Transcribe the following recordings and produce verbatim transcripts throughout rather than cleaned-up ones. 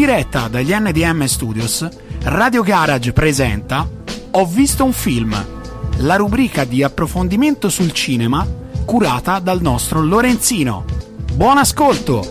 diretta dagli N D M Studios, Radio Garage presenta Ho visto un film, la rubrica di approfondimento sul cinema curata dal nostro Lorenzino. Buon ascolto!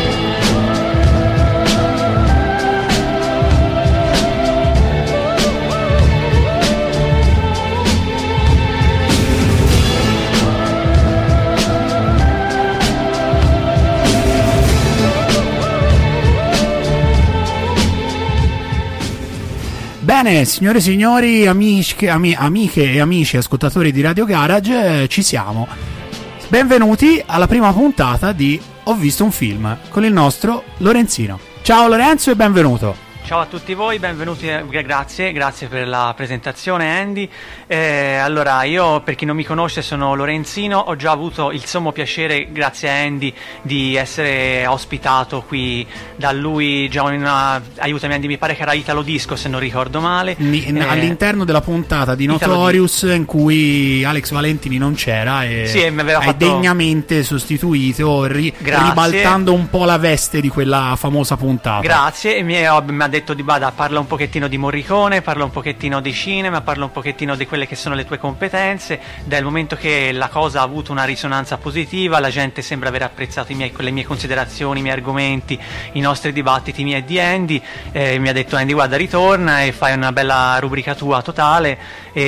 Bene, signore e signori, amici, ami, amiche e amici ascoltatori di Radio Garage, eh, ci siamo. Benvenuti alla prima puntata di Ho visto un film con il nostro Lorenzino. Ciao Lorenzo e benvenuto. Ciao a tutti voi, benvenuti, grazie, grazie per la presentazione Andy. Eh, allora, io per chi non mi conosce sono Lorenzino, ho già avuto il sommo piacere, grazie a Andy, di essere ospitato qui da lui, già in una, aiutami Andy, mi pare che era Italo Disco se non ricordo male. Ni, eh, all'interno della puntata di Notorious in cui Alex Valentini non c'era e sì, mi aveva hai fatto... degnamente sostituito, ri, ribaltando un po' la veste di quella famosa puntata. Grazie, e mi, ho, mi ha detto di Bada, parla un pochettino di Morricone, parla un pochettino di cinema, parla un pochettino di quelle che sono le tue competenze. Dal momento che la cosa ha avuto una risonanza positiva, la gente sembra aver apprezzato i miei, le mie considerazioni, i miei argomenti, i nostri dibattiti, i miei e di Andy, eh, mi ha detto Andy guarda ritorna e fai una bella rubrica tua totale,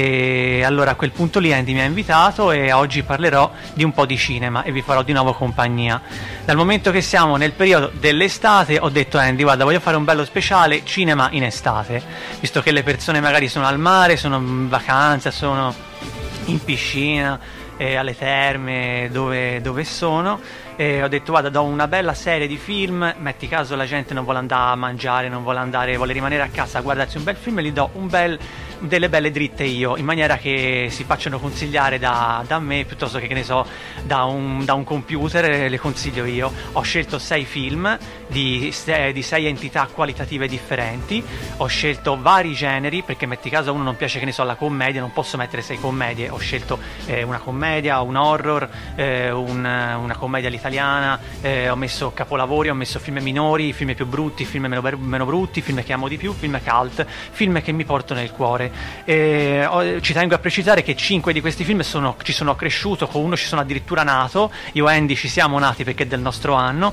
e allora a quel punto lì Andy mi ha invitato e oggi parlerò di un po' di cinema e vi farò di nuovo compagnia. Dal momento che siamo nel periodo dell'estate ho detto Andy guarda voglio fare un bello speciale cinema in estate, visto che le persone magari sono al mare, sono in vacanza, sono in piscina, eh, alle terme, dove, dove sono, e ho detto guarda do una bella serie di film, metti caso la gente non vuole andare a mangiare, non vuole andare, vuole rimanere a casa a guardarsi un bel film, e gli do un bel, delle belle dritte io, in maniera che si facciano consigliare da, da me piuttosto che, che ne so, da un, da un computer, le consiglio io. Ho scelto sei film di, di sei entità qualitative differenti, ho scelto vari generi, perché metti caso a uno non piace, che ne so, la commedia, non posso mettere sei commedie, ho scelto eh, una commedia, un horror, eh, un, una commedia all'italiana, eh, ho messo capolavori, ho messo film minori, film più brutti, film meno, meno brutti, film che amo di più, film cult, film che mi porto nel cuore. Eh, ho, ci tengo a precisare che cinque di questi film sono, ci sono cresciuto, con uno ci sono addirittura nato, io e Andy ci siamo nati perché è del nostro anno,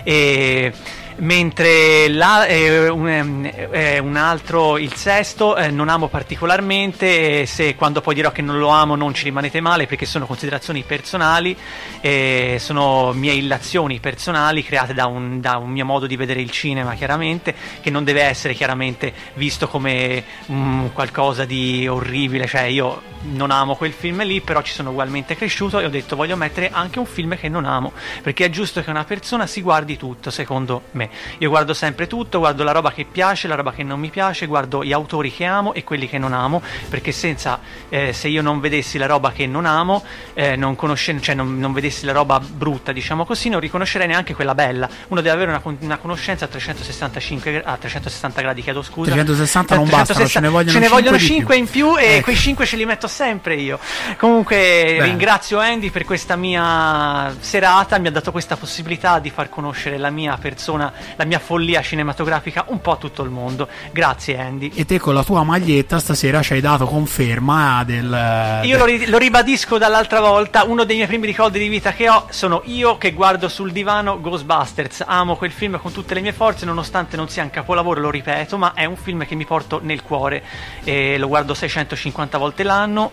e mentre la, eh, un, eh, un altro, il sesto, eh, non amo particolarmente, e se quando poi dirò che non lo amo non ci rimanete male, perché sono considerazioni personali, eh, sono mie illazioni personali create da un, da un mio modo di vedere il cinema, chiaramente, che non deve essere chiaramente visto come um, qualcosa di orribile, cioè io non amo quel film lì, però ci sono ugualmente cresciuto e ho detto voglio mettere anche un film che non amo, perché è giusto che una persona si guardi tutto, secondo me. Io guardo sempre tutto, guardo la roba che piace, la roba che non mi piace, guardo gli autori che amo e quelli che non amo, perché senza eh, se io non vedessi la roba che non amo, eh, non conosce, cioè non, non vedessi la roba brutta, diciamo così, non riconoscerei neanche quella bella. Uno deve avere una, una conoscenza a trecentosessantacinque, a trecentosessanta gradi, chiedo scusa. trecentosessanta non bastano, ce ne vogliono, ce ne vogliono cinque più. in più, e ecco. Quei cinque ce li metto sempre io. Comunque bene, ringrazio Andy per questa mia serata, mi ha dato questa possibilità di far conoscere la mia persona, la mia follia cinematografica un po' a tutto il mondo. Grazie Andy. E te con la tua maglietta stasera ci hai dato conferma del... Io lo, ri- lo ribadisco dall'altra volta, uno dei miei primi ricordi di vita che ho sono io che guardo sul divano Ghostbusters. Amo quel film con tutte le mie forze, nonostante non sia un capolavoro, lo ripeto, ma è un film che mi porto nel cuore, e lo guardo seicentocinquanta volte l'anno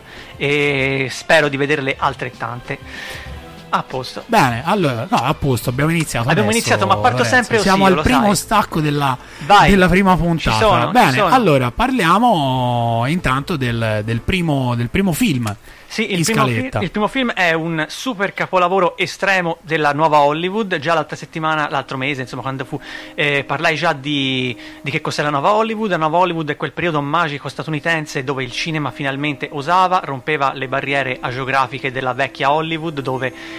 e spero di vederle altrettante. A posto. Bene, allora, no, a posto, abbiamo iniziato. Abbiamo adesso, iniziato, ma parto Lorenzo. sempre Siamo così, al lo primo sai. stacco della, Vai, della prima puntata. ci sono, Bene, ci sono. allora parliamo intanto del, del, primo, del primo film. Sì, il primo, fi- il primo film è un super capolavoro estremo della nuova Hollywood. Già l'altra settimana, l'altro mese, insomma, quando fu, eh, parlai già di, di che cos'è la nuova Hollywood. La nuova Hollywood è quel periodo magico statunitense dove il cinema finalmente osava, rompeva le barriere agiografiche della vecchia Hollywood, dove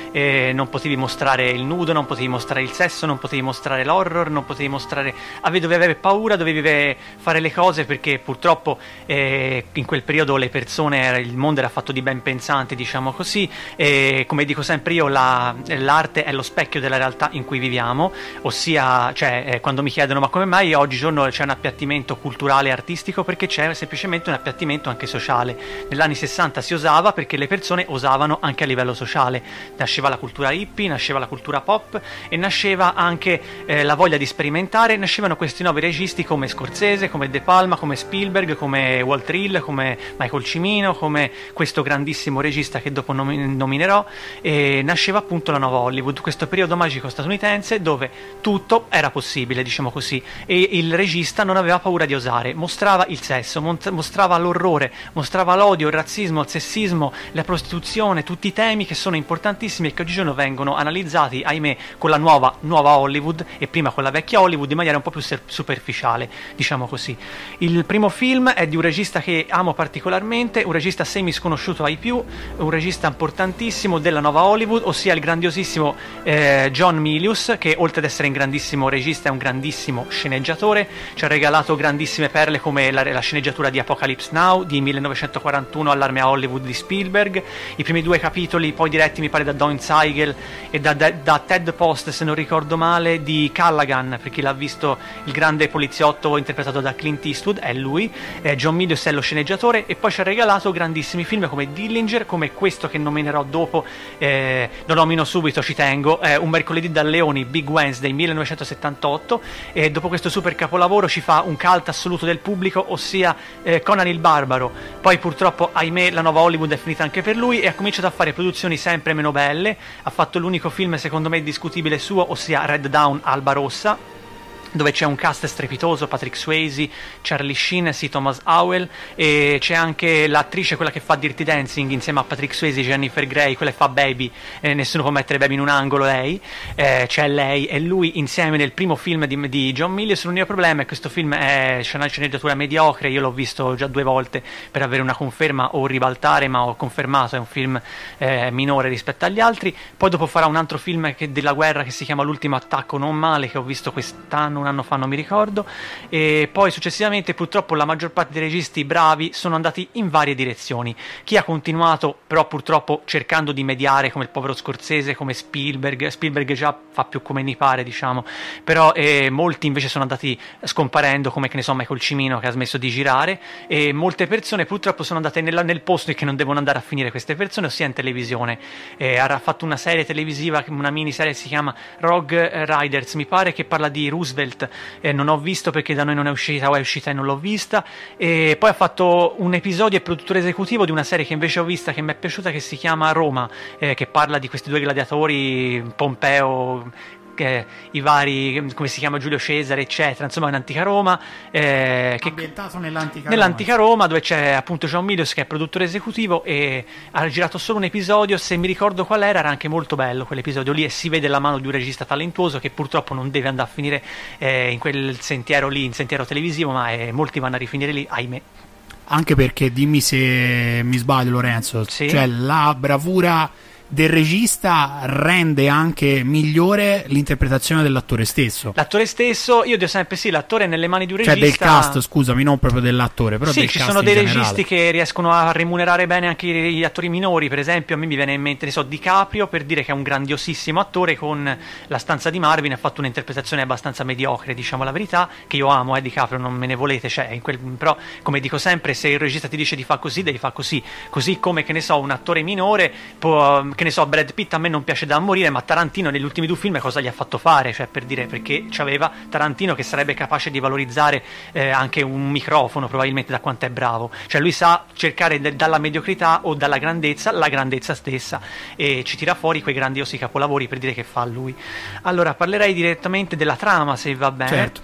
eh, non potevi mostrare il nudo, non potevi mostrare il sesso, non potevi mostrare l'horror, non potevi mostrare, ave, dovevi avere paura, dovevi fare le cose, perché purtroppo eh, in quel periodo le persone, il mondo era fatto di ben pensanti, diciamo così, e come dico sempre io, la, l'arte è lo specchio della realtà in cui viviamo, ossia, cioè, eh, quando mi chiedono ma come mai oggigiorno c'è un appiattimento culturale e artistico, perché c'è semplicemente un appiattimento anche sociale. Negli anni sessanta si osava perché le persone osavano anche a livello sociale, nasceva la cultura hippie, nasceva la cultura pop e nasceva anche eh, la voglia di sperimentare, nascevano questi nuovi registi come Scorsese, come De Palma, come Spielberg, come Walter Hill, come Michael Cimino, come questo grandissimo regista che dopo nom- nominerò, e nasceva appunto la nuova Hollywood, questo periodo magico statunitense dove tutto era possibile, diciamo così, e il regista non aveva paura di osare, mostrava il sesso, mostrava l'orrore, mostrava l'odio, il razzismo, il sessismo, la prostituzione, tutti i temi che sono importantissimi e che oggigiorno vengono analizzati, ahimè, con la nuova, nuova Hollywood e prima con la vecchia Hollywood in maniera un po' più ser- superficiale, diciamo così. Il primo film è di un regista che amo particolarmente, un regista semi sconosciuto ai più, un regista importantissimo della nuova Hollywood, ossia il grandiosissimo eh, John Milius, che oltre ad essere un grandissimo regista è un grandissimo sceneggiatore, ci ha regalato grandissime perle come la, la sceneggiatura di Apocalypse Now di millenovecentoquarantuno all'Arme a Hollywood di Spielberg, i primi due capitoli poi diretti mi pare da Don Siegel e da, da, da Ted Post, se non ricordo male, di Callaghan, per chi l'ha visto, il grande poliziotto interpretato da Clint Eastwood, è lui. eh, John Milius è lo sceneggiatore e poi ci ha regalato grandissimi film come Dillinger, come questo che nominerò dopo, eh, lo nomino subito, ci tengo, eh, Un mercoledì da leoni, Big Wednesday millenovecentosettantotto, e dopo questo super capolavoro ci fa un cult assoluto del pubblico, ossia eh, Conan il Barbaro. Poi purtroppo, ahimè, la nuova Hollywood è finita anche per lui e ha cominciato a fare produzioni sempre meno belle. Ha fatto l'unico film secondo me discutibile suo, ossia Red Dawn, Alba Rossa, dove c'è un cast strepitoso, Patrick Swayze, Charlie Sheen, C. Thomas Howell, e c'è anche l'attrice, quella che fa Dirty Dancing insieme a Patrick Swayze, Jennifer Grey, quella che fa Baby, eh, nessuno può mettere Baby in un angolo, lei, eh, c'è lei e lui insieme nel primo film di, di John Milius. L'unico problema è che questo film è, c'è una sceneggiatura mediocre, io l'ho visto già due volte per avere una conferma o ribaltare, ma ho confermato, è un film eh, minore rispetto agli altri. Poi dopo farà un altro film che, della guerra, che si chiama L'ultimo attacco non male, che ho visto quest'anno, un anno fa non mi ricordo, e poi successivamente purtroppo la maggior parte dei registi bravi sono andati in varie direzioni. Chi ha continuato però purtroppo cercando di mediare, come il povero Scorsese, come Spielberg Spielberg già fa più come ne pare, diciamo, però eh, molti invece sono andati scomparendo, come che ne so Michael Cimino, che ha smesso di girare, e molte persone purtroppo sono andate nella, nel posto che non devono andare a finire queste persone, ossia in televisione. Eh, ha fatto una serie televisiva, una miniserie, si chiama Rogue Riders mi pare, che parla di Roosevelt. Eh, non ho visto perché da noi non è uscita, o è uscita e non l'ho vista. E poi ha fatto un episodio, è produttore esecutivo di una serie che invece ho vista, che mi è piaciuta, che si chiama Roma, eh, che parla di questi due gladiatori, Pompeo, che, i vari, come si chiama, Giulio Cesare, eccetera, insomma un'antica Roma, eh, che, ambientato nell'antica, nell'antica Roma. Roma, dove c'è appunto John Milius che è produttore esecutivo e ha girato solo un episodio, se mi ricordo qual era, era anche molto bello quell'episodio lì, e si vede la mano di un regista talentuoso che purtroppo non deve andare a finire eh, in quel sentiero lì, in sentiero televisivo, ma eh, molti vanno a rifinire lì, ahimè. Anche perché, dimmi se mi sbaglio Lorenzo, sì? Cioè la bravura del regista rende anche migliore l'interpretazione dell'attore stesso. L'attore stesso, io dico sempre sì, l'attore è nelle mani di un regista. Cioè del cast, scusami, non proprio dell'attore, però sì, del ci cast sono dei in registi generale, che riescono a remunerare bene anche gli attori minori. Per esempio a me mi viene in mente, ne so, DiCaprio, per dire che è un grandiosissimo attore. Con La stanza di Marvin ha fatto un'interpretazione abbastanza mediocre, diciamo la verità, che io amo, eh, DiCaprio, non me ne volete, cioè, in quel, però come dico sempre, se il regista ti dice di fare così, devi fare così. Così come, che ne so, un attore minore può, che ne so, Brad Pitt a me non piace da morire, ma Tarantino negli ultimi due film cosa gli ha fatto fare? Cioè, per dire, perché c'aveva Tarantino che sarebbe capace di valorizzare eh, anche un microfono, probabilmente, da quanto è bravo. Cioè lui sa cercare de- dalla mediocrità o dalla grandezza la grandezza stessa, e ci tira fuori quei grandiosi capolavori, per dire, che fa lui. Allora parlerei direttamente della trama, se va bene. certo.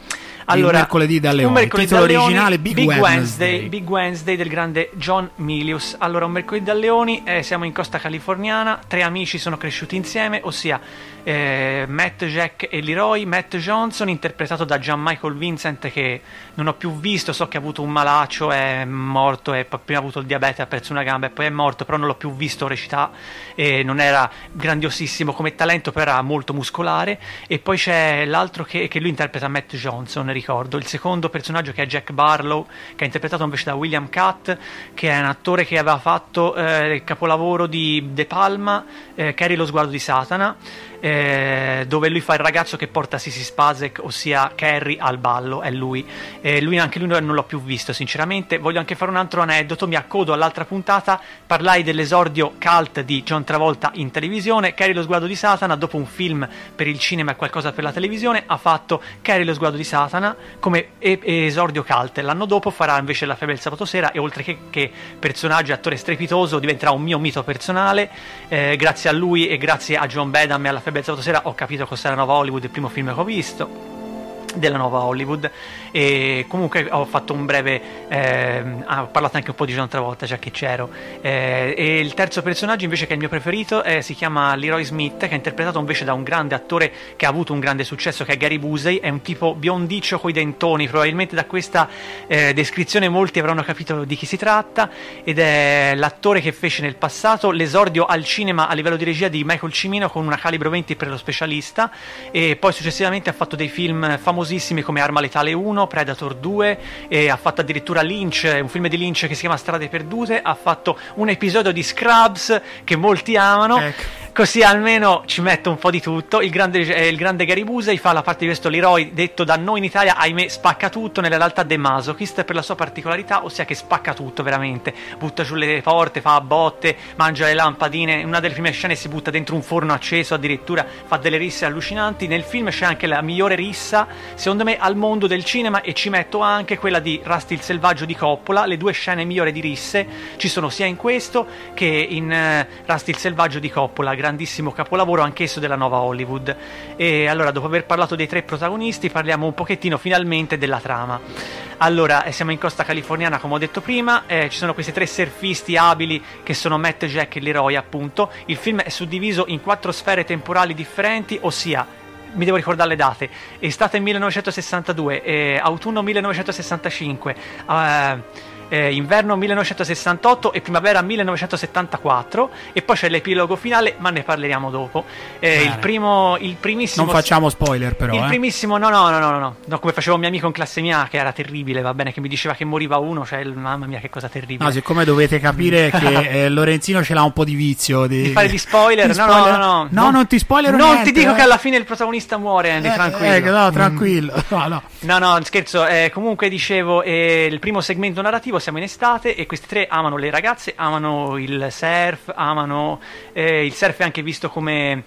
Allora, il mercoledì da Leoni. Un mercoledì Titolo da Leoni, originale Big, Big Wednesday. Wednesday. Big Wednesday del grande John Milius. Allora, un mercoledì da Leoni, eh, siamo in costa californiana, tre amici sono cresciuti insieme, ossia eh, Matt, Jack e Leroy. Matt Johnson, interpretato da Gian Michael Vincent, che non ho più visto, so che ha avuto un malaccio, è morto, e prima ha avuto il diabete, ha perso una gamba e poi è morto, però non l'ho più visto recitare, e non era grandiosissimo come talento, però era molto muscolare. E poi c'è l'altro che, che lui interpreta Matt Johnson, ricordo, il secondo personaggio, che è Jack Barlow, che è interpretato invece da William Catt, che è un attore che aveva fatto eh, il capolavoro di De Palma, eh, Carrie lo sguardo di Satana, eh, dove lui fa il ragazzo che porta Sissy Spacek, ossia Carrie, al ballo, è lui. Eh, lui anche lui non l'ho più visto sinceramente. Voglio anche fare un altro aneddoto, mi accodo all'altra puntata, parlai dell'esordio cult di John Travolta in televisione. Carrie lo sguardo di Satana, dopo un film per il cinema e qualcosa per la televisione, ha fatto Carrie lo sguardo di Satana come e- esordio cult. L'anno dopo farà invece La febbre del sabato sera, e oltre che, che personaggio e attore strepitoso, diventerà un mio mito personale. Eh, grazie a lui e grazie a John Badham e alla febbre del sabato sera ho capito cos'era la nuova Hollywood, il primo film che ho visto della nuova Hollywood. E comunque ho fatto un breve eh, ho parlato anche un po' di John Travolta, già che c'ero. Eh, e il terzo personaggio invece, che è il mio preferito, eh, si chiama Leroy Smith, che è interpretato invece da un grande attore che ha avuto un grande successo, che è Gary Busey. È un tipo biondiccio coi dentoni, probabilmente da questa eh, descrizione molti avranno capito di chi si tratta, ed è l'attore che fece nel passato l'esordio al cinema a livello di regia di Michael Cimino con una calibro venti per Lo specialista, e poi successivamente ha fatto dei film famosissimi come Arma letale uno, Predator due, e ha fatto addirittura Lynch, un film di Lynch che si chiama Strade perdute, ha fatto un episodio di Scrubs che molti amano. Ecco. Così almeno ci metto un po' di tutto. Il grande, eh, il grande Gary Busey fa la parte di questo Leroy, detto da noi in Italia, ahimè, spacca tutto, nella realtà The Masochist, per la sua particolarità, ossia che spacca tutto veramente, butta giù le porte, fa a botte, mangia le lampadine. In una delle prime scene si butta dentro un forno acceso, addirittura fa delle risse allucinanti. Nel film c'è anche la migliore rissa, secondo me, al mondo del cinema, e ci metto anche quella di Rusty il selvaggio di Coppola. Le due scene migliori di risse ci sono sia in questo che in uh, Rusty il selvaggio di Coppola, grandissimo capolavoro anch'esso della nuova Hollywood. E allora, dopo aver parlato dei tre protagonisti, parliamo un pochettino finalmente della trama. Allora, eh, siamo in costa californiana, come ho detto prima, eh, ci sono questi tre surfisti abili che sono Matt, Jack e Leroy, appunto. Il film è suddiviso in quattro sfere temporali differenti, ossia, mi devo ricordare le date: estate millenovecentosessantadue, eh, autunno millenovecentosessantacinque, eh, Eh, inverno millenovecentosessantotto e primavera millenovecentosettantaquattro, e poi c'è l'epilogo finale, ma ne parleremo dopo. Eh, il primo, il primissimo. Non facciamo spoiler, però. Il eh. primissimo, no, no, no, no, no, no, come facevo un mio amico in classe mia, che era terribile, va bene, che mi diceva che moriva uno, cioè, mamma mia, che cosa terribile. No, siccome dovete capire che eh, Lorenzino ce l'ha un po' di vizio di, di fare gli spoiler. di no, spoiler. no, no, no, no, non ti spoiler. Non niente, ti dico eh. che alla fine il protagonista muore, Andy, eh, tranquillo. Eh, no, tranquillo. Mm. No, no. No, no, scherzo. Eh, comunque dicevo, eh, il primo segmento narrativo, siamo in estate e questi tre amano le ragazze, amano il surf, amano eh, il surf è anche visto come,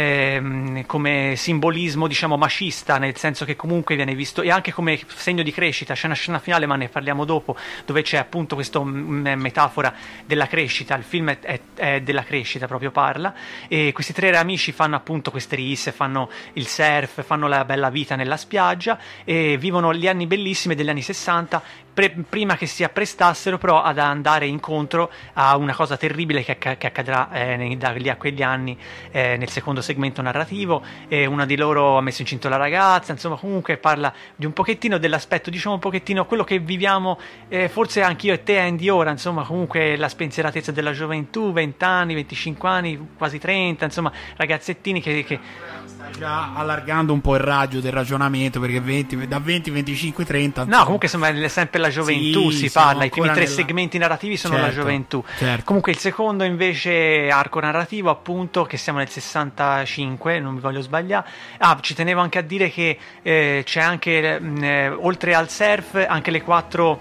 eh, come simbolismo, diciamo, macista, nel senso che comunque viene visto, e anche come segno di crescita. C'è una scena finale, ma ne parliamo dopo, dove c'è appunto questa metafora della crescita. Il film è, è, è della crescita, proprio parla, e questi tre amici fanno appunto queste risse, fanno il surf, fanno la bella vita nella spiaggia e vivono gli anni bellissimi degli anni sessanta, pre- prima che si apprestassero però ad andare incontro a una cosa terribile che, acc- che accadrà eh, nei, da lì a quegli anni, eh, nel secondo segmento narrativo. E una di loro ha messo incinta la ragazza, insomma, comunque parla di un pochettino dell'aspetto, diciamo un pochettino quello che viviamo, eh, forse anch'io e te, Andy, ora, insomma, comunque la spensieratezza della gioventù, venti anni, venticinque anni, quasi trenta, insomma, ragazzettini che, che... Stai già allargando un po' il raggio del ragionamento, perché venti, da venti, venticinque, trenta, no, comunque insomma è sempre la gioventù, sì, si parla, i primi tre nella... segmenti narrativi sono certo, la gioventù, certo. Comunque il secondo invece arco narrativo, appunto, che siamo nel sessantacinque, non mi voglio sbagliare. Ah, ci tenevo anche a dire che eh, c'è anche eh, oltre al surf anche le quattro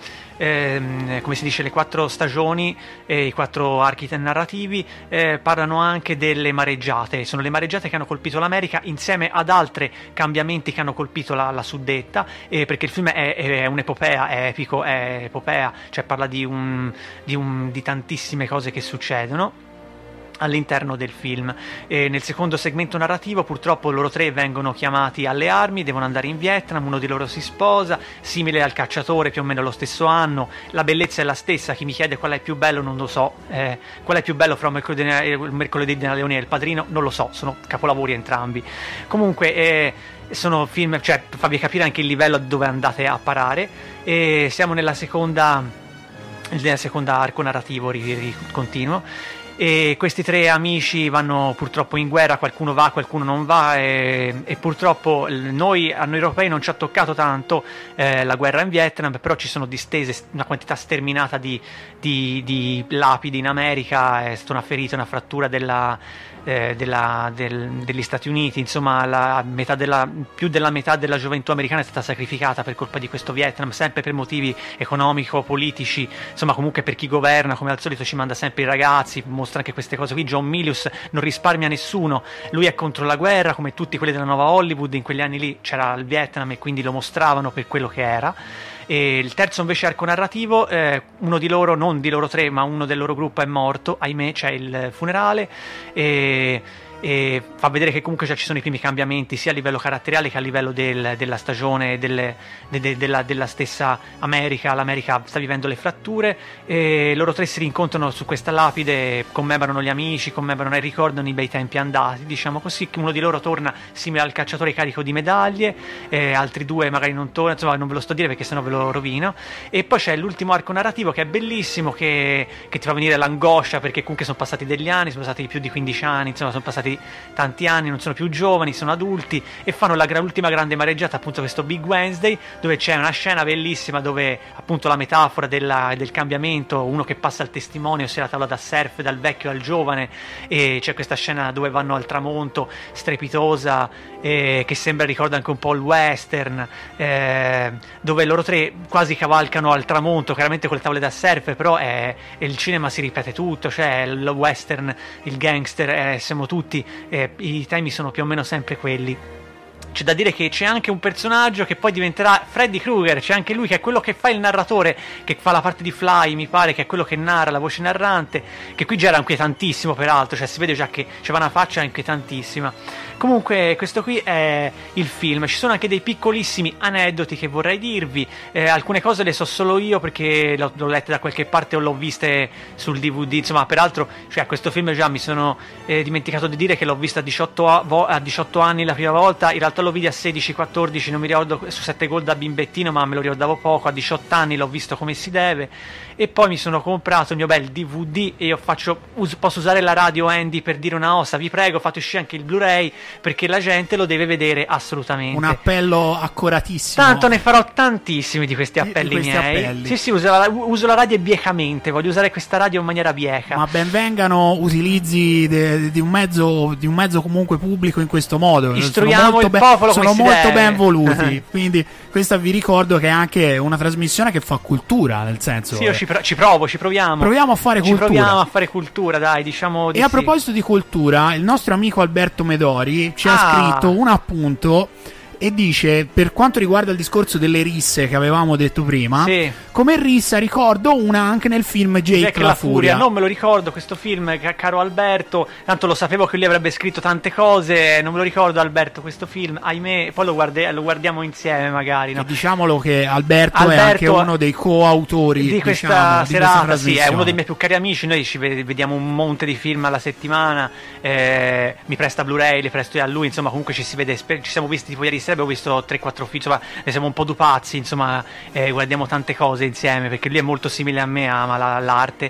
eh, come si dice, le quattro stagioni e i quattro archi narrativi eh, parlano anche delle mareggiate. Sono le mareggiate che hanno colpito l'America insieme ad altri cambiamenti che hanno colpito la, la suddetta, eh, perché il film è, è un'epopea, è epico, è epopea, cioè parla di, un, di, un, di tantissime cose che succedono. all'interno del film. E nel secondo segmento narrativo purtroppo loro tre vengono chiamati alle armi, devono andare in Vietnam, uno di loro si sposa, simile al Cacciatore, più o meno lo stesso anno, la bellezza è la stessa, chi mi chiede qual è più bello non lo so, eh, qual è più bello fra Mercoledì, Mercoledì della Leone e Il Padrino non lo so, sono capolavori entrambi. Comunque eh, sono film, cioè per farvi capire anche il livello dove andate a parare. E siamo nella seconda nella seconda arco narrativo ri, ri, continuo. E questi tre amici vanno purtroppo in guerra, qualcuno va, qualcuno non va, e, e purtroppo noi, a noi europei non ci ha toccato tanto eh, la guerra in Vietnam, però ci sono distese una quantità sterminata di, di, di lapidi in America, è stata una ferita, una frattura della, eh, della, del, degli Stati Uniti, insomma la metà della, più della metà della gioventù americana è stata sacrificata per colpa di questo Vietnam, sempre per motivi economico-politici, insomma comunque per chi governa come al solito ci manda sempre i ragazzi, mostra anche queste cose qui. John Milius non risparmia nessuno, lui è contro la guerra come tutti quelli della nuova Hollywood, in quegli anni lì c'era il Vietnam e quindi lo mostravano per quello che era. E il terzo invece arco narrativo, eh, uno di loro, non di loro tre ma uno del loro gruppo è morto, ahimè c'è il funerale e e fa vedere che comunque già ci sono i primi cambiamenti sia a livello caratteriale che a livello del, della stagione delle, de, de, della, della stessa America. L'America sta vivendo le fratture e loro tre si rincontrano su questa lapide, commemorano gli amici, commemorano e ricordano i bei tempi andati, diciamo così. Uno di loro torna simile al Cacciatore carico di medaglie, eh, altri due magari non tornano, insomma non ve lo sto a dire perché sennò ve lo rovino. E poi c'è l'ultimo arco narrativo che è bellissimo, che, che ti fa venire l'angoscia perché comunque sono passati degli anni, sono passati più di quindici anni, insomma sono passati tanti anni, non sono più giovani, sono adulti e fanno la, l'ultima grande mareggiata, appunto questo Big Wednesday, dove c'è una scena bellissima dove appunto la metafora della, del cambiamento, uno che passa il testimonio sia la tavola da surf dal vecchio al giovane, e c'è questa scena dove vanno al tramonto strepitosa, eh, che sembra ricorda anche un po' il western, eh, dove loro tre quasi cavalcano al tramonto, chiaramente con le tavole da surf, però è, è il cinema si ripete tutto, cioè il western, il gangster, eh, siamo tutti, eh, i temi sono più o meno sempre quelli. C'è da dire che c'è anche un personaggio che poi diventerà Freddy Krueger, c'è anche lui che è quello che fa il narratore, che fa la parte di Fly, mi pare, che è quello che narra, la voce narrante, che qui già era inquietantissimo peraltro, cioè si vede già che c'è una faccia inquietantissima. Comunque questo qui è il film, ci sono anche dei piccolissimi aneddoti che vorrei dirvi, eh, alcune cose le so solo io perché l'ho, l'ho lette da qualche parte o l'ho viste sul D V D, insomma peraltro cioè, questo film già mi sono eh, dimenticato di dire che l'ho visto a diciotto, a, a diciotto anni la prima volta, in realtà lo vidi a sedici quattordici, non mi ricordo, su sette Gold da bimbettino, ma me lo ricordavo poco, a diciotto anni l'ho visto come si deve e poi mi sono comprato il mio bel D V D e io faccio, us, posso usare la radio Andy per dire una ossa, vi prego fate uscire anche il Blu-ray perché la gente lo deve vedere assolutamente. Un appello accuratissimo. Tanto ne farò tantissimi di questi appelli di questi miei. Appelli. Sì, sì, uso la, uso la radio biecamente, voglio usare questa radio in maniera bieca. Ma ben vengano utilizzi di un mezzo di un mezzo comunque pubblico in questo modo. Istruiamo il ben, popolo sono come molto si ben deve. voluti. Quindi questa vi ricordo che è anche una trasmissione che fa cultura, nel senso. Sì, io ci, pro- ci provo, ci proviamo. Proviamo a fare ci cultura. Proviamo a fare cultura, dai, diciamo di E a sì. proposito di cultura, il nostro amico Alberto Medori ci ah. ha scritto un appunto e dice, per quanto riguarda il discorso delle risse che avevamo detto prima, sì. come rissa ricordo una anche nel film Jake, Jake la, la Furia. Furia. Non me lo ricordo questo film, caro Alberto, tanto lo sapevo che lui avrebbe scritto tante cose, non me lo ricordo Alberto questo film, ahimè, poi lo, guarde- lo guardiamo insieme magari, no? Diciamolo che Alberto, Alberto è anche uno dei coautori di questa diciamo, serata, di questa sì, è uno dei miei più cari amici, noi ci vediamo un monte di film alla settimana, eh, mi presta Blu-ray, li presto io a lui, insomma comunque ci si vede, ci siamo visti tipo ieri sera, abbiamo visto tre quattro film, insomma ne siamo un po' dupazzi, insomma eh, guardiamo tante cose insieme perché lui è molto simile a me, ama la, l'arte.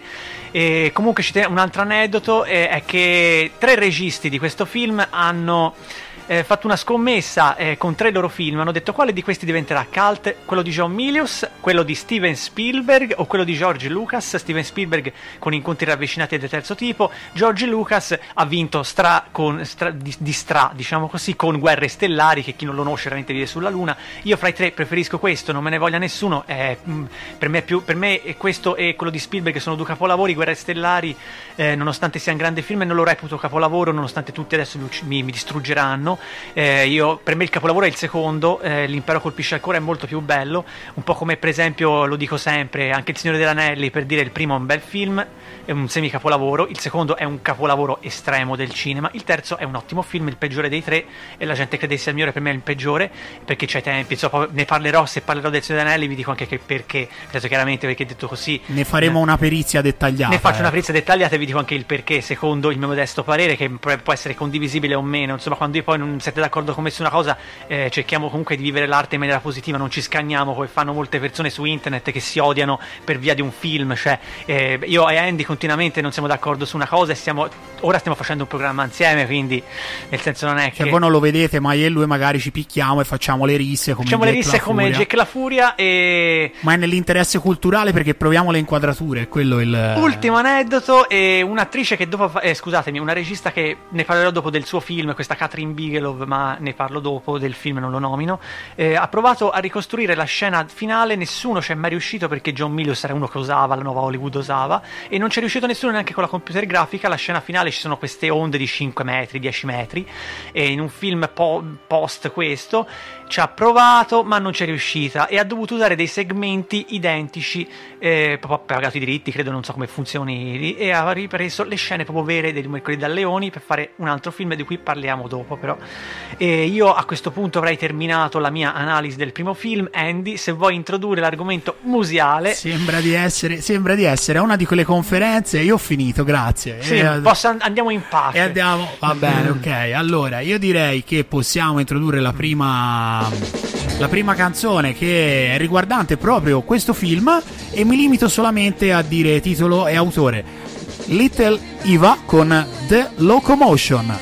E comunque ci ten- un altro aneddoto eh, è che tre registi di questo film hanno eh, fatto una scommessa eh, con tre loro film, hanno detto quale di questi diventerà cult, quello di John Milius, quello di Steven Spielberg o quello di George Lucas. Steven Spielberg con Incontri ravvicinati del terzo tipo, George Lucas ha vinto stra, con, stra, di, di stra, diciamo così, con Guerre Stellari, che chi non lo conosce veramente vive sulla Luna. Io fra i tre preferisco questo, non me ne voglia nessuno, eh, mh, per me, più, per me questo e quello di Spielberg sono due capolavori. Guerre Stellari, eh, nonostante sia un grande film, non lo reputo capolavoro, nonostante tutti adesso mi, mi distruggeranno. Eh, io, per me il capolavoro è il secondo, eh, L'impero colpisce al cuore è molto più bello, un po' come per esempio, lo dico sempre, anche Il Signore degli Anelli, per dire il primo è un bel film, è un semi capolavoro, il secondo è un capolavoro estremo del cinema, il terzo è un ottimo film, il peggiore dei tre, e la gente crede sia il migliore, per me è il peggiore, perché c'hai tempi, insomma, ne parlerò, se parlerò del Signore degli Anelli vi dico anche che perché, adesso chiaramente perché detto così ne faremo eh, una perizia dettagliata, ne faccio eh. una perizia dettagliata e vi dico anche il perché, secondo il mio modesto parere, che può essere condivisibile o meno, insomma, quando io poi non siete d'accordo con me su una cosa, eh, cerchiamo comunque di vivere l'arte in maniera positiva, non ci scanniamo come fanno molte persone su internet che si odiano per via di un film, cioè eh, io e Andy continuamente non siamo d'accordo su una cosa e stiamo, ora stiamo facendo un programma insieme, quindi nel senso non è che, che voi non lo vedete, ma io e lui magari ci picchiamo e facciamo le risse come facciamo Jack le risse la come Furia. Jack la Furia e ma è nell'interesse culturale, perché proviamo le inquadrature, quello è il ultimo aneddoto. E un'attrice che dopo eh, scusatemi, una regista che ne parlerò dopo del suo film, questa Catherine Bigelow, ma ne parlo dopo del film, non lo nomino, eh, ha provato a ricostruire la scena finale, nessuno ci è mai riuscito perché John Milius era uno che usava, la nuova Hollywood usava, e non c'è riuscito nessuno neanche con la computer grafica. La scena finale ci sono queste onde di cinque metri, dieci metri, e in un film po- post questo ci ha provato ma non ci è riuscita e ha dovuto usare dei segmenti identici, eh, proprio ha pagato i diritti, credo, non so come funzioni, e ha ripreso le scene proprio vere dei Mercoledì da Leoni per fare un altro film di cui parliamo dopo però. E io a questo punto avrei terminato la mia analisi del primo film. Andy, se vuoi introdurre l'argomento museale. Sembra di essere, sembra di essere una di quelle conferenze. Io ho finito, grazie. Sì, e, posso, andiamo in pace. E andiamo, va bene, ok. Allora, io direi che possiamo introdurre la prima la prima canzone, che è riguardante proprio questo film, e mi limito solamente a dire titolo e autore: Little Eva con The Locomotion.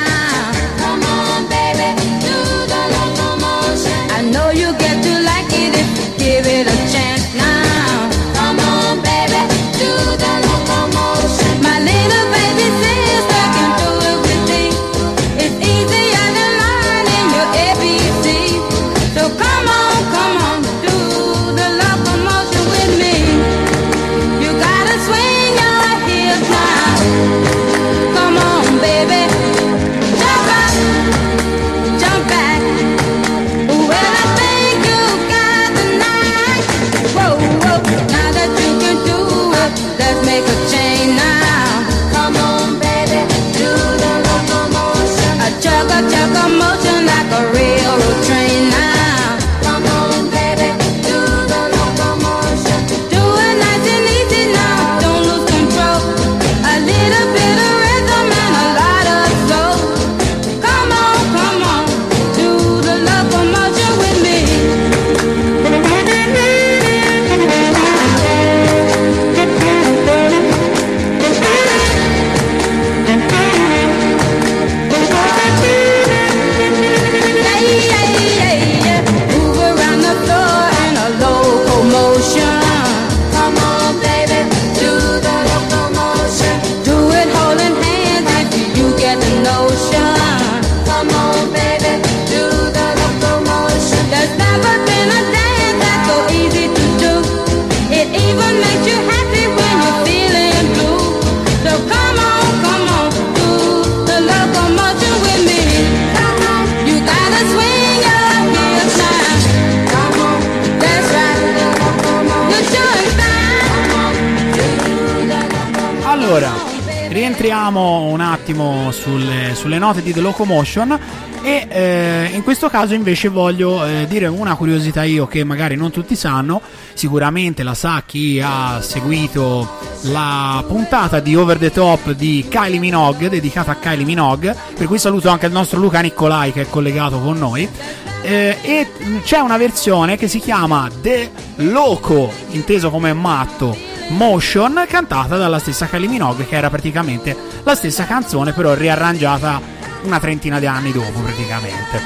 Rientriamo un attimo sulle, sulle note di The Locomotion e eh, in questo caso invece voglio eh, dire una curiosità io che magari non tutti sanno, sicuramente la sa chi ha seguito la puntata di Over the Top di Kylie Minogue, dedicata a Kylie Minogue, per cui saluto anche il nostro Luca Nicolai che è collegato con noi. Eh, e c'è una versione che si chiama The Loco, inteso come matto, Motion, cantata dalla stessa Kylie Minogue, che era praticamente la stessa canzone però riarrangiata una trentina di anni dopo praticamente.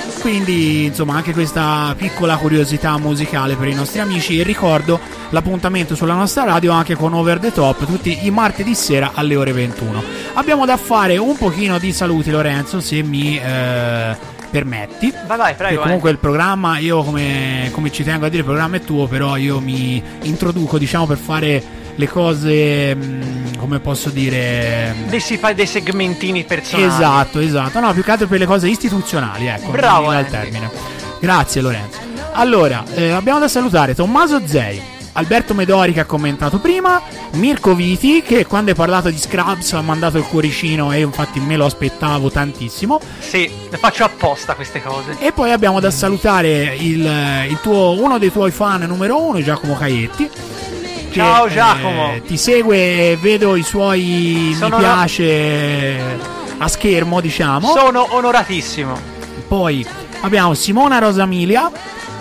Quindi insomma anche questa piccola curiosità musicale per i nostri amici, e ricordo l'appuntamento sulla nostra radio anche con Over the Top tutti i martedì sera alle ore ventuno. Abbiamo da fare un pochino di saluti, Lorenzo, se mi eh, permetti. Vai vai, prego. Che comunque eh. il programma, io come, come ci tengo a dire, il programma è tuo, però io mi introduco, diciamo, per fare le cose mh, come posso dire, dei, si fa dei segmentini personali. Esatto, esatto. No, più che altro per le cose istituzionali, ecco. Bravo, al termine. Grazie Lorenzo. Allora, eh, abbiamo da salutare Tommaso Zei, Alberto Medori che ha commentato prima, Mirko Viti che quando hai parlato di Scrubs ha mandato il cuoricino e infatti me lo aspettavo tantissimo. Sì, le faccio apposta queste cose. E poi abbiamo da salutare il, il tuo, uno dei tuoi fan numero uno, Giacomo Caietti. Che, ciao Giacomo. Eh, ti segue, vedo i suoi Sono mi piace a schermo, diciamo. Sono onoratissimo. Poi abbiamo Simona Rosamilia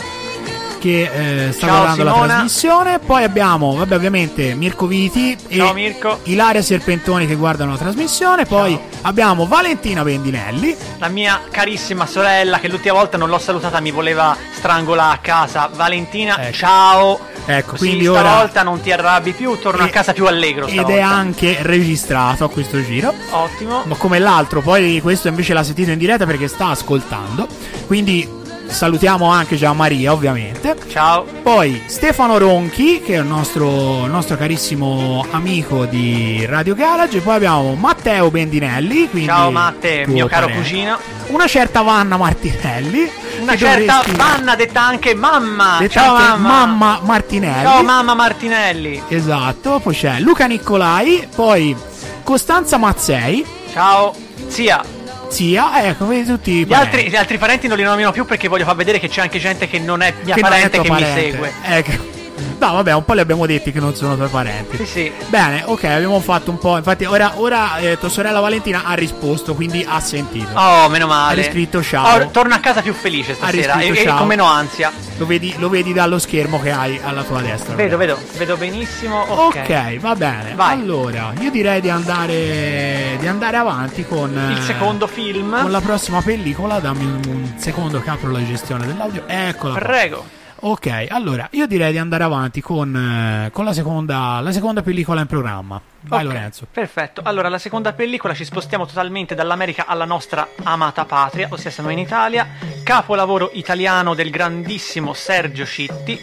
che eh, sta Ciao, guardando Simona. la trasmissione. Poi abbiamo, vabbè, ovviamente Mirko Viti e Ciao, Mirko. Ilaria Serpentoni che guardano la trasmissione. Poi Ciao. abbiamo Valentina Bendinelli, la mia carissima sorella che l'ultima volta non l'ho salutata, mi voleva strangolare a casa. Valentina, ecco. Ciao. Ecco, Così quindi stavolta ora non ti arrabbi più, torno e, a casa più allegro stavolta. Ed è anche registrato a questo giro. Ottimo. Ma come l'altro, poi questo invece l'ha sentito in diretta perché sta ascoltando. Quindi salutiamo anche Gian Maria, ovviamente. Ciao. Poi Stefano Ronchi, che è il nostro, il nostro carissimo amico di Radio Garage. E poi abbiamo Matteo Bendinelli. Ciao Matte, mio caro parente. Cugino. Una certa Vanna Martinelli. Una certa dovresti... Vanna, detta anche mamma. Detta Ciao anche mamma. mamma Martinelli. Ciao mamma Martinelli. Esatto. Poi c'è Luca Nicolai. Poi Costanza Mazzei. Ciao zia. Zia, ecco, vedi tutti i gli altri, gli altri parenti non li nomino più perché voglio far vedere che c'è anche gente che non è mia che parente non è che parente. mi segue. Ecco. No, vabbè, un po' li abbiamo detti che non sono tuoi parenti. Sì, sì. Bene, ok, abbiamo fatto un po'. Infatti, ora, ora eh, tua sorella Valentina ha risposto, quindi ha sentito. Oh, meno male. Ha riscritto ciao. Oh, torno a casa più felice stasera e, ciao. e con meno ansia. Lo vedi, lo vedi dallo schermo che hai alla tua destra. Vedo, vedo, vedo benissimo. Ok, okay, va bene. Vai. Allora, io direi di andare di andare avanti con il secondo film. Con la prossima pellicola. Dammi un, un secondo che apro la gestione dell'audio. Eccola. Prego. Ok, allora io direi di andare avanti con, eh, con la seconda la seconda pellicola in programma. Vai, okay, Lorenzo. Perfetto. Allora, la seconda pellicola ci spostiamo totalmente dall'America alla nostra amata patria, ossia siamo in Italia. Capolavoro italiano del grandissimo Sergio Citti.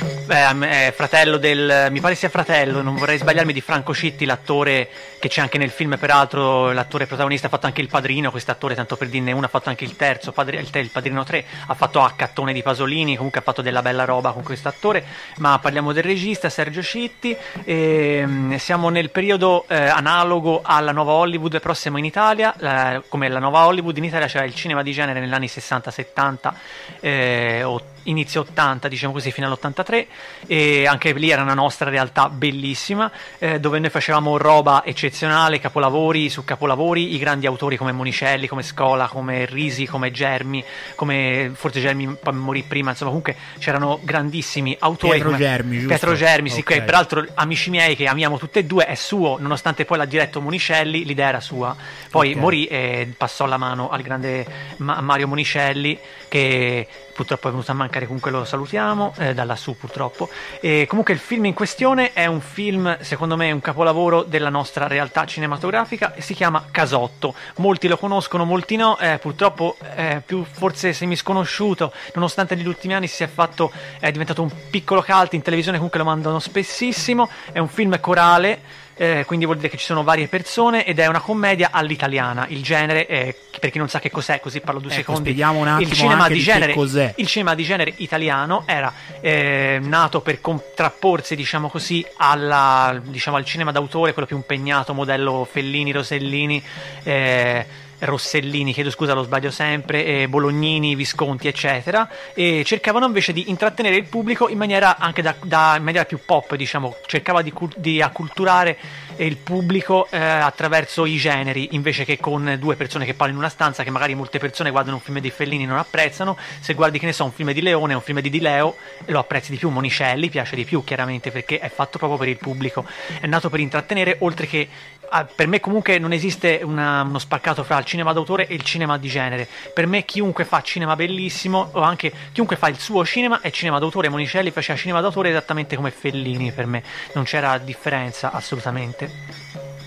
Eh, è fratello del, mi pare sia fratello, non vorrei sbagliarmi, di Franco Citti, l'attore che c'è anche nel film, peraltro l'attore protagonista ha fatto anche Il Padrino, quest'attore, tanto per dirne uno, ha fatto anche il terzo, padri, il, il Padrino tre, ha fatto Accattone di Pasolini, comunque ha fatto della bella roba con quest'attore. Ma parliamo del regista Sergio Citti. E, siamo nel periodo eh, analogo alla nuova Hollywood, però siamo in Italia. Eh, come la nuova Hollywood, in Italia c'era il cinema di genere negli anni sessanta settanta, eh, o inizio ottanta, diciamo così, fino all'ottantatré, e anche lì era una nostra realtà bellissima, eh, dove noi facevamo roba eccezionale, capolavori su capolavori, i grandi autori come Monicelli, come Scola, come Risi, come Germi, come forse Germi morì prima, insomma comunque c'erano grandissimi autori. Pietro come Germi, giusto? Pietro Germi, sì, okay. Che peraltro amici miei che amiamo tutte e due, è suo, nonostante poi l'ha diretto Monicelli, l'idea era sua, poi okay. morì e passò la mano al grande Ma- Mario Monicelli, che purtroppo è venuto a mancare, comunque lo salutiamo eh, da lassù purtroppo. E comunque il film in questione è un film, secondo me, un capolavoro della nostra realtà cinematografica, e si chiama Casotto. Molti lo conoscono, molti no, eh, purtroppo è più forse semisconosciuto, nonostante negli ultimi anni si è fatto, è diventato un piccolo cult in televisione, comunque lo mandano spessissimo. È un film corale, Eh, quindi vuol dire che ci sono varie persone, ed è una commedia all'italiana. Il genere, eh, per chi non sa che cos'è, così parlo due ecco, secondi. Spieghiamo un attimo il cinema anche di di genere, che cos'è. Il cinema di genere italiano era eh, nato per contrapporsi, diciamo così, alla, diciamo, al cinema d'autore, quello più impegnato, modello Fellini, Rosellini, eh, Rossellini, chiedo scusa, lo sbaglio sempre, eh, Bolognini, Visconti, eccetera, e cercavano invece di intrattenere il pubblico in maniera anche da, da in maniera più pop, diciamo, cercava di, di acculturare il pubblico eh, attraverso i generi, invece che con due persone che parlano in una stanza, che magari molte persone guardano un film di Fellini e non apprezzano. Se guardi, che ne so, un film di Leone, un film di Di Leo, lo apprezzi di più. Monicelli piace di più, chiaramente, perché è fatto proprio per il pubblico, è nato per intrattenere, oltre che ah, per me comunque non esiste una, uno spaccato fra il cinema d'autore e il cinema di genere. Per me chiunque fa cinema bellissimo, o anche chiunque fa il suo cinema, è cinema d'autore. Monicelli faceva cinema d'autore esattamente come Fellini, per me non c'era differenza assolutamente.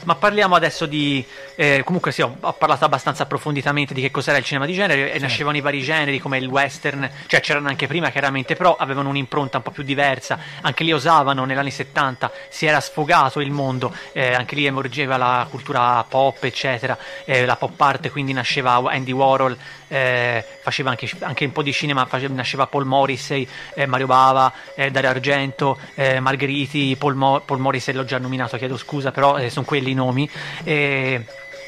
ma parliamo adesso di eh, comunque sì, ho, ho parlato abbastanza approfonditamente di che cos'era il cinema di genere, e nascevano i vari generi come il western, cioè c'erano anche prima chiaramente, però avevano un'impronta un po' più diversa, anche lì osavano, negli anni settanta si era sfogato il mondo, eh, anche lì emergeva la cultura pop eccetera, eh, la pop art, quindi nasceva Andy Warhol, eh, faceva anche, anche un po' di cinema, faceva, nasceva Paul Morrissey, eh, Mario Bava, eh, Dario Argento, eh, Margheriti, Paul, Mo- Paul Morrissey l'ho già nominato, chiedo scusa, però eh, sono quelli i nomi. E,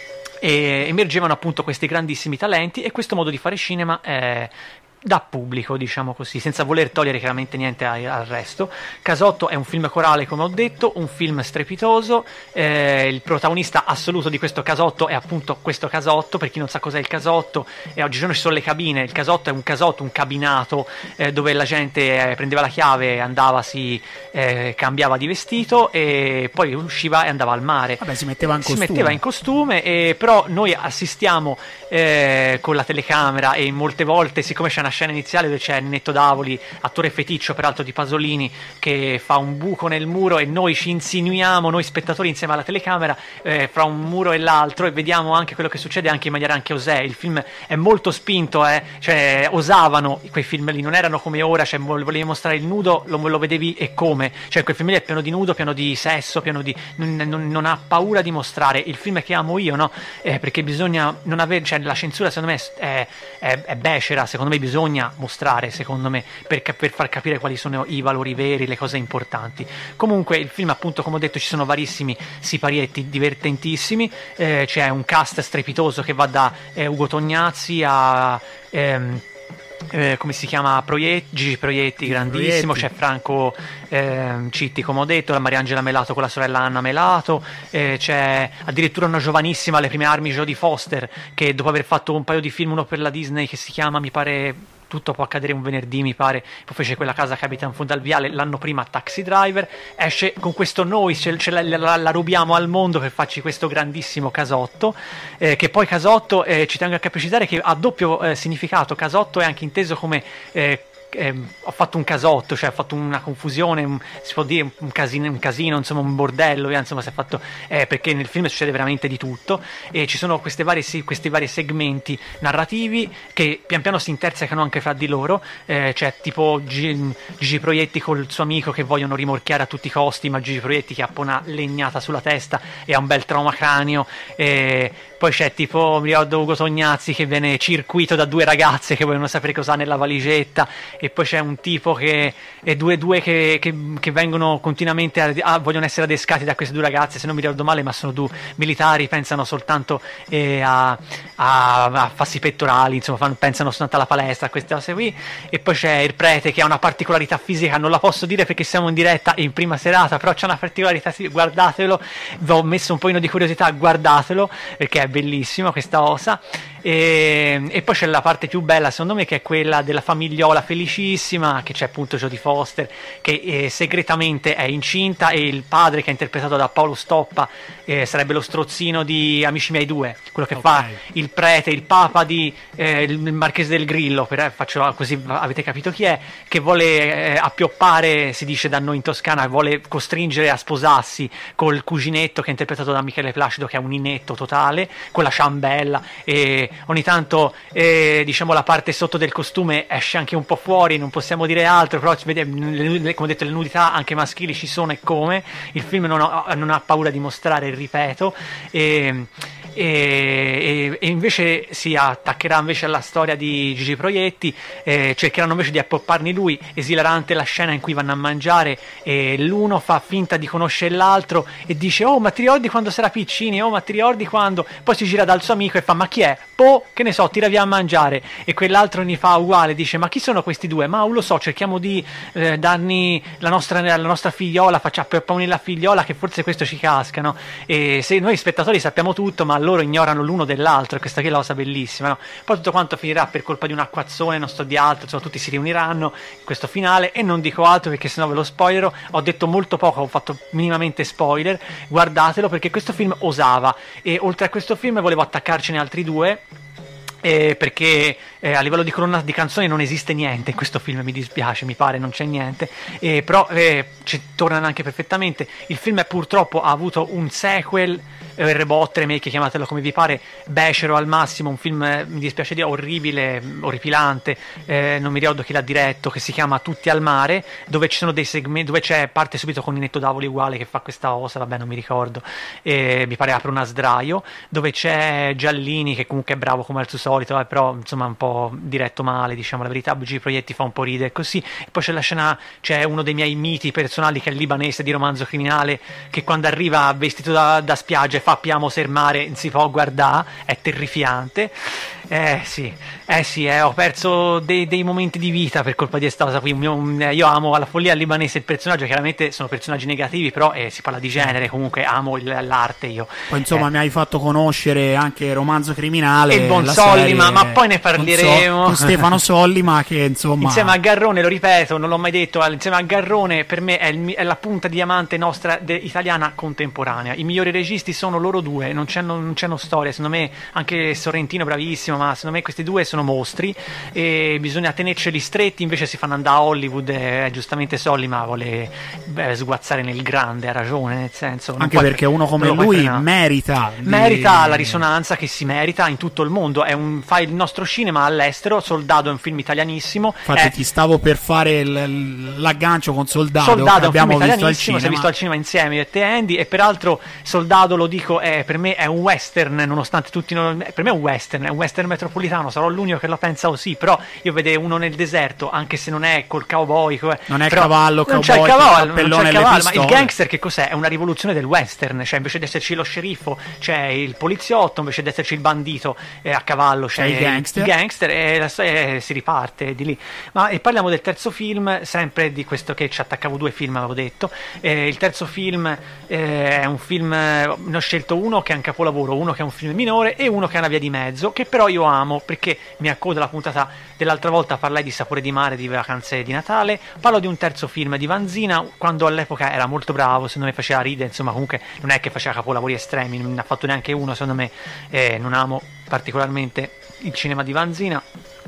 e emergevano appunto questi grandissimi talenti, e questo modo di fare cinema è da pubblico, diciamo così, senza voler togliere chiaramente niente al resto. Casotto è un film corale, come ho detto, un film strepitoso, eh, il protagonista assoluto di questo casotto è appunto questo casotto. Per chi non sa cos'è il casotto, e oggigiorno ci sono le cabine, il casotto è un casotto, un cabinato, eh, dove la gente eh, prendeva la chiave, andava, si eh, cambiava di vestito e poi usciva e andava al mare. Vabbè, si metteva in costume. Si metteva in costume, e però noi assistiamo eh, con la telecamera, e molte volte, siccome c'è una scena iniziale dove c'è Netto Davoli, attore feticcio peraltro di Pasolini, che fa un buco nel muro, e noi ci insinuiamo, noi spettatori insieme alla telecamera, eh, fra un muro e l'altro, e vediamo anche quello che succede anche in maniera anche osè. Il film è molto spinto, eh? Cioè osavano quei film lì, non erano come ora, cioè volevi mostrare il nudo, lo, lo vedevi e come, cioè quel film lì è pieno di nudo, pieno di sesso, pieno di non, non, non ha paura di mostrare il film che amo io, no? Eh, perché bisogna non avere, cioè la censura secondo me è, è, è becera, secondo me bisogna mostrare, secondo me, per, per far capire quali sono i valori veri, le cose importanti. Comunque il film, appunto, come ho detto, ci sono varissimi siparietti divertentissimi, eh, c'è un cast strepitoso che va da eh, Ugo Tognazzi a ehm, Eh, come si chiama, Proietti, Gigi Proietti, grandissimo, Proietti. C'è Franco eh, Citti, come ho detto, la Mariangela Melato con la sorella Anna Melato, eh, c'è addirittura una giovanissima alle prime armi, Jodie Foster, che dopo aver fatto un paio di film, uno per la Disney che si chiama, mi pare Tutto può accadere un venerdì, mi pare, poi fece quella casa Capitan Fondalviale, l'anno prima Taxi Driver, esce con questo Noi, ce, ce la, la, la rubiamo al mondo per farci questo grandissimo casotto, eh, che poi casotto, eh, ci tengo a precisare che ha doppio eh, significato. Casotto è anche inteso come eh, Eh, ho fatto un casotto, cioè ho fatto una confusione, un, si può dire un casino, un casino, insomma un bordello, eh, insomma si è fatto, eh, perché nel film succede veramente di tutto, e ci sono queste varie, sì, questi vari segmenti narrativi che pian piano si intersecano anche fra di loro, eh, c'è tipo Gigi, Gigi Proietti col suo amico che vogliono rimorchiare a tutti i costi, ma Gigi Proietti che ha una legnata sulla testa e ha un bel trauma cranio, eh, poi c'è tipo, mi ricordo, Ugo Tognazzi che viene circuito da due ragazze che vogliono sapere cosa ha nella valigetta, e poi c'è un tipo che e due due che, che, che vengono continuamente a, a, vogliono essere adescati da queste due ragazze, se non mi ricordo male, ma sono due militari, pensano soltanto eh, a, a, a farsi pettorali, insomma fanno, pensano soltanto alla palestra, a queste cose qui. E poi c'è il prete che ha una particolarità fisica, non la posso dire perché siamo in diretta in prima serata, però c'è una particolarità, guardatelo, vi ho messo un pochino di curiosità, guardatelo perché è bellissimo questa osa. E, e poi c'è la parte più bella secondo me, che è quella della famigliola felicissima, che c'è appunto Jodie Foster che eh, segretamente è incinta, e il padre, che è interpretato da Paolo Stoppa, eh, sarebbe lo strozzino di Amici miei due, quello che okay. fa il prete, il papa di eh, il Marchese del Grillo, per, eh, faccio così avete capito chi è, che vuole eh, appioppare, si dice da noi in Toscana, vuole costringere a sposarsi col cuginetto che è interpretato da Michele Placido, che è un inetto totale, con la ciambella, e ogni tanto eh, diciamo la parte sotto del costume esce anche un po' fuori, non possiamo dire altro, però come ho detto le nudità anche maschili ci sono, e come il film non ha, non ha paura di mostrare, ripeto, e, e, e invece si attaccherà invece alla storia di Gigi Proietti, eh, cercheranno invece di appopparni lui. Esilarante la scena in cui vanno a mangiare e l'uno fa finta di conoscere l'altro e dice oh ma ti ricordi quando si era piccini, oh ma ti ricordi quando, poi si gira dal suo amico e fa ma chi è? Po, che ne so, tira via a mangiare, e quell'altro ne fa uguale, dice ma chi sono questi due? Ma non lo so, cerchiamo di eh, dargli la nostra, la nostra figliola, facciamo per la figliola che forse questo ci casca, no? E se noi spettatori sappiamo tutto, ma loro ignorano l'uno dell'altro, e questa che è la cosa bellissima, no? Poi tutto quanto finirà per colpa di un acquazzone, non sto di altro, insomma tutti si riuniranno in questo finale, e non dico altro perché sennò ve lo spoilerò, ho detto molto poco, ho fatto minimamente spoiler, guardatelo perché questo film osava, e oltre a questo film volevo attaccarcene altri due. Eh, perché eh, a livello di colonna di canzoni non esiste niente in questo film, mi dispiace, mi pare non c'è niente, eh, però eh, ci tornano anche perfettamente. Il film purtroppo ha avuto un sequel eh, Rebot, remake, chiamatelo come vi pare, becero al massimo, un film, eh, mi dispiace dire, orribile, orripilante, eh, non mi ricordo chi l'ha diretto, che si chiama Tutti al mare, dove ci sono dei segmenti, dove c'è, parte subito con Ninetto Davoli uguale che fa questa osa, vabbè non mi ricordo, eh, mi pare apre una sdraio, dove c'è Giallini che comunque è bravo come al suo solito, eh, però insomma un po' diretto male, diciamo la verità, Bugie Proietti fa un po' ridere così, e poi c'è la scena, c'è uno dei miei miti personali che è il libanese di Romanzo Criminale, che quando arriva vestito da, da spiaggia e fa piamo ser mare, non si può guardare, è terrificante. Eh sì, eh sì, eh, ho perso dei, dei momenti di vita per colpa di questa cosa qui. Io amo alla follia libanese il personaggio, chiaramente sono personaggi negativi, però eh, si parla di genere, comunque amo il, l'arte io. Poi insomma eh. mi hai fatto conoscere anche Romanzo Criminale e il buon Sollima, ma poi ne parleremo. Con, so, con Stefano Sollima che insomma... Insieme a Garrone, lo ripeto, non l'ho mai detto, insieme a Garrone per me è, il, è la punta di diamante nostra de, italiana contemporanea. I migliori registi sono loro due, non c'è, non, non c'è una storia, secondo me anche Sorrentino bravissimo, ma secondo me questi due sono mostri e bisogna tenerceli stretti, invece si fanno andare a Hollywood e giustamente Sollima vuole beh, sguazzare nel grande, ha ragione, nel senso anche perché pre- uno come lui merita di... merita la risonanza che si merita in tutto il mondo, è un, fa il nostro cinema all'estero. Soldado è un film italianissimo, infatti è... ti stavo per fare il, l'aggancio con Soldado, Soldado che abbiamo visto al cinema, si è visto al cinema insieme io e te Andy, e peraltro Soldado, lo dico, è, per me è un western, nonostante tutti non, per me è un western, è un western metropolitano, sarò l'unico che lo pensa così, però io vedo uno nel deserto, anche se non è col cowboy, non è cavallo, non cowboy, c'è il cavallo, non c'è il cavallo, ma il pistole. gangster che cos'è? È una rivoluzione del western, cioè invece di esserci lo sceriffo c'è il poliziotto, invece di esserci il bandito eh, a cavallo c'è, c'è il gangster, il gangster e la storia eh, si riparte di lì. Ma e parliamo del terzo film, sempre di questo che ci attaccavo due film, avevo detto. Eh, il terzo film eh, è un film, ne ho scelto uno che è un capolavoro, uno che è un film minore e uno che è una via di mezzo, che però io amo perché mi accoda alla puntata dell'altra volta, parlai di Sapore di mare, di Vacanze di Natale. Parlo di un terzo film di Vanzina, quando all'epoca era molto bravo, secondo me faceva ridere, insomma comunque non è che faceva capolavori estremi, non ne ha fatto neanche uno, secondo me eh, non amo particolarmente il cinema di Vanzina.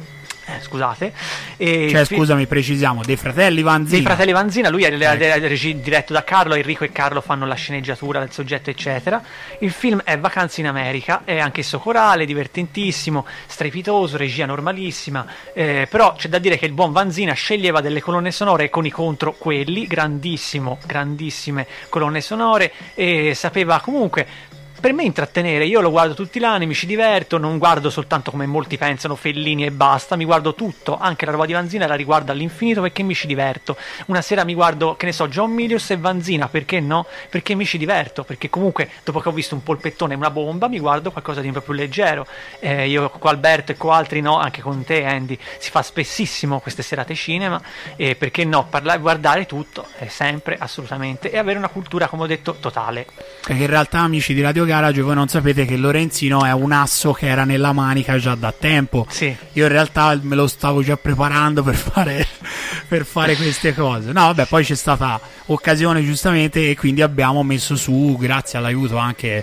Eh, scusate, e cioè scusami, precisiamo, dei fratelli Vanzina. Dei fratelli Vanzina, lui è ecco. diretto da Carlo, Enrico e Carlo fanno la sceneggiatura del soggetto eccetera. Il film è Vacanze in America, è anch'esso corale, divertentissimo, strepitoso, regia normalissima, eh, però c'è da dire che il buon Vanzina sceglieva delle colonne sonore con i contro quelli, grandissimo, grandissime colonne sonore, e sapeva comunque per me intrattenere. Io lo guardo tutti gli anni, mi ci diverto, non guardo soltanto come molti pensano Fellini e basta, mi guardo tutto, anche la roba di Vanzina la riguardo all'infinito perché mi ci diverto. Una sera mi guardo, che ne so, John Milius e Vanzina, perché no? Perché mi ci diverto, perché comunque dopo che ho visto un polpettone e una bomba mi guardo qualcosa di un po' più leggero. Eh, io con Alberto e con altri no, anche con te Andy, si fa spessissimo queste serate cinema, e perché no, parlare, guardare tutto, eh, sempre, assolutamente, e avere una cultura, come ho detto, totale. Perché in realtà, amici di Radio Garage, voi non sapete che Lorenzino è un asso che era nella manica già da tempo. Sì. Io in realtà me lo stavo già preparando per fare, per fare queste cose. No, vabbè, poi c'è stata occasione giustamente e quindi abbiamo messo su, grazie all'aiuto anche,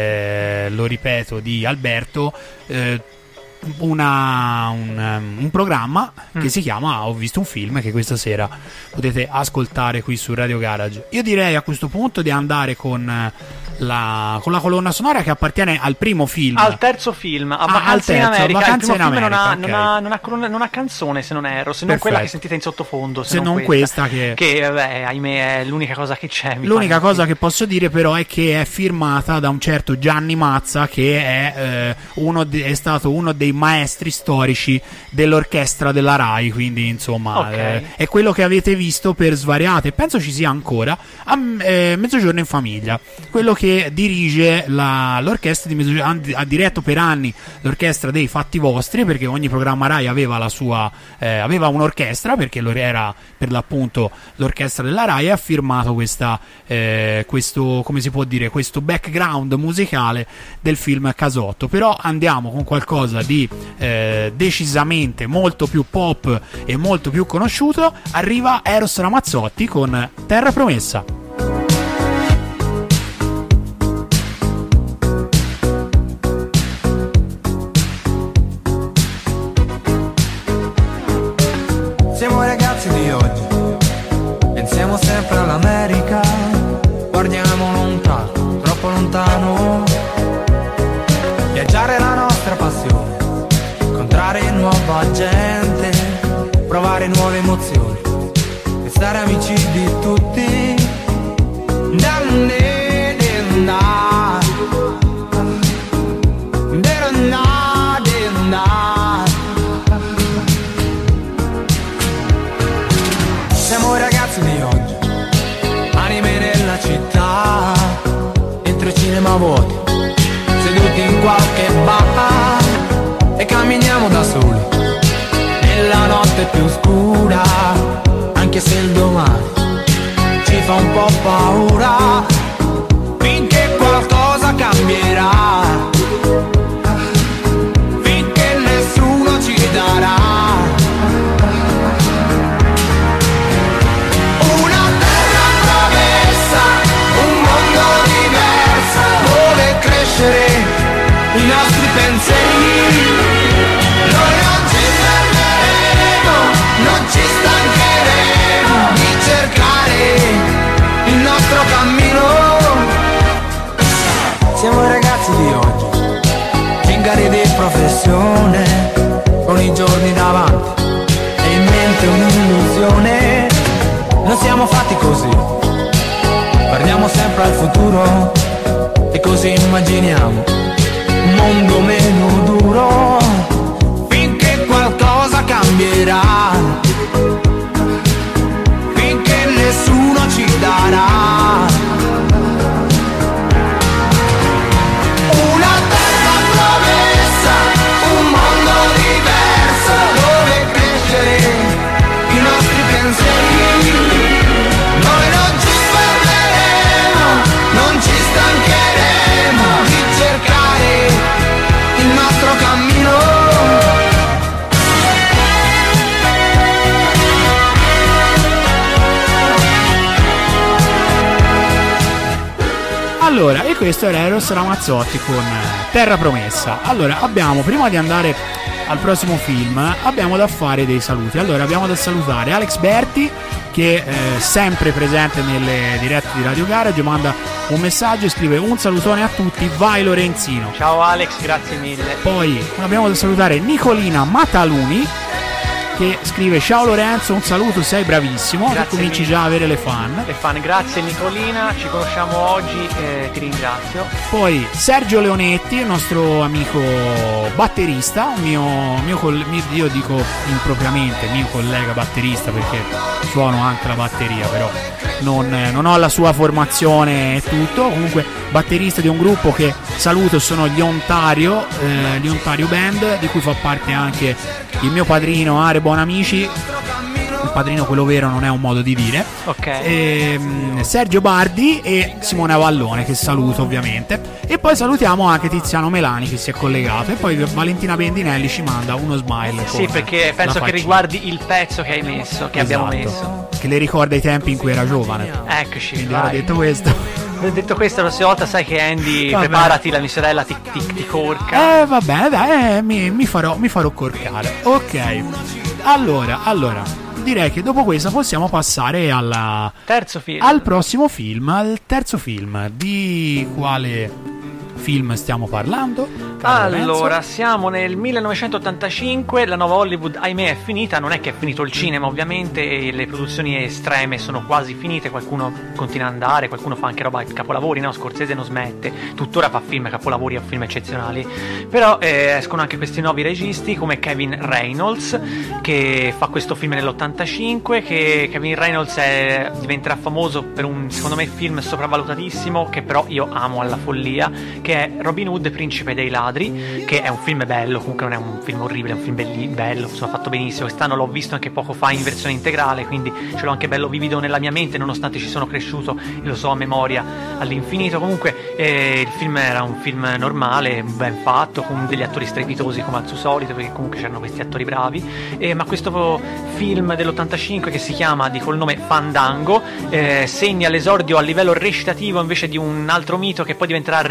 eh, lo ripeto, di Alberto, eh, Una, un, un programma mm. che si chiama Ho visto un film, che questa sera potete ascoltare qui su Radio Garage. Io direi a questo punto di andare con la, con la colonna sonora che appartiene al primo film, al terzo film, a ah, Vacanze in America. Vacanze il primo in film America, non, ha, okay. non, ha, non, ha colonna, non ha canzone, se non erro, se non Perfetto. quella che sentite in sottofondo, se, se non, non questa, questa che, che vabbè, ahimè è l'unica cosa che c'è. L'unica cosa che posso dire però è che è firmata da un certo Gianni Mazza, che è, eh, uno de- è stato uno dei maestri storici dell'orchestra della Rai, quindi insomma okay. eh, è quello che avete visto per svariate, penso ci sia ancora, a eh, Mezzogiorno in Famiglia, quello che dirige la, l'orchestra di Mezzogiorno, ha diretto per anni l'orchestra dei Fatti Vostri, perché ogni programma Rai aveva la sua eh, aveva un'orchestra, perché era per l'appunto l'orchestra della Rai, e ha firmato questa eh, questo, come si può dire, questo background musicale del film Casotto. Però andiamo con qualcosa di eh, decisamente molto più pop e molto più conosciuto. Arriva Eros Ramazzotti con Terra Promessa. Siamo ragazzi di oggi, pensiamo sempre all'America, guardiamo lontano, troppo lontano, nuova gente, provare nuove emozioni e stare amici di tutti. Danne, denna, denna, denna. Siamo i ragazzi di oggi, anime nella città, dentro i cinema vuoti, seduti in qualche bar e camminiamo da soli nella notte più scura, anche se il domani ci fa un po' paura, finché qualcosa cambierà, finché nessuno ci darà una terra promessa, un mondo diverso dove crescere i nostri pensieri. Noi non ci fermeremo, non ci stancheremo di cercare il nostro cammino. Siamo i ragazzi di oggi, zingari di professione, con i giorni davanti e in mente un'illusione. Non siamo fatti così, guardiamo sempre al futuro e così immaginiamo un mondo meno duro, finché qualcosa cambierà, finché nessuno ci darà una terra promessa, un mondo diverso dove crescere i nostri pensieri. Noi non ci fermeremo, non ci stancheremo di cercare il nostro cammino. Allora, e questo era Eros Ramazzotti con Terra Promessa. Allora, abbiamo, prima di andare al prossimo film, abbiamo da fare dei saluti. Allora, abbiamo da salutare Alex Berti, che è sempre presente nelle dirette di Radio Garage, manda un messaggio e scrive: un salutone a tutti, vai Lorenzino. Ciao Alex, grazie mille. Poi abbiamo da salutare Nicolina Mataluni, che scrive: ciao Lorenzo, un saluto, sei bravissimo. Grazie cominci mille. già a avere le fan. Le fan, grazie Nicolina, ci conosciamo oggi e ti ringrazio. Poi Sergio Leonetti, il nostro amico batterista, un mio, mio coll- mio, io dico impropriamente mio collega batterista perché suono anche la batteria, però non, non ho la sua formazione e tutto. Comunque batterista di un gruppo che saluto, sono gli Ontario, eh, gli Ontario Band, di cui fa parte anche il mio padrino Are Buonamici. Il padrino, quello vero, non è un modo di dire. Ok. Ehm, Sergio Bardi e Simone Avallone, che saluto ovviamente. E poi salutiamo anche Tiziano Melani, che si è collegato. E poi Valentina Bendinelli ci manda uno smile. Sì, perché penso che riguardi il pezzo che hai messo, che Esatto. abbiamo messo. Che le ricorda i tempi in cui era giovane. Eccoci, Quindi vai. ora detto questo. Detto questo, la prossima volta sai che Andy, Vabbè. preparati, la mia sorella ti, ti, ti corca. Eh va bene, dai, eh, mi, mi, farò, mi farò corcare. Ok. Allora, allora, direi che dopo questo possiamo passare alla Terzo film. al prossimo film, al terzo film. Di quale film stiamo parlando? caro Allora, Lorenzo? siamo nel millenovecentottantacinque, la nuova Hollywood, ahimè, è finita, non è che è finito il cinema ovviamente, e le produzioni estreme sono quasi finite, qualcuno continua ad andare, qualcuno fa anche roba capolavori, no? Scorsese non smette, tuttora fa film capolavori e film eccezionali, però eh, escono anche questi nuovi registi come Kevin Reynolds, che fa questo film nell'ottantacinque, che Kevin Reynolds è, diventerà famoso per un, secondo me, film sopravvalutatissimo, che però io amo alla follia, che è Robin Hood, Principe dei Ladri, che è un film bello, comunque non è un film orribile, è un film belli, bello, insomma, fatto benissimo. Quest'anno l'ho visto anche poco fa in versione integrale, quindi ce l'ho anche bello vivido nella mia mente, nonostante ci sono cresciuto e lo so a memoria all'infinito. Comunque eh, il film era un film normale, ben fatto, con degli attori strepitosi come al suo solito, perché comunque c'erano questi attori bravi, eh, ma questo film dell'ottantacinque, che si chiama, dico il nome, Fandango, eh, segna l'esordio a livello recitativo invece di un altro mito che poi diventerà regista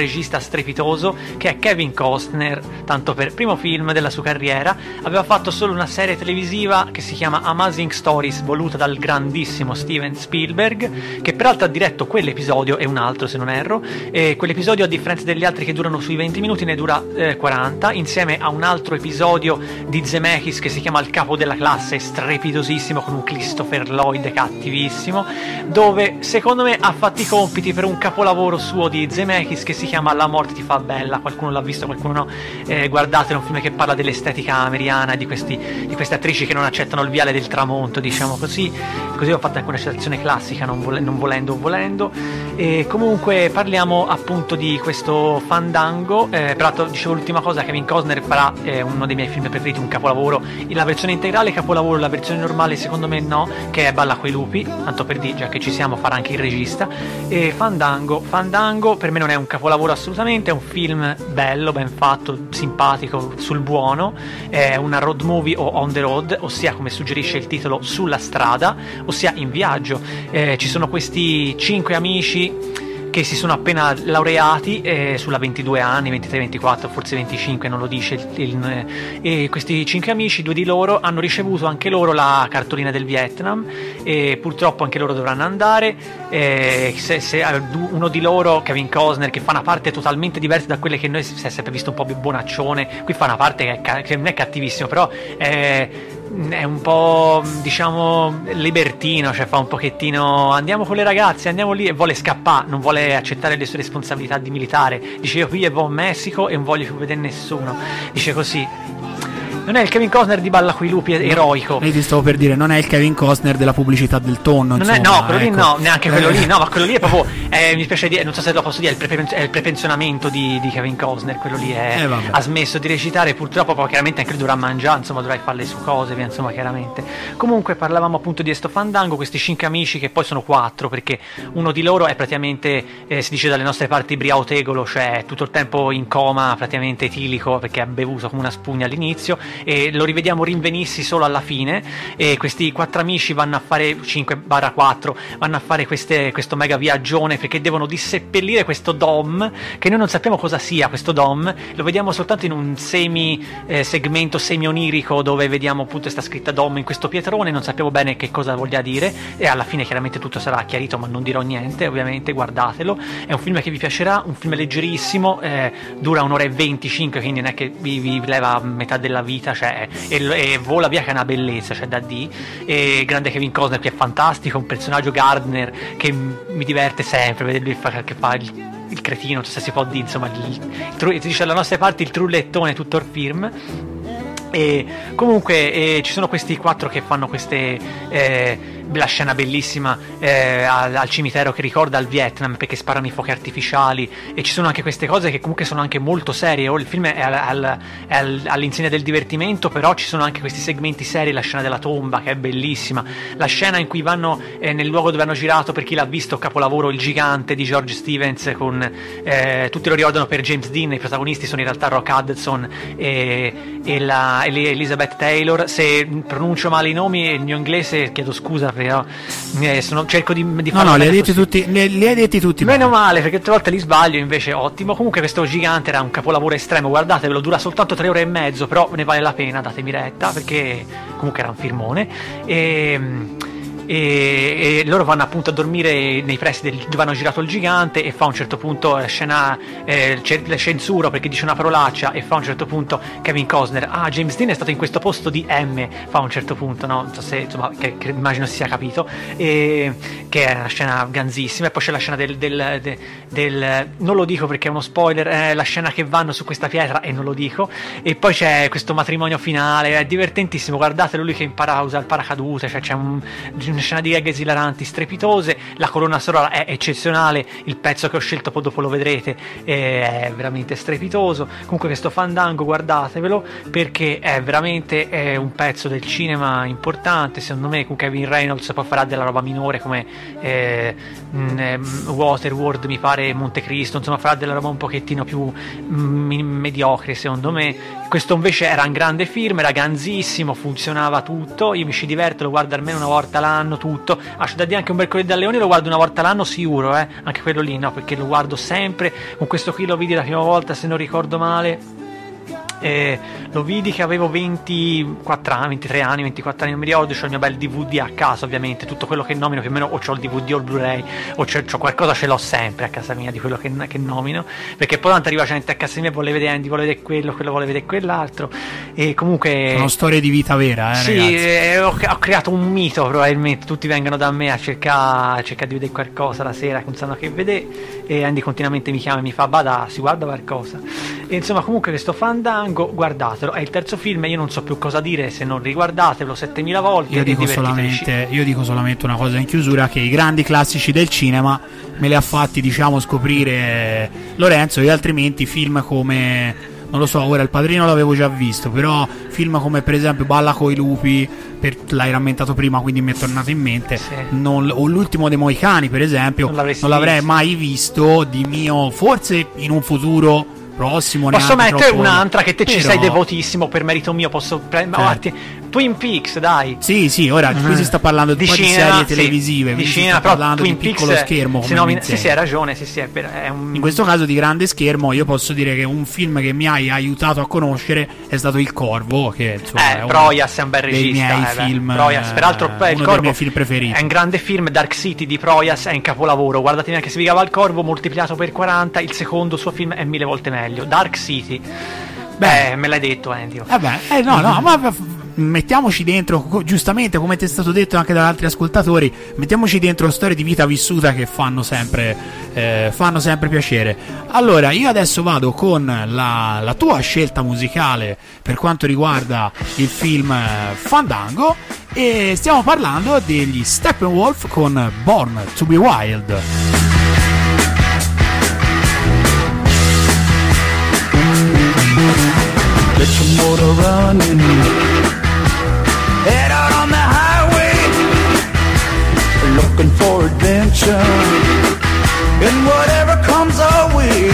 strepitoso, che è Kevin Costner, tanto per primo film della sua carriera. Aveva fatto solo una serie televisiva che si chiama Amazing Stories, voluta dal grandissimo Steven Spielberg, che peraltro ha diretto quell'episodio e un altro se non erro, e quell'episodio, a differenza degli altri che durano sui venti minuti, ne dura eh, quaranta, insieme a un altro episodio di Zemeckis che si chiama Il capo della classe, strepitosissimo, con un Christopher Lloyd cattivissimo, dove secondo me ha fatto i compiti per un capolavoro suo di Zemeckis che si chiama La morte ti fa bella. Qualcuno l'ha visto, qualcuno no. Eh, guardate, è un film che parla dell'estetica americana, di, questi, di queste attrici che non accettano il viale del tramonto, diciamo così. Così ho fatto anche una citazione classica, non, vole, non volendo o volendo. E comunque parliamo appunto di questo Fandango. Eh, peraltro dicevo l'ultima cosa, Kevin Costner farà eh, uno dei miei film preferiti, un capolavoro, la versione integrale capolavoro, la versione normale secondo me no, che è Balla coi lupi, tanto per dire, già che ci siamo, farà anche il regista. E Fandango, Fandango per me non è un capolavoro assolutamente, è un film bello, ben fatto, simpatico, sul buono, è una road movie o on the road, ossia come suggerisce il titolo, sulla strada, ossia in viaggio. Eh, ci sono questi cinque amici che si sono appena laureati eh, sulla ventidue anni, ventitré ventiquattro, forse venticinque, non lo dice il, il, e questi cinque amici, due di loro hanno ricevuto anche loro la cartolina del Vietnam e purtroppo anche loro dovranno andare. Eh, se, se uno di loro, Kevin Costner, che fa una parte totalmente diversa da quelle che noi si è sempre visto un po' più bonaccione, qui fa una parte che, è, che non è cattivissimo, però è, è un po', diciamo, libertino, cioè fa un pochettino andiamo con le ragazze, andiamo lì, e vuole scappare, non vuole accettare le sue responsabilità di militare, dice io qui e vado in Messico e non voglio più vedere nessuno, dice così. Non è il Kevin Costner di Balla coi lupi eroico. Io ti stavo per dire, non è il Kevin Costner della pubblicità del tonno. Non insomma, è, no, quello ecco. lì no, neanche quello lì, no, ma quello lì è proprio, eh, mi piace dire, non so se lo posso dire, è il, prepen- è il prepensionamento di, di Kevin Costner, quello lì è, eh, vabbè. ha smesso di recitare, purtroppo poi chiaramente anche lui dovrà mangiare, insomma dovrà fare le sue cose, via, insomma chiaramente. Comunque parlavamo appunto di sto Fandango, questi cinque amici che poi sono quattro, perché uno di loro è praticamente, eh, si dice dalle nostre parti briautegolo, cioè tutto il tempo in coma, praticamente etilico, perché ha bevuto come una spugna all'inizio, e lo rivediamo rinvenissi solo alla fine. E questi quattro amici vanno a fare cinque barra quattro vanno a fare queste, questo mega viaggione, perché devono disseppellire questo dom, che noi non sappiamo cosa sia questo dom, lo vediamo soltanto in un semi eh, segmento semi onirico, dove vediamo appunto sta scritta dom in questo pietrone, non sappiamo bene che cosa voglia dire, e alla fine chiaramente tutto sarà chiarito, ma non dirò niente, ovviamente guardatelo, è un film che vi piacerà, un film leggerissimo, eh, dura un'ora e venticinque, quindi non è che vi, vi leva metà della vita, cioè e, e vola via, che è una bellezza, cioè da D. E grande Kevin Costner, che è fantastico, un personaggio Gardner che m- mi diverte sempre vederlo fa, che fa il, il cretino, non so se si può dire, insomma il, il, il, il, dice alla nostra parte il trullettone tutto il film. E comunque eh, ci sono questi quattro che fanno queste eh, la scena bellissima eh, al, al cimitero che ricorda il Vietnam, perché sparano i fuochi artificiali, e ci sono anche queste cose che comunque sono anche molto serie. Oh, il film è, al, al, è al, all'insegna del divertimento, però ci sono anche questi segmenti seri, la scena della tomba che è bellissima, la scena in cui vanno eh, nel luogo dove hanno girato, per chi l'ha visto, capolavoro Il gigante di George Stevens, con eh, tutti lo ricordano per James Dean, i protagonisti sono in realtà Rock Hudson e, e la Elizabeth Taylor. Se pronuncio male i nomi, il mio inglese, chiedo scusa, però eh, sono, cerco di, di no no li hai detti tutti, li, li hai detti tutti meno male, perché tutte le volte li sbaglio, invece ottimo. Comunque questo gigante era un capolavoro estremo, guardatevelo, dura soltanto tre ore e mezzo, però ne vale la pena, datemi retta, perché comunque era un filmone. E E, e loro vanno appunto a dormire nei pressi del, dove hanno girato il gigante, e fa a un certo punto la scena eh, c'è censura perché dice una parolaccia, e fa a un certo punto Kevin Costner, ah, James Dean è stato in questo posto di M, fa a un certo punto, no, non so se, insomma, che, che immagino si sia capito, e, che è una scena ganzissima. E poi c'è la scena del, del, del, del non lo dico perché è uno spoiler, eh, la scena che vanno su questa pietra, e non lo dico, e poi c'è questo matrimonio finale, è divertentissimo, guardatelo, lui che impara a usare il paracadute, cioè c'è un una scena di gag esilaranti, strepitose, la colonna sonora è eccezionale, il pezzo che ho scelto poi dopo lo vedrete, è veramente strepitoso. Comunque questo Fandango guardatevelo, perché è veramente è un pezzo del cinema importante, secondo me. Con Kevin Reynolds poi farà della roba minore come eh, mh, Waterworld, mi pare, Montecristo, insomma farà della roba un pochettino più mh, mediocre secondo me. Questo invece era un grande film, era ganzissimo, funzionava tutto, io mi ci diverto, lo guardo almeno una volta l'anno, l'anno tutto. Ah, c'è da dire anche un Mercoledì da Leoni lo guardo una volta l'anno sicuro, eh? Anche quello lì no, perché lo guardo sempre. Con questo qui lo vidi la prima volta, se non ricordo male. Eh, lo vidi che avevo ventiquattro anni, ventitré anni, ventiquattro anni, non mi ricordo. C'ho il mio bel D V D a casa, ovviamente. Tutto quello che nomino più o meno, o c'ho il D V D o il Blu-ray, o c'ho, c'ho qualcosa, ce l'ho sempre a casa mia di quello che, che nomino. Perché poi tanto arriva gente a casa mia e vuole vedere Andy, vuole vedere quello, quello vuole vedere quell'altro. E comunque. Sono storie di vita vera, eh, sì, eh, ho, ho creato un mito, probabilmente. Tutti vengono da me a cercare, a cercare di vedere qualcosa la sera che non sanno che vedere. E Andy continuamente mi chiama e mi fa: Bada, si guarda qualcosa. E insomma, comunque, questo Fandango, guardatelo. È il terzo film, io non so più cosa dire se non riguardatelo settemila volte. Io dico, solamente, io dico solamente una cosa in chiusura: che i grandi classici del cinema me li ha fatti, diciamo, scoprire Lorenzo, e altrimenti film come, non lo so, ora Il Padrino l'avevo già visto, però film come per esempio Balla coi lupi, per, l'hai rammentato prima, quindi mi è tornato in mente, sì. non, o L'ultimo dei Moicani per esempio, non, non l'avrei visto. mai visto di mio, forse in un futuro prossimo. Posso mettere troppo... un'altra che te però... ci sei devotissimo, per merito mio posso prendere, certo. Twin Peaks, dai. Sì, sì, ora uh-huh. qui si sta parlando di, di, cinema, di serie televisive, sì, di si cinema, sta parlando Twin di piccolo Peaks, schermo come nomina, sì, sì, hai ragione, sì, sì, è, è un... In questo caso di grande schermo io posso dire che un film che mi hai aiutato a conoscere è stato Il Corvo, che insomma eh, è Proyas è un bel regista, dei miei eh, film, Proyas, peraltro eh, il uno Corvo dei miei film preferiti. È un grande film. Dark City di Proyas è un capolavoro, guardatevi anche se vi chiama Il Corvo moltiplicato per quaranta, il secondo suo film è mille volte meglio. Dark City. Beh, eh, me l'hai detto, Andy. Vabbè, eh, no, no, ma mettiamoci dentro, giustamente come ti è stato detto anche da altri ascoltatori, mettiamoci dentro storie di vita vissuta che fanno sempre, eh, fanno sempre piacere. Allora, io adesso vado con la, la tua scelta musicale per quanto riguarda il film Fandango, e stiamo parlando degli Steppenwolf con Born to be Wild. Get your motor running, head out on the highway, looking for adventure, and whatever comes our way.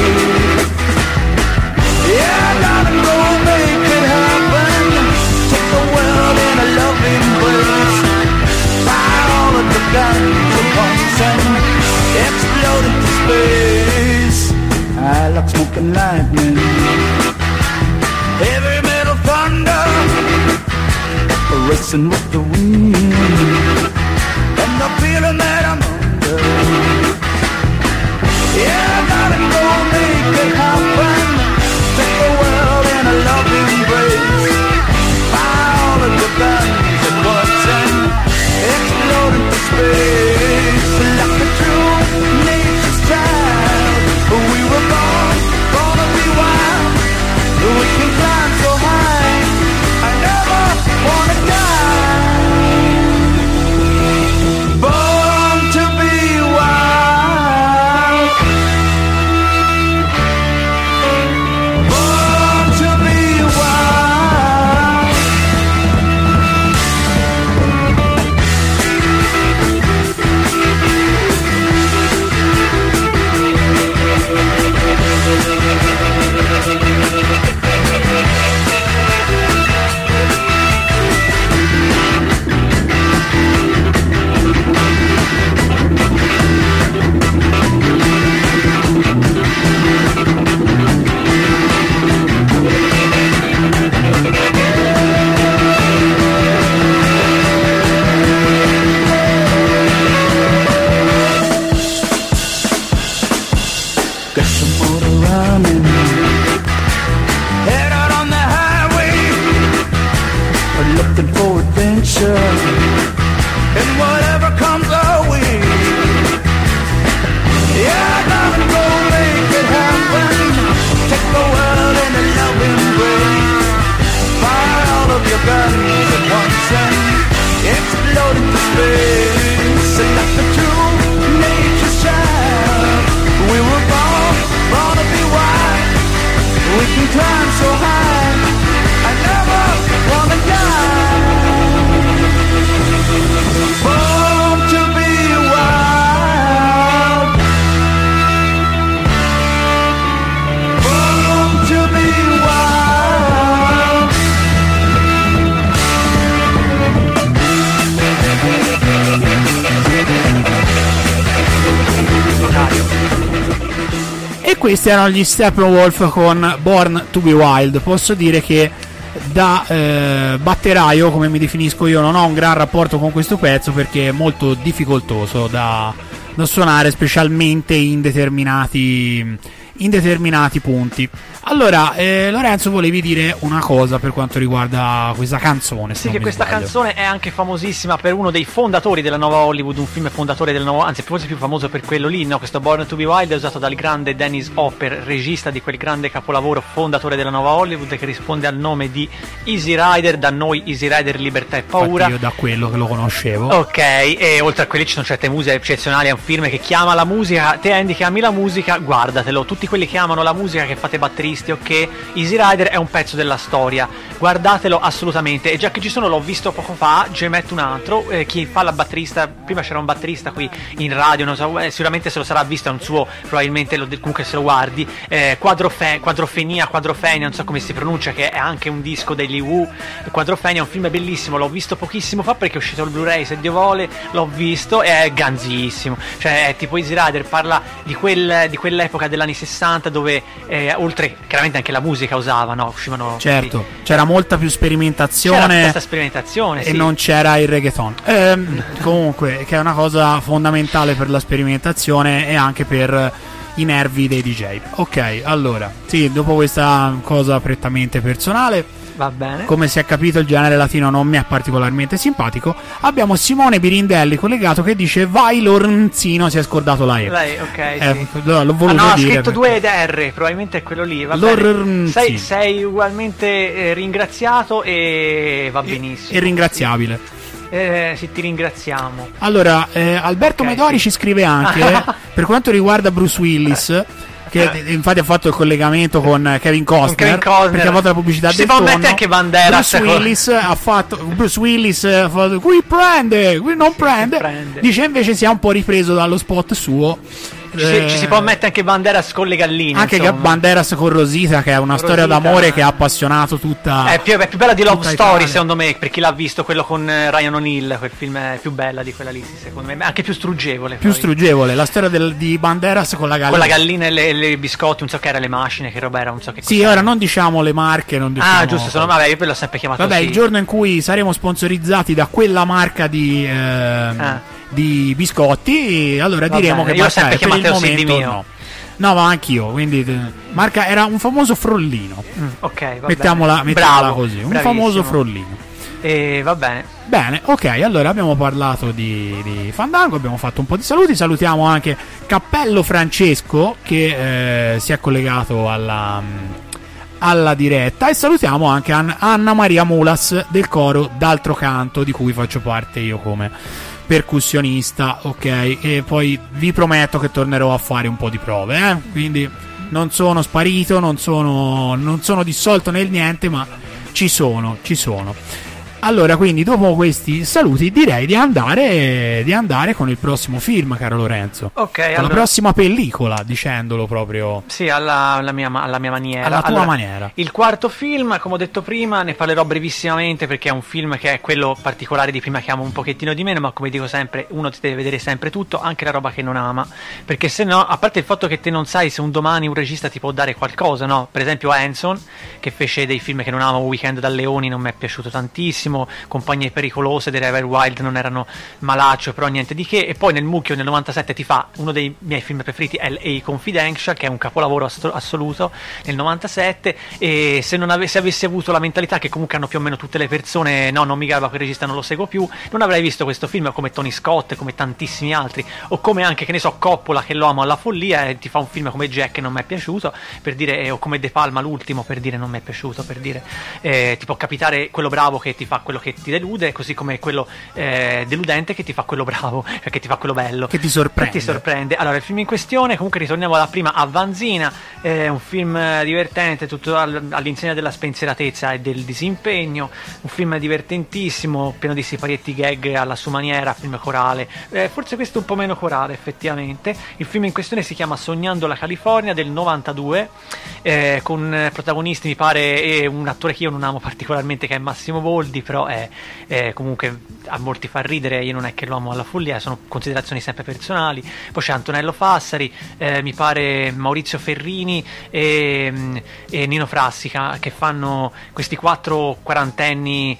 Yeah, gotta go make it happen, take the world in a loving embrace, fire all of the guns at once and explode into space. I like smoking lightning, heavy metal thunder, racing with the wind, and the feeling that I'm under. Yeah, I gotta go make it happen, take the world in a loving embrace, fire all of the guns at once and explode into space. Like a true nature's child, we were born, born to be wild. We can climb so high, I never wanna die. Born to be wild, born to be wild. Get some motor running, head out on the highway, looking for adventure, and whatever comes our way. Yeah, I gotta go make it happen, take the world in a loving embrace, fire all of your guns at once and explode into space. And like the true nature's child, we were born, born to be wild. We can climb so high, I never wanna die. Born to be wild, born to be wild. questi erano gli Steppenwolf con Born to be Wild. Posso dire che da eh, batteraio, come mi definisco io, non ho un gran rapporto con questo pezzo perché è molto difficoltoso da, da suonare, specialmente in determinati, in determinati punti. Allora, eh, Lorenzo, volevi dire una cosa per quanto riguarda questa canzone? Sì, che questa sbaglio. canzone è anche famosissima per uno dei fondatori della nuova Hollywood, un film fondatore del nuovo, anzi forse più famoso per quello lì, no? Questo Born to be Wild è usato dal grande Dennis Hopper, regista di quel grande capolavoro, fondatore della nuova Hollywood, che risponde al nome di Easy Rider, da noi Easy Rider, Libertà e Paura. Infatti io da quello che lo conoscevo. Ok, e oltre a quelli ci sono certe musiche eccezionali, è un film che chiama la musica, te Andy che ami la musica, guardatelo, tutti quelli che amano la musica, che fate batteristi o che Easy Rider è un pezzo della storia, guardatelo assolutamente. E già che ci sono, l'ho visto poco fa, ce ne metto un altro, eh, chi fa la batterista, prima c'era un batterista qui in radio, non so, eh, sicuramente se lo sarà visto, è un suo, probabilmente lo, comunque se lo guardi, eh, Quadrofe, Quadrofenia, Quadrofenia, non so come si pronuncia, che è anche un disco degli Who. Quadrofenia è un film bellissimo, l'ho visto pochissimo fa perché è uscito il Blu-ray, se Dio vuole, l'ho visto, e è ganzissimo, cioè è tipo Easy Rider, parla di, quel, di quell'epoca degli anni sessanta dove eh, oltre chiaramente anche la musica usava, no? Uscivano certo, sì. c'era molta più sperimentazione, c'era questa sperimentazione, e sì. non c'era il reggaeton. Ehm, comunque, che è una cosa fondamentale per la sperimentazione e anche per i nervi dei D J. Ok, allora, sì, dopo questa cosa prettamente personale, va bene. Come si è capito, il genere latino non mi è particolarmente simpatico. Abbiamo Simone Birindelli collegato che dice vai Lorenzino, si è scordato la E. Lei, ok, eh, sì. L'ho voluto ah, no, ha dire scritto perché... due R, probabilmente è quello lì. Va Lorenzino. bene. Sei, sei ugualmente eh, ringraziato e va benissimo. E ringraziabile. Eh, sì, ti ringraziamo. Allora, eh, Alberto okay, Medori sì. ci scrive anche per quanto riguarda Bruce Willis, che infatti ha fatto il collegamento con Kevin Costner, con Kevin Costner perché ha fatto la pubblicità ci del si può tonno. mettere anche Banderas. Bruce Willis ha fatto Bruce Willis ha fatto qui prende, qui non prende. prende. Dice invece si è un po' ripreso dallo spot suo. Ci, eh, ci si può mettere anche Banderas con le galline. Anche insomma. Banderas con Rosita, che è una Rosita, storia d'amore che ha appassionato tutta. È più, è più bella di Love Story, Italia. secondo me, per chi l'ha visto, quello con Ryan O'Neill. Quel film è più bella di quella lì, secondo me. Anche più struggevole. Più poi. struggevole, la storia del, di Banderas con la gallina. Con la gallina e le, le biscotti, non so che era, le macine, che roba era, non so che Sì, cos'era. ora non diciamo le marche, non diciamo. Ah, giusto, sono, vabbè, io poi l'ho sempre chiamato Vabbè, così. il giorno in cui saremo sponsorizzati da quella marca di. Eh, ah. di biscotti, allora Va diremo bene, che io ho marca sempre è. Per il chiamato momento di mio. no. No, ma anch'io, quindi marca era un famoso frollino. Mm, ok, va mettiamola, bene. mettiamola Bravo, così, un bravissimo. famoso frollino. E va bene. Bene, ok, allora abbiamo parlato di, di Fandango, abbiamo fatto un po' di saluti, salutiamo anche Cappello Francesco che eh, si è collegato alla, alla diretta e salutiamo anche An- Anna Maria Mulas del coro D'altro Canto, di cui faccio parte io come percussionista, ok, e poi vi prometto che tornerò a fare un po' di prove, eh? Quindi non sono sparito, non sono, non sono dissolto nel niente, ma ci sono, ci sono. Allora, quindi dopo questi saluti direi di andare di andare con il prossimo film, caro Lorenzo. Ok, con allora... la prossima pellicola, dicendolo proprio. Sì, alla, alla, mia, alla mia maniera. Alla tua allora, maniera. Il quarto film, come ho detto prima, ne parlerò brevissimamente perché è un film che è quello particolare di prima che amo un pochettino di meno, ma come dico sempre, uno ti deve vedere sempre tutto, anche la roba che non ama, perché se no, a parte il fatto che te non sai se un domani un regista ti può dare qualcosa, no? Per esempio Hanson, che fece dei film che non amo, Weekend da Leoni non mi è piaciuto tantissimo, Compagnie pericolose dei River Wild non erano malaccio, però niente di che, e poi nel mucchio nel novantasette ti fa uno dei miei film preferiti, L A Confidential, che è un capolavoro ass- assoluto nel novantasette, e se non ave- se avessi avuto la mentalità che comunque hanno più o meno tutte le persone, no, non mi garba quel regista, non lo seguo più, non avrei visto questo film, come Tony Scott, come tantissimi altri, o come anche, che ne so, Coppola, che lo amo alla follia e ti fa un film come Jack che non mi è piaciuto, per dire, eh, o come De Palma l'ultimo, per dire non mi è piaciuto, per dire, eh, ti può capitare quello bravo che ti fa quello che ti delude, così come quello eh, deludente che ti fa quello bravo, cioè che ti fa quello bello, che ti sorprende. Che ti sorprende. Allora, il film in questione, comunque ritorniamo alla prima, a Vanzina, è un film divertente, tutto all'insegna della spensieratezza e del disimpegno, un film divertentissimo, pieno di siparietti gag alla sua maniera, film corale, eh, forse questo un po' meno corale effettivamente. Il film in questione si chiama Sognando la California del novantadue, eh, con protagonisti mi pare e un attore che io non amo particolarmente, che è Massimo Boldi, però è, è comunque a molti fa ridere, io non è che lo amo alla follia, sono considerazioni sempre personali. Poi c'è Antonello Fassari, eh, mi pare Maurizio Ferrini e, e Nino Frassica, che fanno questi quattro quarantenni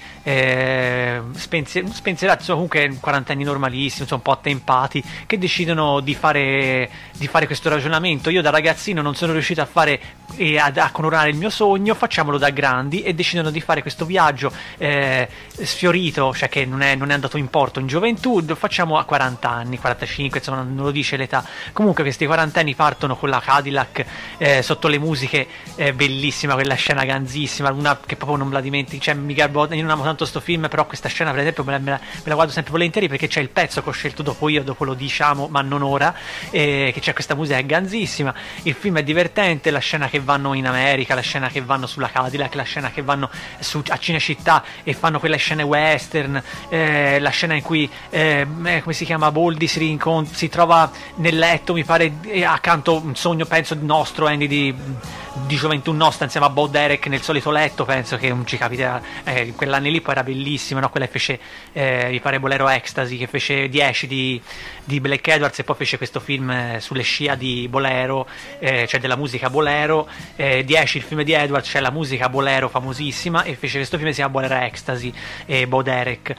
eh, spensier- spensierati, comunque quarantenni normalissimi, insomma, un po' attempati, che decidono di fare, di fare questo ragionamento. Io da ragazzino non sono riuscito a fare e a, a coronare il mio sogno, facciamolo da grandi, e decidono di fare questo viaggio eh, sfiorito, cioè che non è, non è andato in porto in gioventù, lo facciamo a quaranta anni, quarantacinque, insomma non lo dice l'età. Comunque questi quarantenni partono con la Cadillac eh, sotto le musiche, eh, bellissima quella scena, ganzissima, una che proprio non me la dimentico, cioè mi garbo, io non amo tanto sto film, però questa scena per esempio me la, me la, me la guardo sempre volentieri, perché c'è il pezzo che ho scelto dopo io, dopo lo diciamo ma non ora, eh, che c'è questa musica, è ganzissima, il film è divertente, la scena che vanno in America, la scena che vanno sulla Cadillac, la scena che vanno su, a Cinecittà e fanno quelle scene western, eh, la scena in cui eh, come si chiama, Boldi si, rincont- si trova nel letto, mi pare, eh, accanto un sogno, penso nostro, Andy, di, di gioventù nostra, insieme a Bo Derek nel solito letto, penso che non ci capita, eh, quell'anno lì poi era bellissima, no? Quella che fece eh, mi pare Bolero Ecstasy, che fece dieci di, di Black Edwards, e poi fece questo film eh, sulle scia di Bolero, eh, cioè della musica Bolero, eh, dieci il film di Edwards, c'è la musica Bolero famosissima, e fece questo film che si chiama Bolero Ecstasy e Bo Derek,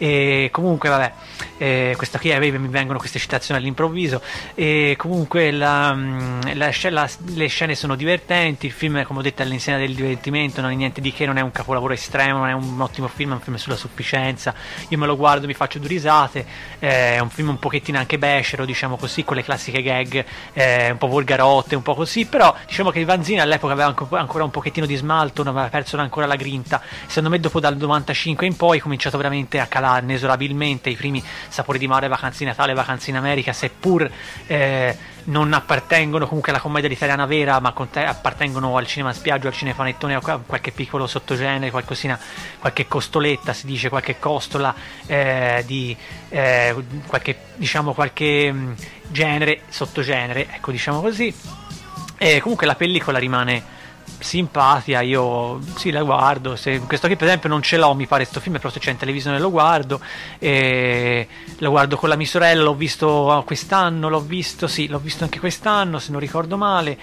e comunque vabbè, eh, questa qui eh, mi vengono queste citazioni all'improvviso, e comunque la, la, la, le scene sono divertenti, il film, come ho detto, è all'insegna del divertimento, non è niente di che, non è un capolavoro estremo, non è un ottimo film, è un film sulla sufficienza, io me lo guardo, mi faccio due risate, eh, è un film un pochettino anche becero, diciamo così, con le classiche gag eh, un po' volgarotte, un po' così, però diciamo che Vanzina all'epoca aveva ancora un pochettino di smalto, non aveva perso ancora la grinta. Secondo me dopo dal novantacinque in poi è cominciato veramente a calare inesorabilmente, i primi Sapori di mare, Vacanze di Natale, Vacanze in America, seppur eh, non appartengono comunque alla commedia italiana vera, ma appartengono al cinema spiaggio, al cinepanettone, a qualche piccolo sottogenere, qualcosina, qualche costoletta si dice, qualche costola eh, di eh, qualche, diciamo, qualche mh, genere, sottogenere, ecco, diciamo così. E comunque la pellicola rimane simpatica, io sì, la guardo, se questo qui per esempio non ce l'ho, mi pare sto film, però se c'è in televisione lo guardo, e lo guardo con la mia sorella, l'ho visto quest'anno, l'ho visto, sì, l'ho visto anche quest'anno se non ricordo male,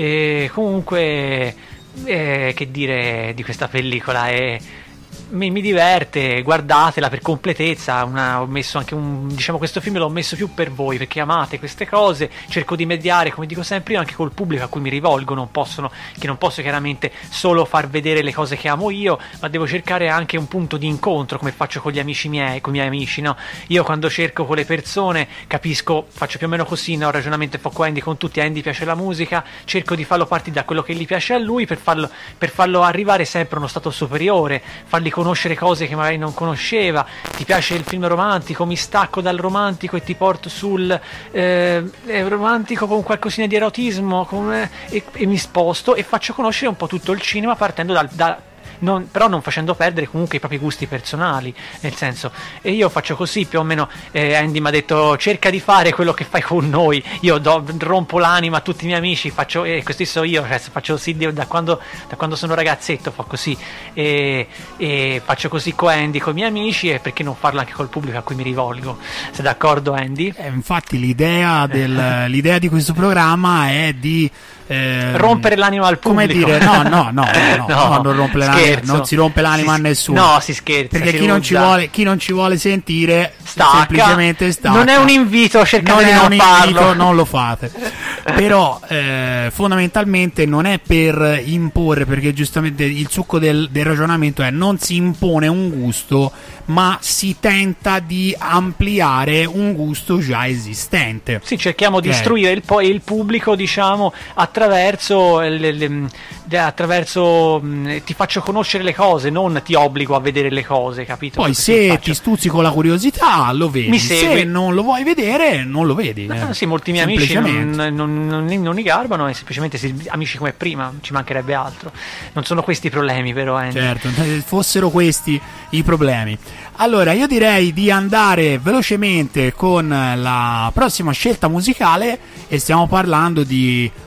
e comunque eh, che dire di questa pellicola, è Mi, mi diverte, guardatela per completezza. Una, ho messo anche un, diciamo, questo film l'ho messo più per voi, perché amate queste cose, cerco di mediare, come dico sempre io, anche col pubblico a cui mi rivolgo, non possono, che non posso chiaramente solo far vedere le cose che amo io, ma devo cercare anche un punto di incontro, come faccio con gli amici miei, con i miei amici, no? Io quando cerco con le persone capisco, faccio più o meno così, no? Ragionamento fuoco Andy con tutti, a Andy piace la musica, cerco di farlo partire da quello che gli piace a lui, per farlo, per farlo arrivare sempre a uno stato superiore, fargli conoscere cose che magari non conosceva. Ti piace il film romantico, mi stacco dal romantico e ti porto sul eh, romantico con qualcosina di erotismo, con, eh, e, e mi sposto e faccio conoscere un po' tutto il cinema partendo dal, da Non, però non facendo perdere comunque i propri gusti personali, nel senso, e io faccio così più o meno. eh, Andy mi ha detto cerca di fare quello che fai con noi, io do, rompo l'anima a tutti i miei amici, faccio, e così so io, cioè, faccio così da quando, da quando sono ragazzetto, fa così, e, e faccio così con Andy, con i miei amici, e perché non farlo anche col pubblico a cui mi rivolgo? Sei d'accordo, Andy? Eh, infatti l'idea, del, l'idea di questo programma è di Eh, rompere l'anima al pubblico, come dire, no, no, no, no, no, no, non, rompe l'anima, non si rompe l'anima si, a nessuno. No, si scherza. Perché chi non, ci vuole, chi non ci vuole sentire, stacca, semplicemente stacca. Non è un invito a cercare non di non è un farlo. invito, non lo fate. Però eh, fondamentalmente non è per imporre, perché giustamente il succo del, del ragionamento è non si impone un gusto, ma si tenta di ampliare un gusto già esistente. Sì, cerchiamo di okay. istruire il, poi il pubblico, diciamo, attraverso le, le, attraverso mh, ti faccio conoscere le cose, non ti obbligo a vedere le cose, capito? Poi Perché se ti stuzzico la curiosità lo vedi, mi segue. Se non lo vuoi vedere non lo vedi. No, eh. sì, molti miei amici non, non, non, non li garbano, e semplicemente si, amici come prima, ci mancherebbe altro. Non sono questi i problemi, vero Andy? Certo, fossero questi i problemi. Allora io direi di andare velocemente con la prossima scelta musicale, e stiamo parlando di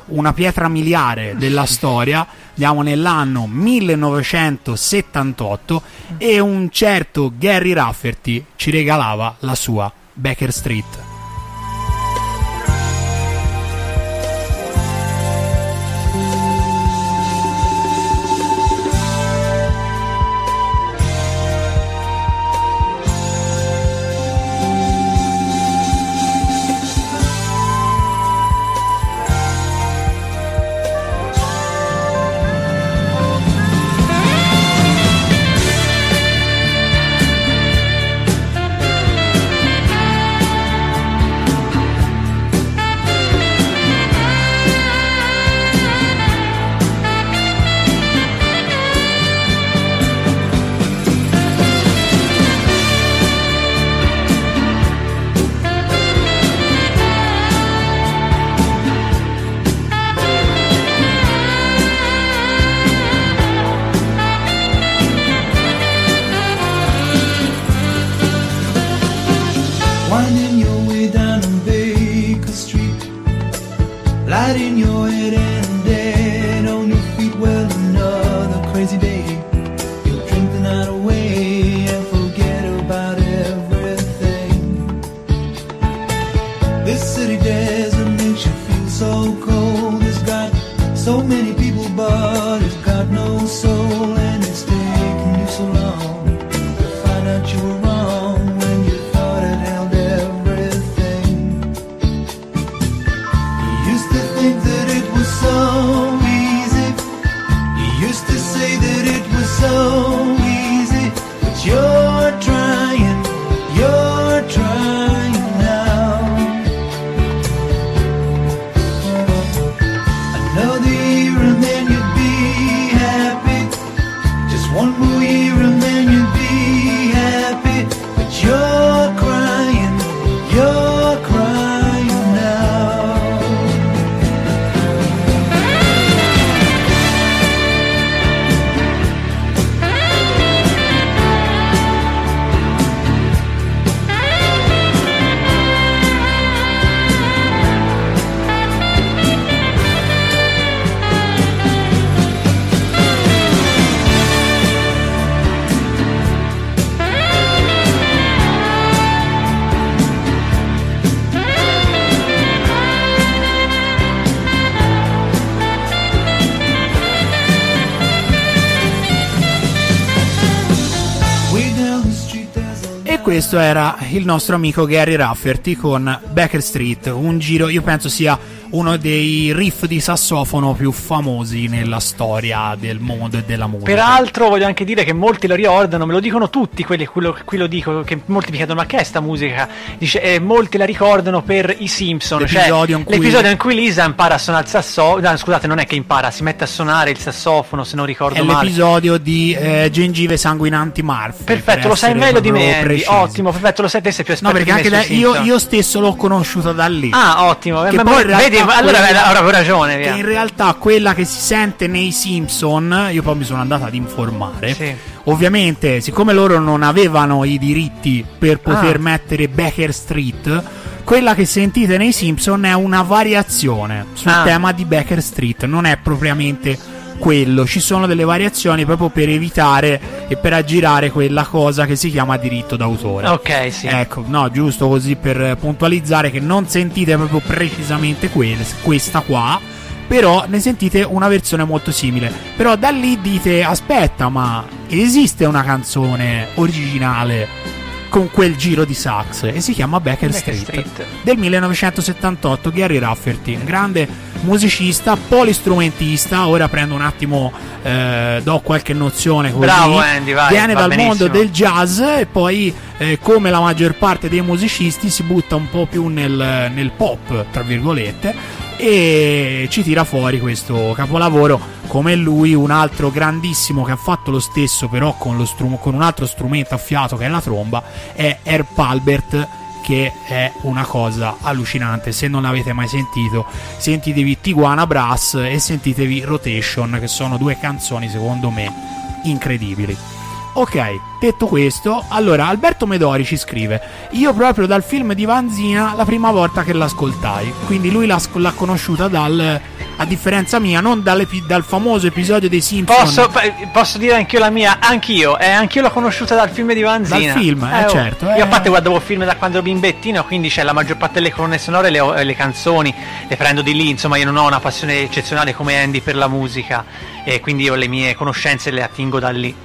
una pietra miliare della storia. Andiamo nell'anno millenovecentosettantotto e un certo Gary Rafferty ci regalava la sua Baker Street. Winding your way down on Baker Street, lighting your head and dead on your feet. Well, another crazy day. You'll drink the night away and forget about everything. This city desert makes you feel so cold. It's got so many people, but it's got no soul, and it's taken you so long to find out you were wrong when you thought it held everything. You used to think that it was so easy. You used to say that it was so easy, but you're trying, you're trying now. Another year and then you'd be happy. Just one more year and then you'd be happy, but you're crying, you're crying now. Way down the street there's a E questo era il nostro amico Gary Rafferty con Baker Street, un giro, io penso sia uno dei riff di sassofono più famosi nella storia del mondo e della musica. Peraltro voglio anche dire che molti lo ricordano, me lo dicono tutti quelli, quello, qui lo dico, che molti mi chiedono ma che è sta musica? Dice, eh, molti la ricordano per i Simpson, L'episodio cioè in cui- l'episodio in cui Lisa impara a suonare il sassofono, no, scusate, non è che impara, si mette a suonare il sassofono, se non ricordo È male. l'episodio di eh, Gengive Sanguinanti Murphy. Perfetto, per lo sai essere meglio di proprio me, Andy. precisi. Ottimo, perfetto, lo sai te, sei più No, esperto perché di me anche sui da- io, Simpson. io stesso l'ho conosciuto da lì. Ah, ottimo, Che ma- poi ma- in realtà vedi, allora quella- avrò ragione, Che via. in realtà quella che si sente nei Simpson, io poi mi sono andato ad informare. Sì. Ovviamente, siccome loro non avevano i diritti per poter Ah. mettere Baker Street, quella che sentite nei Simpson è una variazione sul Ah. tema di Baker Street, non è propriamente quello, ci sono delle variazioni proprio per evitare e per aggirare quella cosa che si chiama diritto d'autore. Ok, sì. Ecco, no, giusto così per puntualizzare che non sentite proprio precisamente que- questa qua, però ne sentite una versione molto simile. Però da lì dite, aspetta, ma esiste una canzone originale con quel giro di sax e si chiama Baker, Baker Street, Street. del millenovecentosettantotto. Gary Rafferty, un grande musicista, polistrumentista. Ora prendo un attimo, eh, do qualche nozione così. Bravo, Andy, vai, viene va dal benissimo. mondo del jazz e poi, eh, come la maggior parte dei musicisti, si butta un po' più nel, nel pop, tra virgolette, e ci tira fuori questo capolavoro. Come lui, un altro grandissimo che ha fatto lo stesso, però con, lo strum- con un altro strumento a fiato che è la tromba, è Herb Alpert, che è una cosa allucinante. Se non l'avete mai sentito, sentitevi Tijuana Brass e sentitevi Rotation, che sono due canzoni secondo me incredibili. Ok, detto questo, allora Alberto Medori ci scrive: io proprio dal film di Vanzina la prima volta che l'ascoltai, quindi lui l'ha, l'ha conosciuta dal, a differenza mia, non dal famoso episodio dei Simpson. Posso, posso dire anch'io la mia? Anch'io, eh, anch'io l'ho conosciuta dal film di Vanzina. Dal film, eh, eh certo. Io eh. a parte guardavo film da quando ero bimbettino, quindi c'è la maggior parte delle colonne sonore, le, le canzoni, le prendo di lì, insomma io non ho una passione eccezionale come Andy per la musica, e quindi io le mie conoscenze le attingo da lì.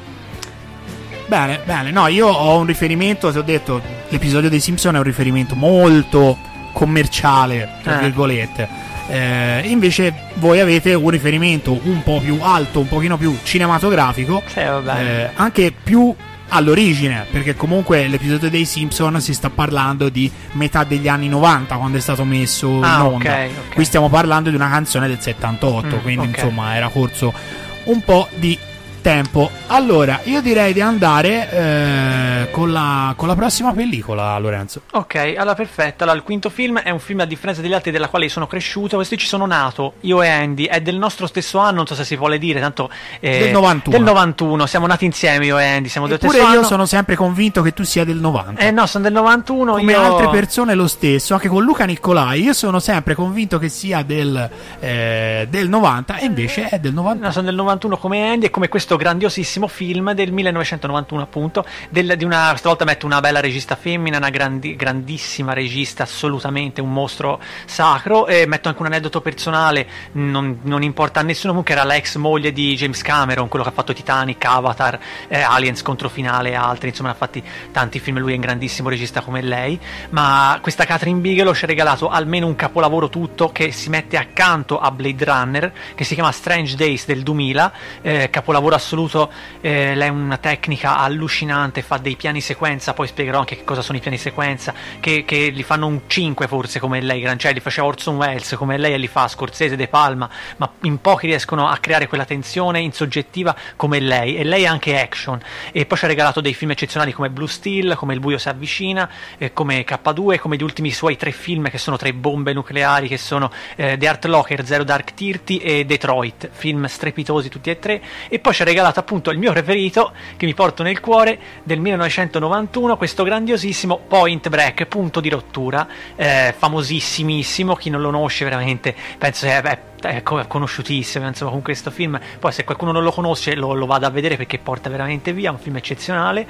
Bene, bene, no, io ho un riferimento, ti ho detto, l'episodio dei Simpson è un riferimento molto commerciale, tra eh. virgolette. Eh, invece voi avete un riferimento un po' più alto, un pochino più cinematografico, sì, vabbè. Eh, anche più all'origine, perché comunque l'episodio dei Simpson si sta parlando di metà degli anni novanta, quando è stato messo ah, in onda. Okay, okay. Qui stiamo parlando di una canzone del settantotto, mm, quindi okay. insomma era corso un po' di tempo. Allora io direi di andare eh, con, la, con la prossima pellicola, Lorenzo. Ok, allora perfetto. Allora il quinto film è un film, a differenza degli altri, della quale sono cresciuto. Questi ci sono nato, io e Andy. È del nostro stesso anno, non so se si vuole dire, tanto eh, del novantuno. Del novantuno, siamo nati insieme io e Andy, siamo dello stesso Eppure io anno. sono sempre convinto che tu sia del novanta. Eh no, sono del novantuno. Come io... altre persone lo stesso, anche con Luca Nicolai, io sono sempre convinto che sia del, eh, del novanta, e invece è del novantuno. No, sono del novantuno come Andy, e come questo grandiosissimo film del millenovecentonovantuno, appunto, del, di una, stavolta metto una bella regista femmina, una grandi, grandissima regista, assolutamente un mostro sacro, e metto anche un aneddoto personale, non, non importa a nessuno, comunque era la ex moglie di James Cameron, quello che ha fatto Titanic, Avatar, eh, Aliens Controfinale e altri, insomma ha fatti tanti film, lui è un grandissimo regista come lei, ma questa Catherine Bigelow ci ha regalato almeno un capolavoro tutto, che si mette accanto a Blade Runner, che si chiama Strange Days del duemila, eh, capolavoro assoluto. Eh, lei è una tecnica allucinante, fa dei piani sequenza, poi spiegherò anche che cosa sono i piani sequenza, che, che li fanno un cinque forse come lei, cioè li faceva Orson Welles come lei, e li fa Scorsese, De Palma, ma in pochi riescono a creare quella tensione insoggettiva come lei, e lei è anche action, e poi ci ha regalato dei film eccezionali come Blue Steel, come Il buio si avvicina, eh, come K due, come gli ultimi suoi tre film che sono tre bombe nucleari, che sono eh, The Hurt Locker, Zero Dark Thirty e Detroit, film strepitosi tutti e tre, e poi ci ha regalato appunto il mio preferito, che mi porto nel cuore, del millenovecentonovantuno, questo grandiosissimo Point Break, punto di rottura, eh, famosissimissimo, chi non lo conosce veramente penso che è, è conosciutissimo, insomma, con questo film, poi se qualcuno non lo conosce lo, lo vada a vedere, perché porta veramente via, è un film eccezionale,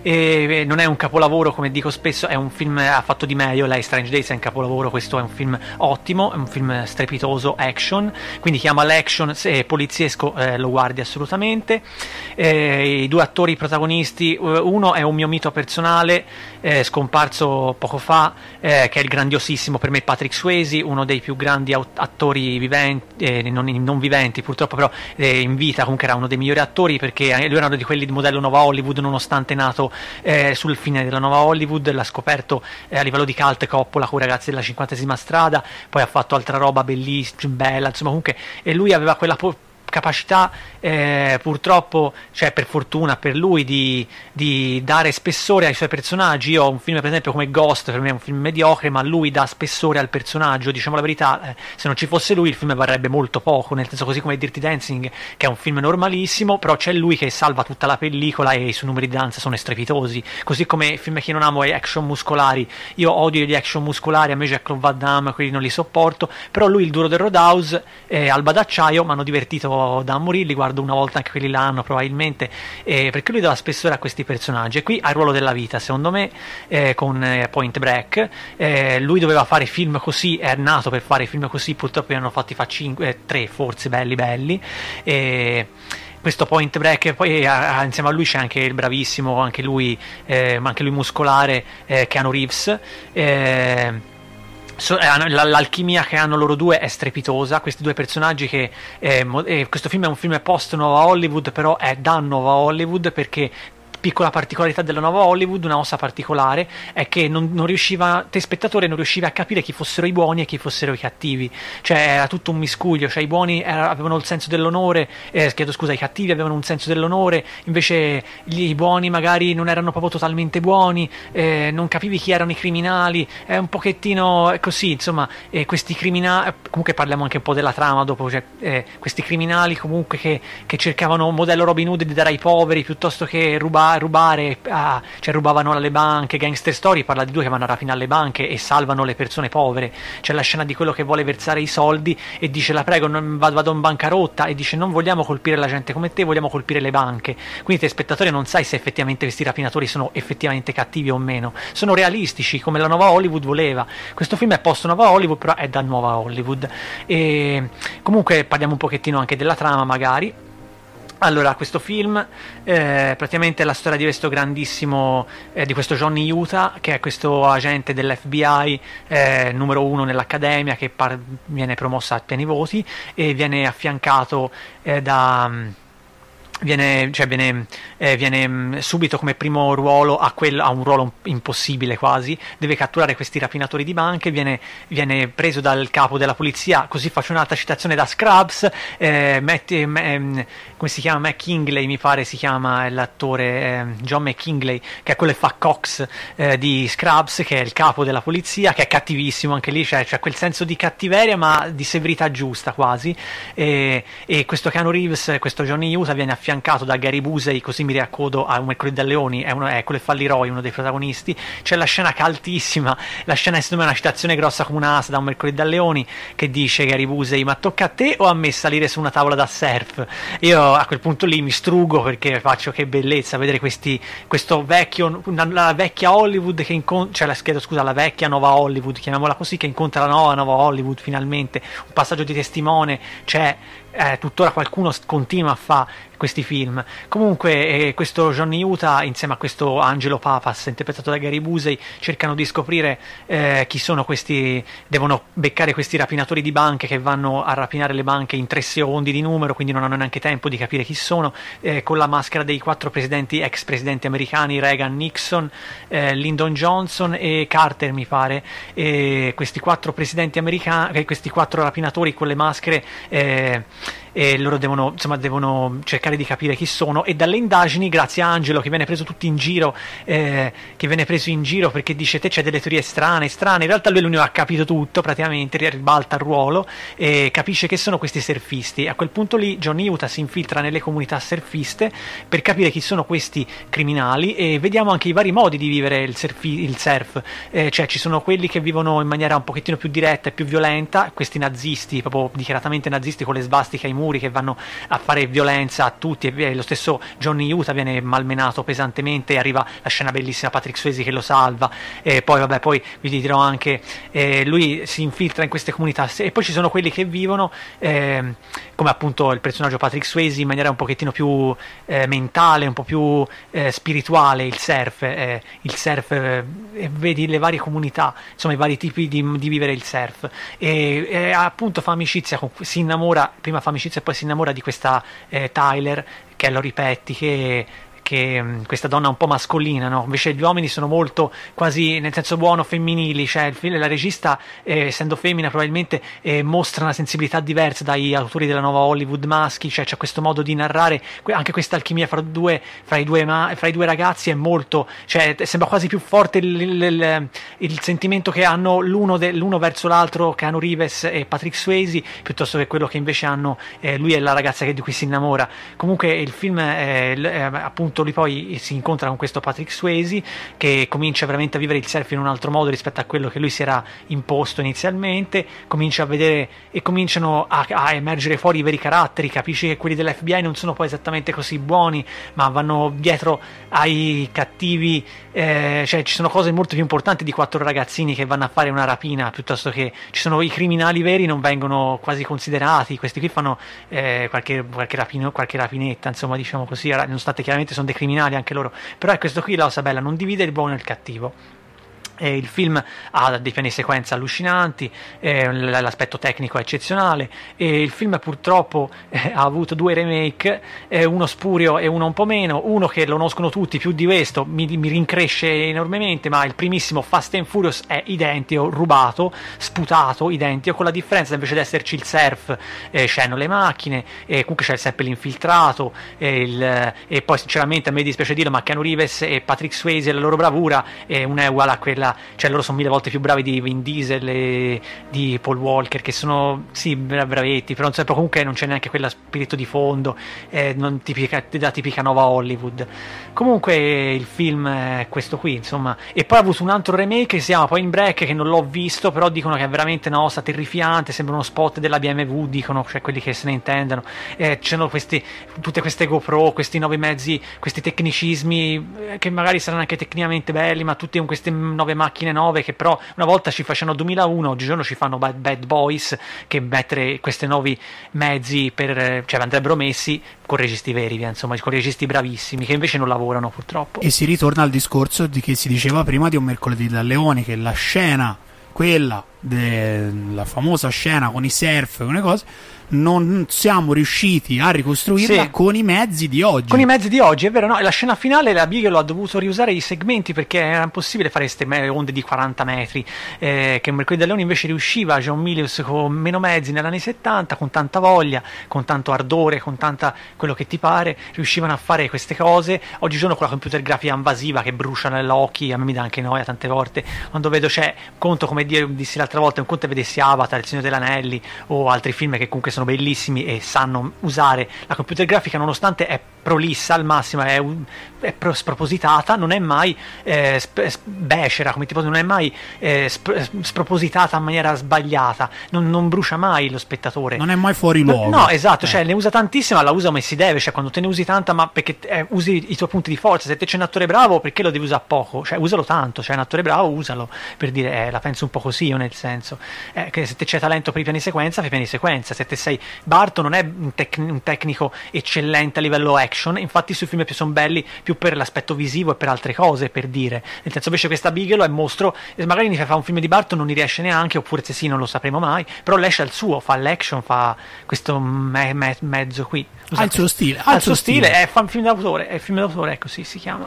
e non è un capolavoro come dico spesso, è un film ha fatto di meglio, lei Strange Days è un capolavoro, questo è un film ottimo, è un film strepitoso, action, quindi chi ama l'action eh, poliziesco eh, lo guardi assolutamente. Eh, i due attori protagonisti, uno è un mio mito personale, eh, scomparso poco fa, eh, che è il grandiosissimo per me Patrick Swayze, uno dei più grandi attori viventi, Eh, non, non viventi purtroppo, però eh, in vita comunque era uno dei migliori attori, perché lui era uno di quelli di modello Nova Hollywood, nonostante nato eh, sul fine della Nova Hollywood, l'ha scoperto eh, a livello di cult Coppola con Ragazzi della cinquantesima strada, poi ha fatto altra roba bellissima, bella, insomma, comunque, e lui aveva quella po- capacità eh, purtroppo, cioè per fortuna per lui, di, di dare spessore ai suoi personaggi. Io ho un film per esempio come Ghost, per me è un film mediocre, ma lui dà spessore al personaggio, diciamo la verità, eh, se non ci fosse lui il film varrebbe molto poco, nel senso, così come Dirty Dancing, che è un film normalissimo, però c'è lui che salva tutta la pellicola e i suoi numeri di danza sono strepitosi, così come il film che io non amo è action muscolari, io odio gli action muscolari, a me Jean-Claude Van Damme, quelli non li sopporto, però lui il duro del Roadhouse e Alba d'Acciaio mi hanno divertito da morire, li guardo una volta anche quelli l'anno probabilmente, eh, perché lui dà spessore a questi personaggi, e qui ha il ruolo della vita secondo me, eh, con eh, Point Break, eh, lui doveva fare film così, è nato per fare film così, purtroppo ne hanno fatti fa cinque, eh, tre forse belli belli, e questo Point Break, poi a, a, insieme a lui c'è anche il bravissimo, anche lui, eh, anche lui muscolare, eh, Keanu Reeves, eh, So, eh, l'alchimia che hanno loro due è strepitosa, questi due personaggi che eh, eh, questo film è un film post Nuova Hollywood, però è da Nuova Hollywood, perché piccola particolarità della Nuova Hollywood, una ossa particolare, è che non, non riusciva, te spettatore non riuscivi a capire chi fossero i buoni e chi fossero i cattivi, cioè era tutto un miscuglio, cioè i buoni era, avevano il senso dell'onore, eh, chiedo scusa, i cattivi avevano un senso dell'onore, invece gli, i buoni magari non erano proprio totalmente buoni, eh, non capivi chi erano i criminali, è un pochettino così, insomma, eh, questi criminali, comunque parliamo anche un po' della trama dopo, cioè, eh, questi criminali comunque che, che cercavano modello Robin Hood di dare ai poveri piuttosto che rubare, ruba, rubare, ah, cioè rubavano alle banche. Gangster Story parla di due che vanno a rapinare le banche e salvano le persone povere. C'è la scena di quello che vuole versare i soldi e dice la prego non, vado, vado in bancarotta, e dice non vogliamo colpire la gente come te, vogliamo colpire le banche. Quindi te spettatore non sai se effettivamente questi rapinatori sono effettivamente cattivi o meno, sono realistici come la nuova Hollywood voleva. Questo film è post nuova Hollywood, però è da nuova Hollywood. E comunque parliamo un pochettino anche della trama magari. Allora, questo film eh, praticamente è la storia di questo grandissimo, eh, di questo Johnny Utah, che è questo agente dell'F B I, eh, numero uno nell'accademia, che par- viene promossa a pieni voti e viene affiancato eh, da... Viene, cioè viene, eh, viene subito come primo ruolo a, quel, a un ruolo impossibile quasi, deve catturare questi rapinatori di banche, viene, viene preso dal capo della polizia, così faccio un'altra citazione da Scrubs, eh, Matt, eh, come si chiama? McKinley mi pare si chiama l'attore, eh, John McKinley, che è quello che fa Cox eh, di Scrubs, che è il capo della polizia, che è cattivissimo anche lì, cioè, cioè quel senso di cattiveria ma di severità giusta quasi, e, e questo Keanu Reeves, questo Johnny Utah viene affiancato da Gary Busey, così mi riaccodo a Un mercoledì da leoni, è, uno, è quello che fa l'eroe, uno dei protagonisti. C'è la scena caltissima, la scena è secondo me una citazione grossa come un'asa da Un mercoledì da leoni, che dice Gary Busey ma tocca a te o a me salire su una tavola da surf? Io a quel punto lì mi strugo perché faccio che bellezza vedere questi, questo vecchio, la vecchia Hollywood che incontra, cioè la, chiedo scusa, la vecchia nuova Hollywood, chiamiamola così, che incontra la nuova nuova Hollywood finalmente, un passaggio di testimone, c'è eh, tuttora qualcuno continua a fare questi film. Comunque eh, questo Johnny Utah insieme a questo Angelo Papas interpretato da Gary Busey cercano di scoprire eh, chi sono questi, devono beccare questi rapinatori di banche che vanno a rapinare le banche in tre secondi di numero, quindi non hanno neanche tempo di capire chi sono, eh, con la maschera dei quattro presidenti, ex presidenti americani, Reagan, Nixon, eh, Lyndon Johnson e Carter mi pare, e questi quattro presidenti americani, questi quattro rapinatori con le maschere eh, e loro devono, insomma, devono cercare di capire chi sono, e dalle indagini, grazie a Angelo che viene preso tutti in giro, eh, che viene preso in giro perché dice te c'è delle teorie strane, strane, in realtà lui è l'unico che ha capito tutto praticamente, ribalta il ruolo e capisce che sono questi surfisti. A quel punto lì Johnny Utah si infiltra nelle comunità surfiste per capire chi sono questi criminali, e vediamo anche i vari modi di vivere il, surfi- il surf, eh, cioè ci sono quelli che vivono in maniera un pochettino più diretta e più violenta, questi nazisti, proprio dichiaratamente nazisti con le svastiche ai muri che vanno a fare violenza a tutti, e lo stesso Johnny Utah viene malmenato pesantemente e arriva la scena bellissima Patrick Swayze che lo salva, e poi vabbè poi vi dirò anche eh, lui si infiltra in queste comunità, e poi ci sono quelli che vivono eh, come appunto il personaggio Patrick Swayze in maniera un pochettino più eh, mentale, un po' più eh, spirituale, il surf eh, il surf eh, e vedi le varie comunità, insomma i vari tipi di, di vivere il surf, e, e appunto fa amicizia con, si innamora, prima fa amicizia e poi si innamora di questa eh, Tyler, che lo ripetti, che che mh, questa donna un po' mascolina, no? Invece gli uomini sono molto quasi nel senso buono femminili, cioè il film, la regista eh, essendo femmina probabilmente eh, mostra una sensibilità diversa dai autori della nuova Hollywood maschi, cioè c'è questo modo di narrare, anche questa alchimia fra, due, fra, i, due ma, fra i due ragazzi è molto, cioè sembra quasi più forte il, il, il, il sentimento che hanno l'uno, de, l'uno verso l'altro, Keanu Reeves e Patrick Swayze, piuttosto che quello che invece hanno eh, lui e la ragazza che, di cui si innamora. Comunque il film è, è appunto lui poi si incontra con questo Patrick Swayze che comincia veramente a vivere il surf in un altro modo rispetto a quello che lui si era imposto inizialmente, comincia a vedere e cominciano a, a emergere fuori i veri caratteri, capisci che quelli dell'F B I non sono poi esattamente così buoni, ma vanno dietro ai cattivi, eh, cioè ci sono cose molto più importanti di quattro ragazzini che vanno a fare una rapina, piuttosto che ci sono i criminali veri, non vengono quasi considerati, questi qui fanno eh, qualche, qualche, rapino, qualche rapinetta, insomma, diciamo così, nonostante chiaramente sono dei criminali anche loro, però è questo qui la cosa bella, non divide il buono e il cattivo. E il film ha dei piani sequenza allucinanti, eh, l'aspetto tecnico è eccezionale, e il film purtroppo eh, ha avuto due remake, eh, uno spurio e uno un po' meno, uno che lo conoscono tutti, più di questo mi, mi rincresce enormemente, ma il primissimo Fast and Furious è identico, rubato, sputato, identico, con la differenza invece di esserci il surf eh, c'erano le macchine, e comunque c'è sempre l'infiltrato, e, il, e poi sinceramente a me dispiace dirlo, ma Keanu Reeves e Patrick Swayze, la loro bravura eh, una è uguale a quella della, cioè loro sono mille volte più bravi di Vin Diesel e di Paul Walker, che sono sì bravetti, però insomma, comunque non c'è neanche quello spirito di fondo, eh, non tipica, da tipica nuova Hollywood. Comunque il film è questo qui, insomma. E poi ha avuto un altro remake che si chiama Point Break, che non l'ho visto, però dicono che è veramente una cosa terrifiante, sembra uno spot della B M W, dicono, cioè quelli che se ne intendono. Eh, c'erano questi, tutte queste GoPro, questi nuovi mezzi, questi tecnicismi eh, che magari saranno anche tecnicamente belli, ma tutti con queste nuove macchine nuove che però una volta ci facevano duemilauno, oggigiorno ci fanno Bad, bad Boys, che mettere questi nuovi mezzi per, cioè andrebbero messi con registi veri, insomma, con registi bravissimi, che invece non lavorano purtroppo. E si ritorna al discorso di che si diceva prima di Un mercoledì da leoni, che la scena, quella della famosa scena con i surf, con le cose, non siamo riusciti a ricostruirla sì. con i mezzi di oggi. Con i mezzi di oggi, è vero, no? La scena finale la Bigelow ha dovuto riusare i segmenti perché era impossibile fare queste onde di quaranta metri, eh, che Mercoledì da Leoni invece riusciva, John Milius con meno mezzi negli anni settanta, con tanta voglia, con tanto ardore, con tanta quello che ti pare, riuscivano a fare queste cose. Oggigiorno con la computer grafica invasiva che brucia nell'occhi, a me mi dà anche noia tante volte, quando vedo, c'è conto, come dissi l'altra volta, un conto è vedessi Avatar, Il Signore degli Anelli o altri film che comunque sono bellissimi e sanno usare la computer grafica, nonostante è prolissa al massimo, è, un, è pro, spropositata, non è mai eh, sp, becera, come tipo, non è mai eh, sp, spropositata in maniera sbagliata, non, non brucia mai lo spettatore, non è mai fuori luogo. No, esatto, eh. cioè ne usa tantissima, la usa come si deve, cioè quando te ne usi tanta, ma perché eh, usi i tuoi punti di forza. Se te c'è un attore bravo, perché lo devi usare poco? Cioè usalo tanto, cioè un attore bravo usalo, per dire, eh, la penso un po' così io, nel senso eh, che se te c'è talento per i piani sequenza, fai piani sequenza. Se te sei Barton, non è un, tec- un tecnico eccellente a livello action, infatti i suoi film più sono belli più per l'aspetto visivo e per altre cose, per dire, nel senso, invece questa Bigelow è mostro, magari ne fa un film di Barton, non ne riesce neanche, oppure se sì non lo sapremo mai, però lei al suo, fa l'action, fa questo me- me- mezzo qui, ha il suo stile, ha il suo stile, stile. È fa un film d'autore, è il film d'autore, ecco, sì, si chiama.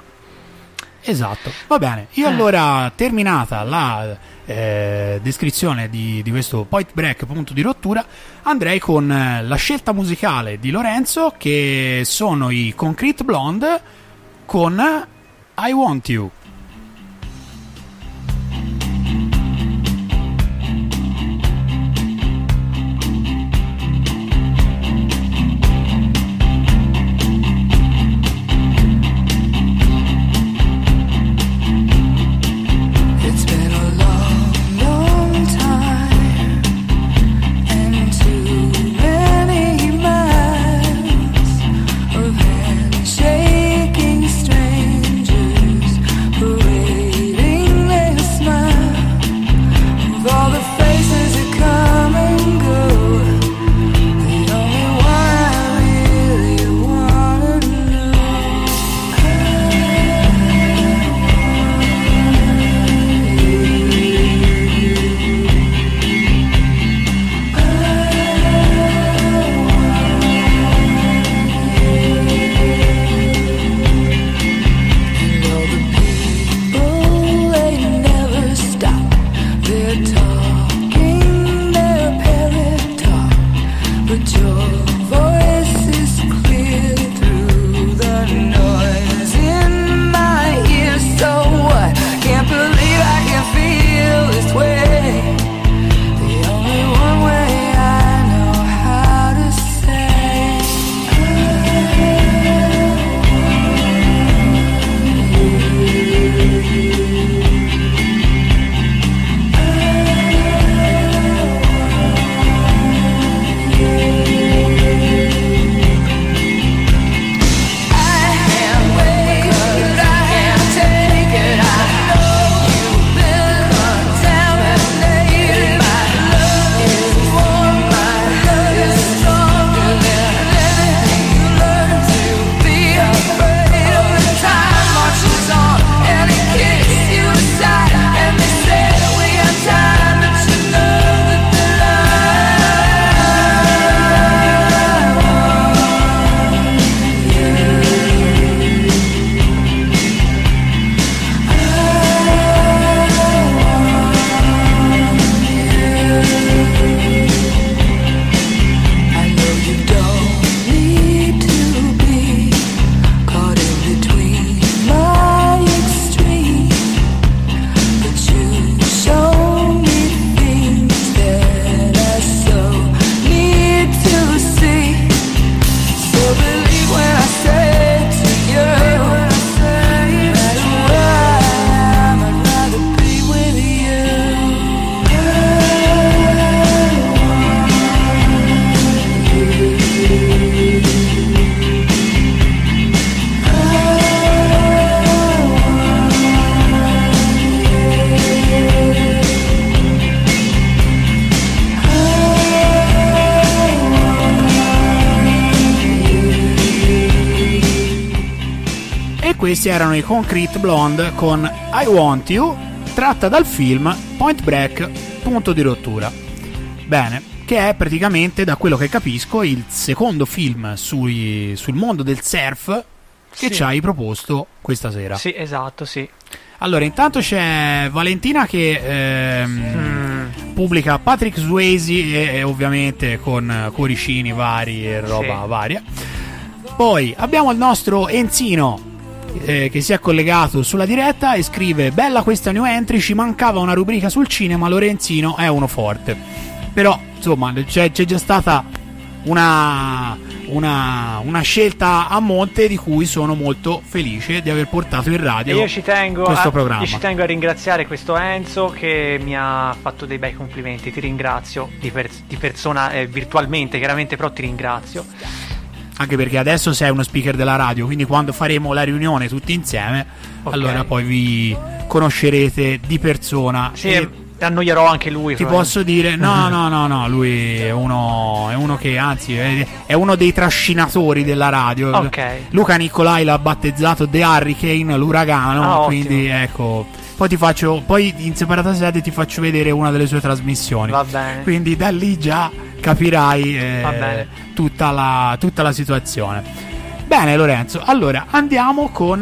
Esatto, va bene. Io eh. allora, terminata la eh, descrizione di, di questo Point Break, punto di rottura, andrei con eh, la scelta musicale di Lorenzo, che sono i Concrete Blonde con I Want You. Shaking strangers questi erano i Concrete Blonde con I Want You, tratta dal film Point Break, punto di rottura. Bene, che è praticamente, da quello che capisco, il secondo film sui, sul mondo del surf che sì. ci hai proposto questa sera. Sì, esatto, sì. Allora, intanto c'è Valentina che ehm, mm. pubblica Patrick Swayze e, e ovviamente con cuoricini vari e roba sì. varia. Poi abbiamo il nostro Enzino eh, che si è collegato sulla diretta e scrive: bella questa new entry, ci mancava una rubrica sul cinema, Lorenzino è uno forte. Però insomma c'è, c'è già stata una... Una, una scelta a monte di cui sono molto felice di aver portato in radio. E io ci tengo questo a, programma. Io ci tengo a ringraziare questo Enzo che mi ha fatto dei bei complimenti. Ti ringrazio di, per, di persona eh, virtualmente, chiaramente, però ti ringrazio. Anche perché adesso sei uno speaker della radio, quindi quando faremo la riunione tutti insieme, okay, allora poi vi conoscerete di persona. Sì, e annoierò anche lui. Ti posso dire, no, no, no, no, lui è uno, è uno che anzi è, è uno dei trascinatori della radio. Okay. Luca Nicolai l'ha battezzato The Hurricane, l'uragano, ah, quindi ottimo. Ecco. Poi ti faccio, poi in separata sede ti faccio vedere una delle sue trasmissioni. Va bene. Quindi da lì già capirai eh, Va bene. tutta la, tutta la situazione. Bene Lorenzo, allora andiamo con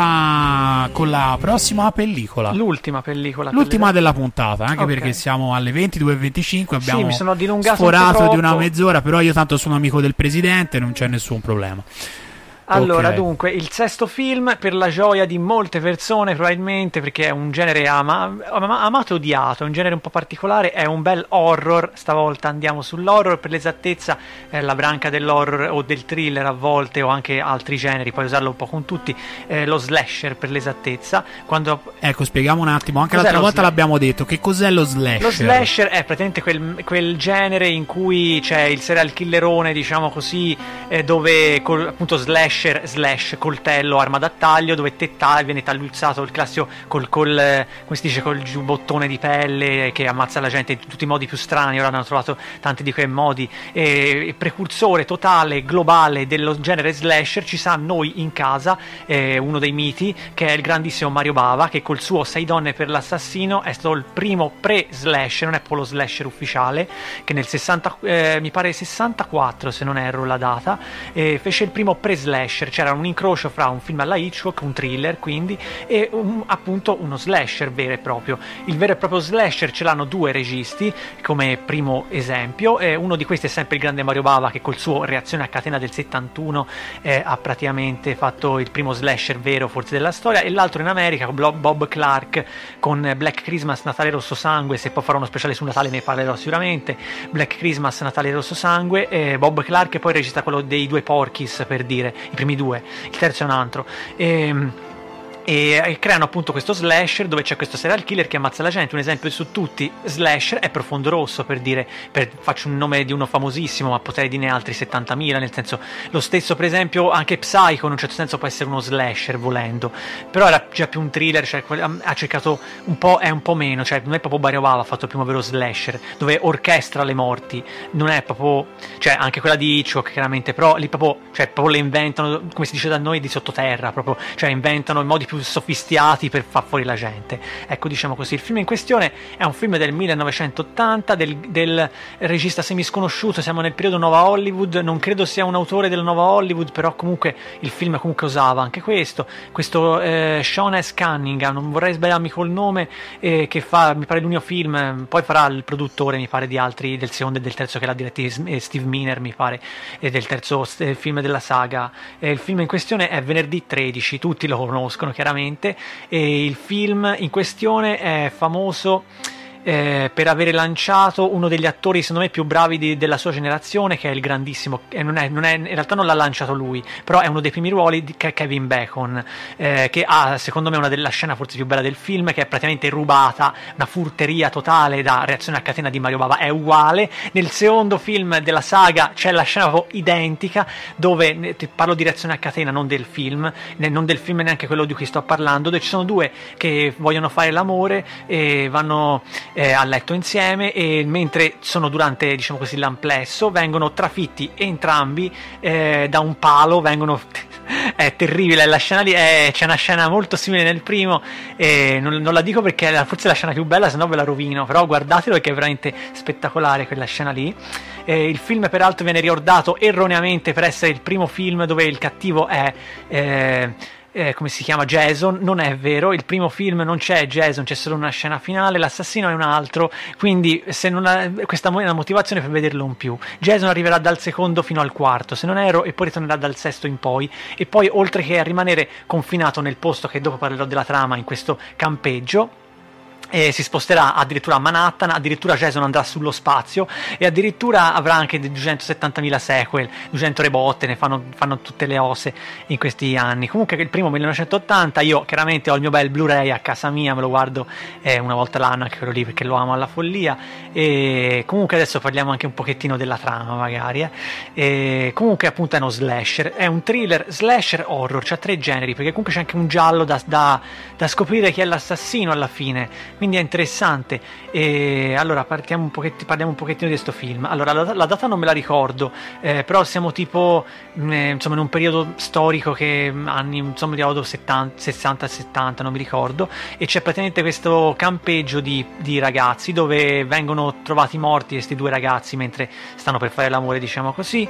la, con la prossima pellicola. L'ultima pellicola. L'ultima per le... della puntata, anche okay. perché siamo alle ventidue e venticinque, abbiamo sì, mi sono dilungato sforato di una mezz'ora, però io tanto sono amico del presidente, non c'è nessun problema. Allora, okay. dunque, il sesto film, per la gioia di molte persone probabilmente, perché è un genere ama- ama- amato e odiato, è un genere un po' particolare, è un bel horror. Stavolta andiamo sull'horror, per l'esattezza eh, la branca dell'horror o del thriller a volte, o anche altri generi, puoi usarlo un po' con tutti, eh, lo slasher per l'esattezza. Quando... Ecco, spieghiamo un attimo, anche cos'è l'altra volta sl- l'abbiamo detto, che cos'è lo slasher? Lo slasher è praticamente quel, quel genere in cui c'è il serial killerone, diciamo così, eh, dove col, appunto slash slash coltello, arma da taglio, dove te ta- viene tagliuzzato il classico col, col come si dice, col giubbottone di pelle che ammazza la gente in tutti i modi più strani. Ora hanno trovato tanti di quei modi. E, precursore totale, globale dello genere slasher ci sa noi in casa, eh, uno dei miti, che è il grandissimo Mario Bava, che col suo Sei donne per l'assassino è stato il primo pre-slasher, non è poi lo slasher ufficiale, che nel sessanta, eh, mi pare sessantaquattro se non erro la data, eh, fece il primo pre-slasher. C'era un incrocio fra un film alla Hitchcock, un thriller quindi, e un, appunto uno slasher vero e proprio. Il vero e proprio slasher ce l'hanno due registi come primo esempio, eh, uno di questi è sempre il grande Mario Bava, che col suo Reazione a catena del settantuno eh, ha praticamente fatto il primo slasher vero forse della storia, e l'altro in America Bob Clark con Black Christmas, Natale Rosso Sangue. Se poi farò uno speciale su Natale ne parlerò sicuramente. Black Christmas, Natale Rosso Sangue, eh, Bob Clark, e poi regista quello dei due Porky's, per dire, i primi due, il terzo è un altro. E, e creano appunto questo slasher dove c'è questo serial killer che ammazza la gente. Un esempio su tutti slasher è Profondo Rosso, per dire, per, faccio un nome di uno famosissimo, ma potrei dirne altri settantamila, nel senso, lo stesso per esempio anche Psycho in un certo senso può essere uno slasher volendo, però era già più un thriller, cioè ha cercato un po', è un po' meno, cioè non è proprio Mario Bava ha fatto il primo vero slasher dove orchestra le morti, non è proprio, cioè anche quella di Hitchcock chiaramente, però lì proprio, cioè proprio le inventano, come si dice da noi, di sottoterra proprio, cioè inventano i modi più sofistiati per far fuori la gente, ecco, diciamo così. Il film in questione è un film del millenovecentottanta del, del regista semisconosciuto, siamo nel periodo Nova Hollywood, non credo sia un autore della Nova Hollywood, però comunque il film comunque usava anche questo questo eh, Sean S. Cunningham, non vorrei sbagliarmi col nome, eh, che fa, mi pare, l'unico film, poi farà il produttore mi pare di altri, del secondo e del terzo che l'ha diretto eh, Steve Miner mi pare, e del terzo eh, film della saga. Eh, il film in questione è Venerdì tredici, tutti lo conoscono chiaramente, e il film in questione è famoso eh, per avere lanciato uno degli attori secondo me più bravi di, della sua generazione, che è il grandissimo, eh, non è, non è, in realtà non l'ha lanciato lui, però è uno dei primi ruoli di, che è Kevin Bacon, eh, che ha secondo me una della scena forse più bella del film, che è praticamente rubata, una furteria totale da Reazione a catena di Mario Bava, è uguale. Nel secondo film della saga c'è la scena proprio identica, dove parlo di Reazione a catena, non del film, non del film neanche quello di cui sto parlando, dove ci sono due che vogliono fare l'amore e vanno Eh, a letto insieme, e mentre sono durante, diciamo così, l'amplesso vengono trafitti entrambi eh, da un palo, vengono è terribile, la scena lì è, c'è una scena molto simile nel primo, e non, non la dico perché è forse la scena più bella, se no ve la rovino, però guardatelo perché è veramente spettacolare quella scena lì. Eh, il film peraltro viene ricordato erroneamente per essere il primo film dove il cattivo è eh, eh, come si chiama, Jason. Non è vero, il primo film non c'è Jason, c'è solo una scena finale, l'assassino è un altro, quindi se non ha, questa è una motivazione per vederlo in più. Jason arriverà dal secondo fino al quarto, se non ero, e poi ritornerà dal sesto in poi, e poi oltre che a rimanere confinato nel posto, che dopo parlerò della trama, in questo campeggio, e si sposterà addirittura a Manhattan, addirittura Jason andrà sullo spazio, e addirittura avrà anche duecentosettantamila sequel, duecento rebotte, ne fanno, fanno tutte le ose in questi anni. Comunque il primo millenovecentottanta, io chiaramente ho il mio bel Blu-ray a casa mia, me lo guardo eh, una volta l'anno, anche quello lì, perché lo amo alla follia. E comunque adesso parliamo anche un pochettino della trama magari eh. E comunque appunto è uno slasher, è un thriller slasher horror, c'ha tre generi, perché comunque c'è anche un giallo da, da, da scoprire chi è l'assassino alla fine, quindi è interessante. E allora partiamo un pochettino, parliamo un pochettino di questo film. Allora la, la data non me la ricordo, eh, però siamo tipo mh, insomma in un periodo storico che anni insomma di settanta, sessanta settanta, non mi ricordo, e c'è praticamente questo campeggio di, di ragazzi dove vengono trovati morti questi due ragazzi mentre stanno per fare l'amore, diciamo così,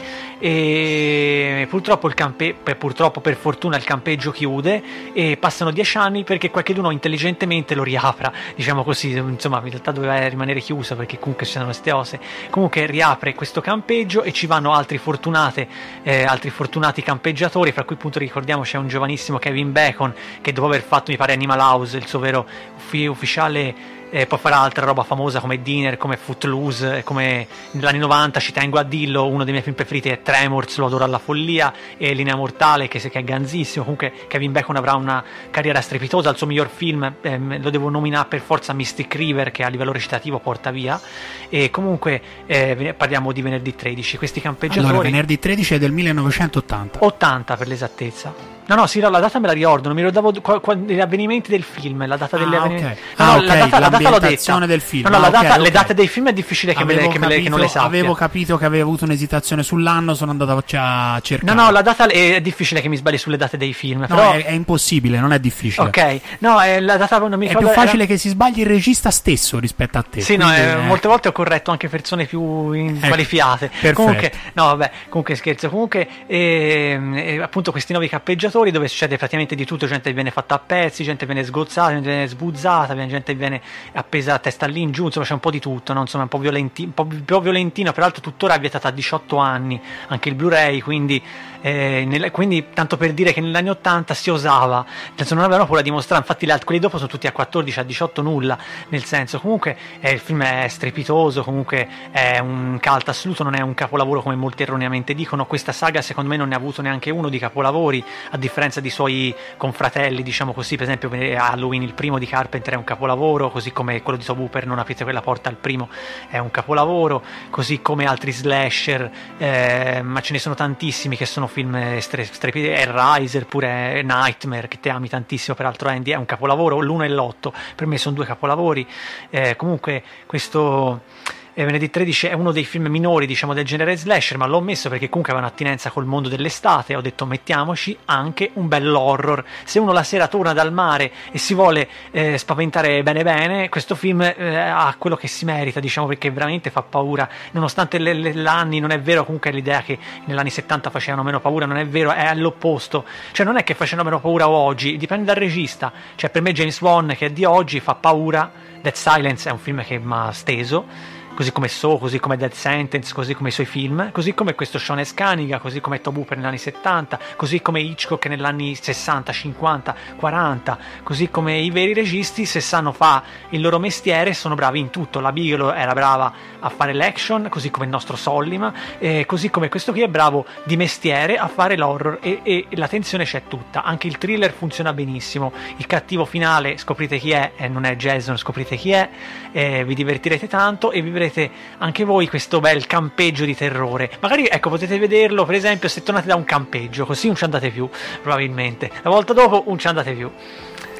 e purtroppo il campe per, purtroppo per fortuna il campeggio chiude, e passano dieci anni perché qualcuno intelligentemente lo riapra, diciamo così. Insomma in realtà doveva rimanere chiuso perché comunque ci sono queste ose, comunque riapre questo campeggio e ci vanno altri fortunate eh, altri fortunati campeggiatori, fra cui appunto ricordiamo c'è un giovanissimo Kevin Bacon che dopo aver fatto mi pare Animal House, il suo vero uffi ufficiale, e poi farà altra roba famosa come Dinner, come Footloose, come negli anni novanta, ci tengo a dirlo, uno dei miei film preferiti è Tremors, lo adoro alla follia, e Linea Mortale che, che è ganzissimo. Comunque Kevin Bacon avrà una carriera strepitosa, il suo miglior film ehm, lo devo nominare per forza Mystic River, che a livello recitativo porta via. E comunque eh, parliamo di Venerdì tredici, questi campeggiatori. Allora Venerdì tredici è del millenovecentottanta, ottanta per l'esattezza. No, no, sì, no, la data me la ricordo, non mi ricordavo qua, qua, gli avvenimenti del film, la data degli ah, avvenimenti. Okay. No, Ah, no, la ok, data, la data l'ho detta. del film. No, no, ah, la okay, data, okay. le date dei film è difficile che, me le, che, me le, che non le sappia. Avevo capito che avevi avuto un'esitazione sull'anno, sono andato a cercare. No, no, la data è difficile che mi sbagli sulle date dei film. No, però... è, è impossibile, non è difficile. Ok, no, è la data non mi È ricordo, più facile era... che si sbagli il regista stesso rispetto a te. Sì, no, Quindi, eh, eh... molte volte ho corretto anche persone più qualificate. Ecco, comunque, no, vabbè, comunque scherzo. Comunque, ehm, eh, appunto, questi nuovi cappeggiatori dove succede praticamente di tutto, gente viene fatta a pezzi, gente viene sgozzata, gente viene sbuzzata, gente viene appesa a testa lì in giù, insomma c'è un po' di tutto, no? Insomma è un po' violenti, un po' più violentino, peraltro tuttora è vietata a diciotto anni anche il Blu-ray, quindi Eh, nel, quindi tanto per dire che negli anni ottanta si osava, nel senso non avevano paura di mostrare, infatti gli altri, quelli dopo sono tutti a quattordici, a diciotto nulla, nel senso comunque eh, il film è strepitoso, comunque è un cult assoluto, non è un capolavoro come molti erroneamente dicono. Questa saga secondo me non ne ha avuto neanche uno di capolavori, a differenza di suoi confratelli, diciamo così. Per esempio Halloween, il primo di Carpenter, è un capolavoro, così come quello di Tobe Hooper, Non aprite quella porta, al primo, è un capolavoro, così come altri slasher, eh, ma ce ne sono tantissimi che sono film strepitosi. Hellraiser, pure Nightmare, che te ami tantissimo peraltro Andy, è un capolavoro. L'uno e l'otto per me sono due capolavori. Eh, comunque questo eh, Venerdì tredici è uno dei film minori, diciamo, del genere slasher, ma l'ho messo perché comunque aveva un'attinenza col mondo dell'estate. Ho detto mettiamoci anche un bell'horror. Se uno la sera torna dal mare e si vuole eh, spaventare bene bene, questo film eh, ha quello che si merita, diciamo, perché veramente fa paura, nonostante le, le, l'anni. Non è vero comunque l'idea che negli anni settanta facevano meno paura, non è vero, è all'opposto. Cioè non è che facevano meno paura oggi, dipende dal regista. Cioè per me James Wan, che è di oggi, fa paura. Dead Silence è un film che mi ha steso, così come So, così come Death Sentence, così come i suoi film, così come questo Sean S. Cunningham, così come Tobe Hooper negli anni settanta, così come Hitchcock negli anni sessanta, cinquanta, quaranta, così come i veri registi, se sanno fa il loro mestiere, sono bravi in tutto. La Bigelow era brava a fare l'action, così come il nostro Sollima, e così come questo qui è bravo di mestiere a fare l'horror, e, e la tensione c'è tutta. Anche il thriller funziona benissimo. Il cattivo finale, scoprite chi è, e non è Jason, scoprite chi è, e vi divertirete tanto e vivrete anche voi questo bel campeggio di terrore. Magari, ecco, potete vederlo per esempio se tornate da un campeggio, così non ci andate più probabilmente, la volta dopo non ci andate più.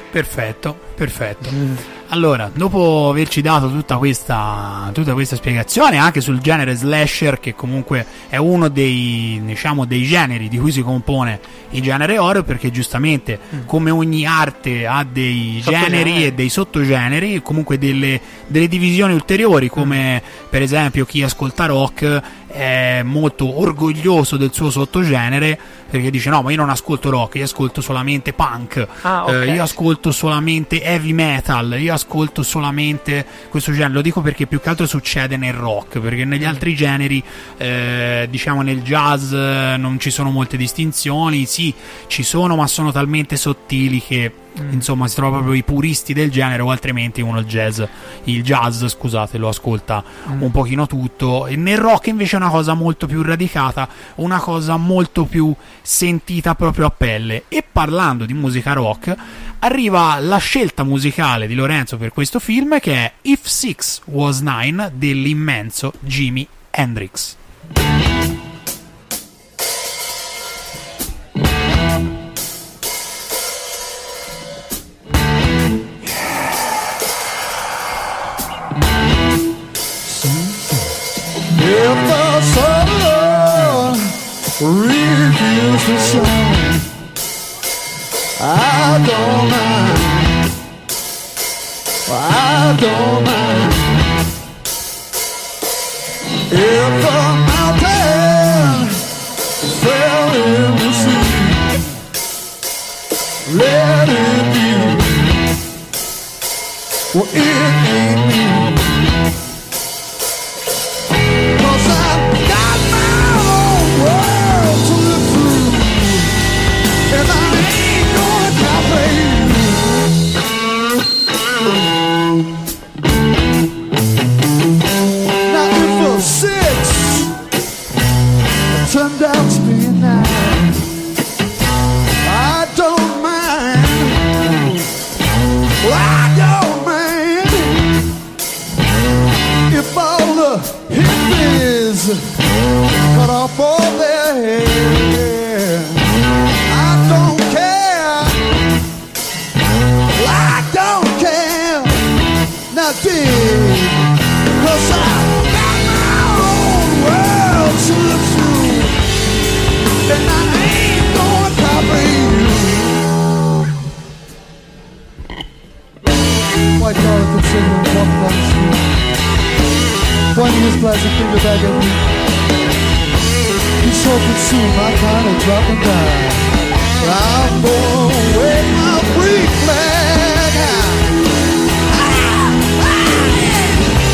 Perfetto, perfetto. Mm. Allora, dopo averci dato tutta questa tutta questa spiegazione anche sul genere slasher, che comunque è uno dei, diciamo, dei generi di cui si compone il genere horror, perché giustamente mm. come ogni arte ha dei generi e dei sottogeneri, comunque delle, delle divisioni ulteriori, come mm. per esempio chi ascolta rock è molto orgoglioso del suo sottogenere, perché dice no, ma io non ascolto rock, io ascolto solamente punk, ah, okay. eh, io ascolto solamente heavy metal, io ascolto solamente questo genere. Lo dico perché più che altro succede nel rock, perché negli altri generi, eh, diciamo nel jazz, non ci sono molte distinzioni. Sì, ci sono, ma sono talmente sottili che mm. insomma si trova proprio i puristi del genere, o altrimenti uno il jazz il jazz scusate lo ascolta mm. un pochino tutto. E nel rock invece è una cosa molto più radicata, una cosa molto più sentita proprio a pelle. E parlando di musica rock, arriva la scelta musicale di Lorenzo per questo film, che è If Six Was Nine dell'immenso Jimi Hendrix. If the sun reveals the sun, I don't mind, I don't mind. If the mountain fell in the sea, let it be. Well, it ain't me. Turned out to be a nine. I don't mind. Well, I don't mind if all the hippies cut off all their hair. I don't care. Well, I don't care. Nothing. 'Cause I got my own world to look through. And I ain't gonna copy you. White collar consider walking down the street, pointing his plastic finger back at me. He's hoping soon my kind of dropping down. I'm gonna wave my free flag out. Ah, ah, yeah.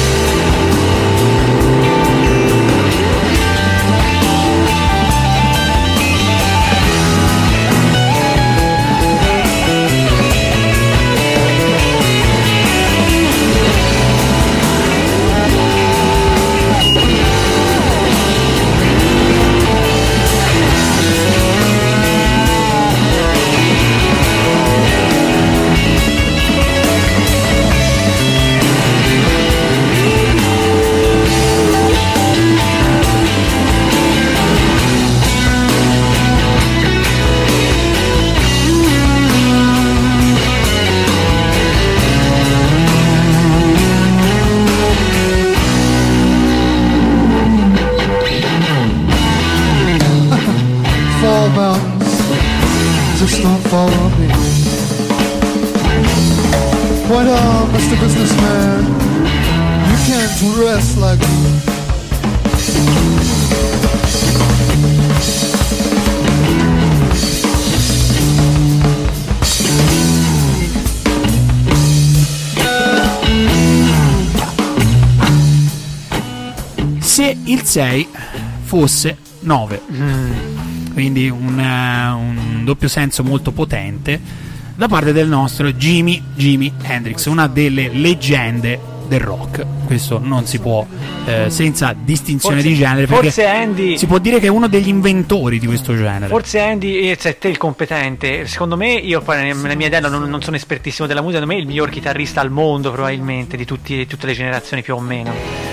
Just don't fall on me. Point on, Mister Businessman, you can't dress like me. Se il sei fosse nove. Mm. Quindi un, uh, un doppio senso molto potente da parte del nostro Jimi Jimi Hendrix, una delle leggende del rock. Questo non si può eh, senza distinzione forse, di genere, perché forse Andy, si può dire che è uno degli inventori di questo genere. Forse Andy, e sei te il competente. Secondo me, io poi nella mia idea non, non sono espertissimo della musica, secondo me è il miglior chitarrista al mondo probabilmente di tutti, tutte le generazioni più o meno.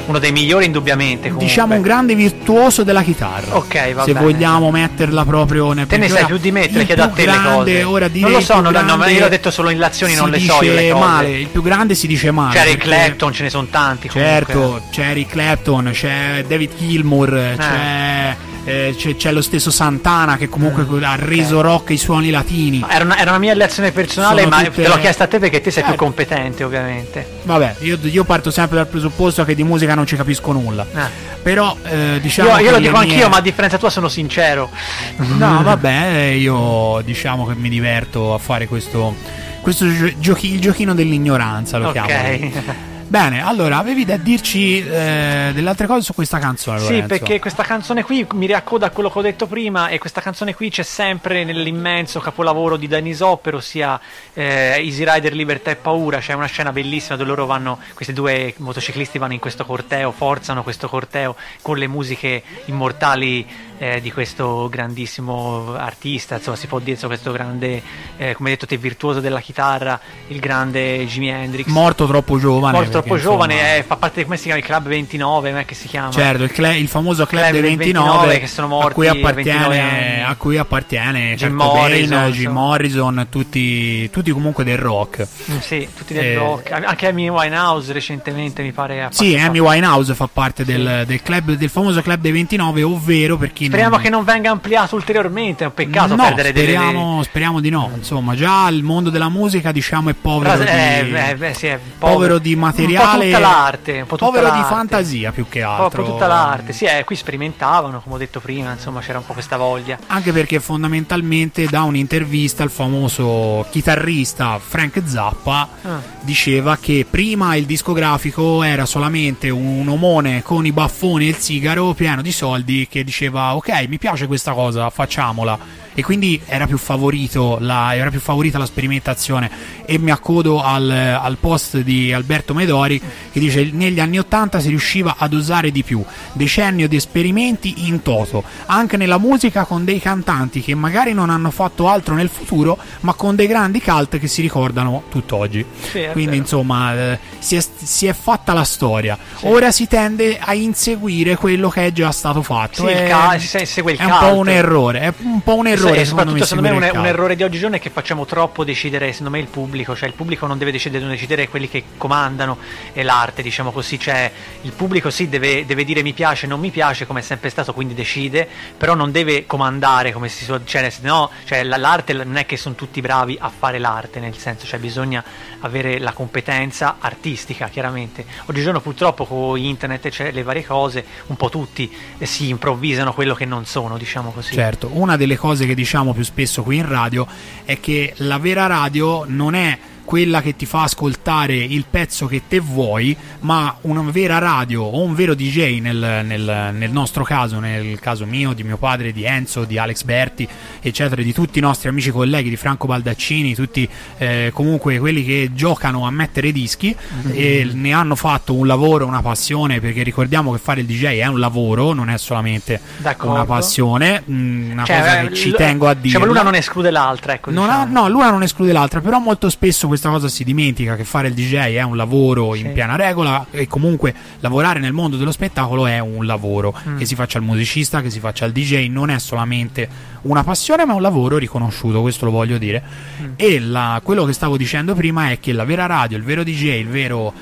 uno dei migliori indubbiamente comunque. Diciamo un grande virtuoso della chitarra. Ok, va se bene. vogliamo metterla proprio nel Te ne sai più di me, te le chiedo a te le cose. Ora non lo so, non, no, io l'ho detto solo in azioni, non le so io le cose. Male, il più grande si dice male. C'è Eric Clapton, ce ne sono tanti comunque. Certo, c'è Eric Clapton, c'è David Gilmour, eh. c'è Eh, c'è, c'è lo stesso Santana che comunque mm, ha reso okay. rock i suoni latini. Era una, era una mia lezione personale, Sono ma tutte... te l'ho chiesta a te perché te sei eh. più competente, ovviamente. Vabbè, io, io parto sempre dal presupposto che di musica non ci capisco nulla. Eh. Però eh, diciamo io, io lo dico mie... anch'io, ma a differenza tua sono sincero. No, vabbè, io diciamo che mi diverto a fare questo questo giochi, il giochino dell'ignoranza, lo okay. chiamo. Bene, allora avevi da dirci eh, delle altre cose su questa canzone, Lorenzo? Sì, perché questa canzone qui mi riaccoda a quello che ho detto prima, e questa canzone qui c'è sempre nell'immenso capolavoro di Dennis Hopper, ossia eh, Easy Rider, Libertà e Paura. C'è una scena bellissima dove loro vanno, questi due motociclisti vanno in questo corteo, forzano questo corteo con le musiche immortali eh, di questo grandissimo artista, insomma si può dire, insomma, questo grande, eh, come hai detto te, virtuoso della chitarra, il grande Jimi Hendrix. Morto troppo giovane. Morto troppo giovane, insomma... eh, fa parte di, come si chiama, il Club ventinove, come che si chiama? Certo, il, cl- il famoso Club, Club dei ventinove, ventinove che sono morti, a cui appartiene, a cui appartiene Jim Morrison, Jim Morrison, tutti, tutti comunque del rock. Mm, sì, tutti del eh, rock. Anche Amy Winehouse recentemente mi pare. Sì, Amy Winehouse fa parte del, del club, del famoso Club dei ventinove, ovvero per chi speriamo non... che non venga ampliato ulteriormente, è un peccato no, perdere speriamo, delle... speriamo di no. Insomma, già il mondo della musica, diciamo, è povero. Però, di... eh, eh, beh, sì, è povero, povero di materiale, un po' tutta l'arte, un po' tutta povero l'arte. di fantasia più che altro. Un po' tutta l'arte, sì, eh, qui sperimentavano, come ho detto prima, insomma, c'era un po' questa voglia. Anche perché fondamentalmente da un'intervista il famoso chitarrista Frank Zappa ah. diceva che prima il discografico era solamente un omone con i baffoni e il sigaro pieno di soldi che diceva ok, mi piace questa cosa, facciamola. E quindi era più favorito la, era più favorita la sperimentazione. E mi accodo al, al post di Alberto Medori che dice negli anni ottanta si riusciva ad usare di più, decennio di esperimenti in toto, anche nella musica, con dei cantanti che magari non hanno fatto altro nel futuro ma con dei grandi cult che si ricordano tutt'oggi. Sì, quindi vero. Insomma eh, si, è, si è fatta la storia, sì. Ora si tende a inseguire quello che è già stato fatto. Sì, è, ca- si segue il è un po' un errore, è un po' un errore. E soprattutto secondo me un, un errore di oggigiorno è che facciamo troppo decidere, secondo me, il pubblico, cioè il pubblico non deve decidere, devono decidere quelli che comandano e l'arte, diciamo così, cioè il pubblico sì deve, deve dire mi piace, non mi piace, come è sempre stato, quindi decide, però non deve comandare, come si suol, cioè, no, cioè l'arte non è che sono tutti bravi a fare l'arte, nel senso, cioè bisogna avere la competenza artistica, chiaramente. Oggigiorno purtroppo con internet, cioè, le varie cose, un po' tutti eh, si improvvisano quello che non sono, diciamo così. Certo, una delle cose che diciamo più spesso qui in radio è che la vera radio non è quella che ti fa ascoltare il pezzo che te vuoi, ma una vera radio o un vero D J nel, nel, nel nostro caso, nel caso mio, di mio padre, di Enzo, di Alex Berti, eccetera, di tutti i nostri amici colleghi, di Franco Baldaccini, tutti eh, comunque quelli che giocano a mettere dischi mm-hmm. e ne hanno fatto un lavoro, una passione, perché ricordiamo che fare il D J è un lavoro, non è solamente D'accordo. una passione, mh, una cioè, cosa che l- ci tengo a dire. Cioè, l'una non esclude l'altra, ecco. Non diciamo. ha, no, l'una non esclude l'altra, però molto spesso questa cosa si dimentica, che fare il D J è un lavoro in sì. piena regola, e comunque lavorare nel mondo dello spettacolo è un lavoro, mm. che si faccia il musicista, che si faccia il D J, non è solamente una passione ma un lavoro riconosciuto, questo lo voglio dire. mm. E la, quello che stavo dicendo prima è che la vera radio, il vero D J, il vero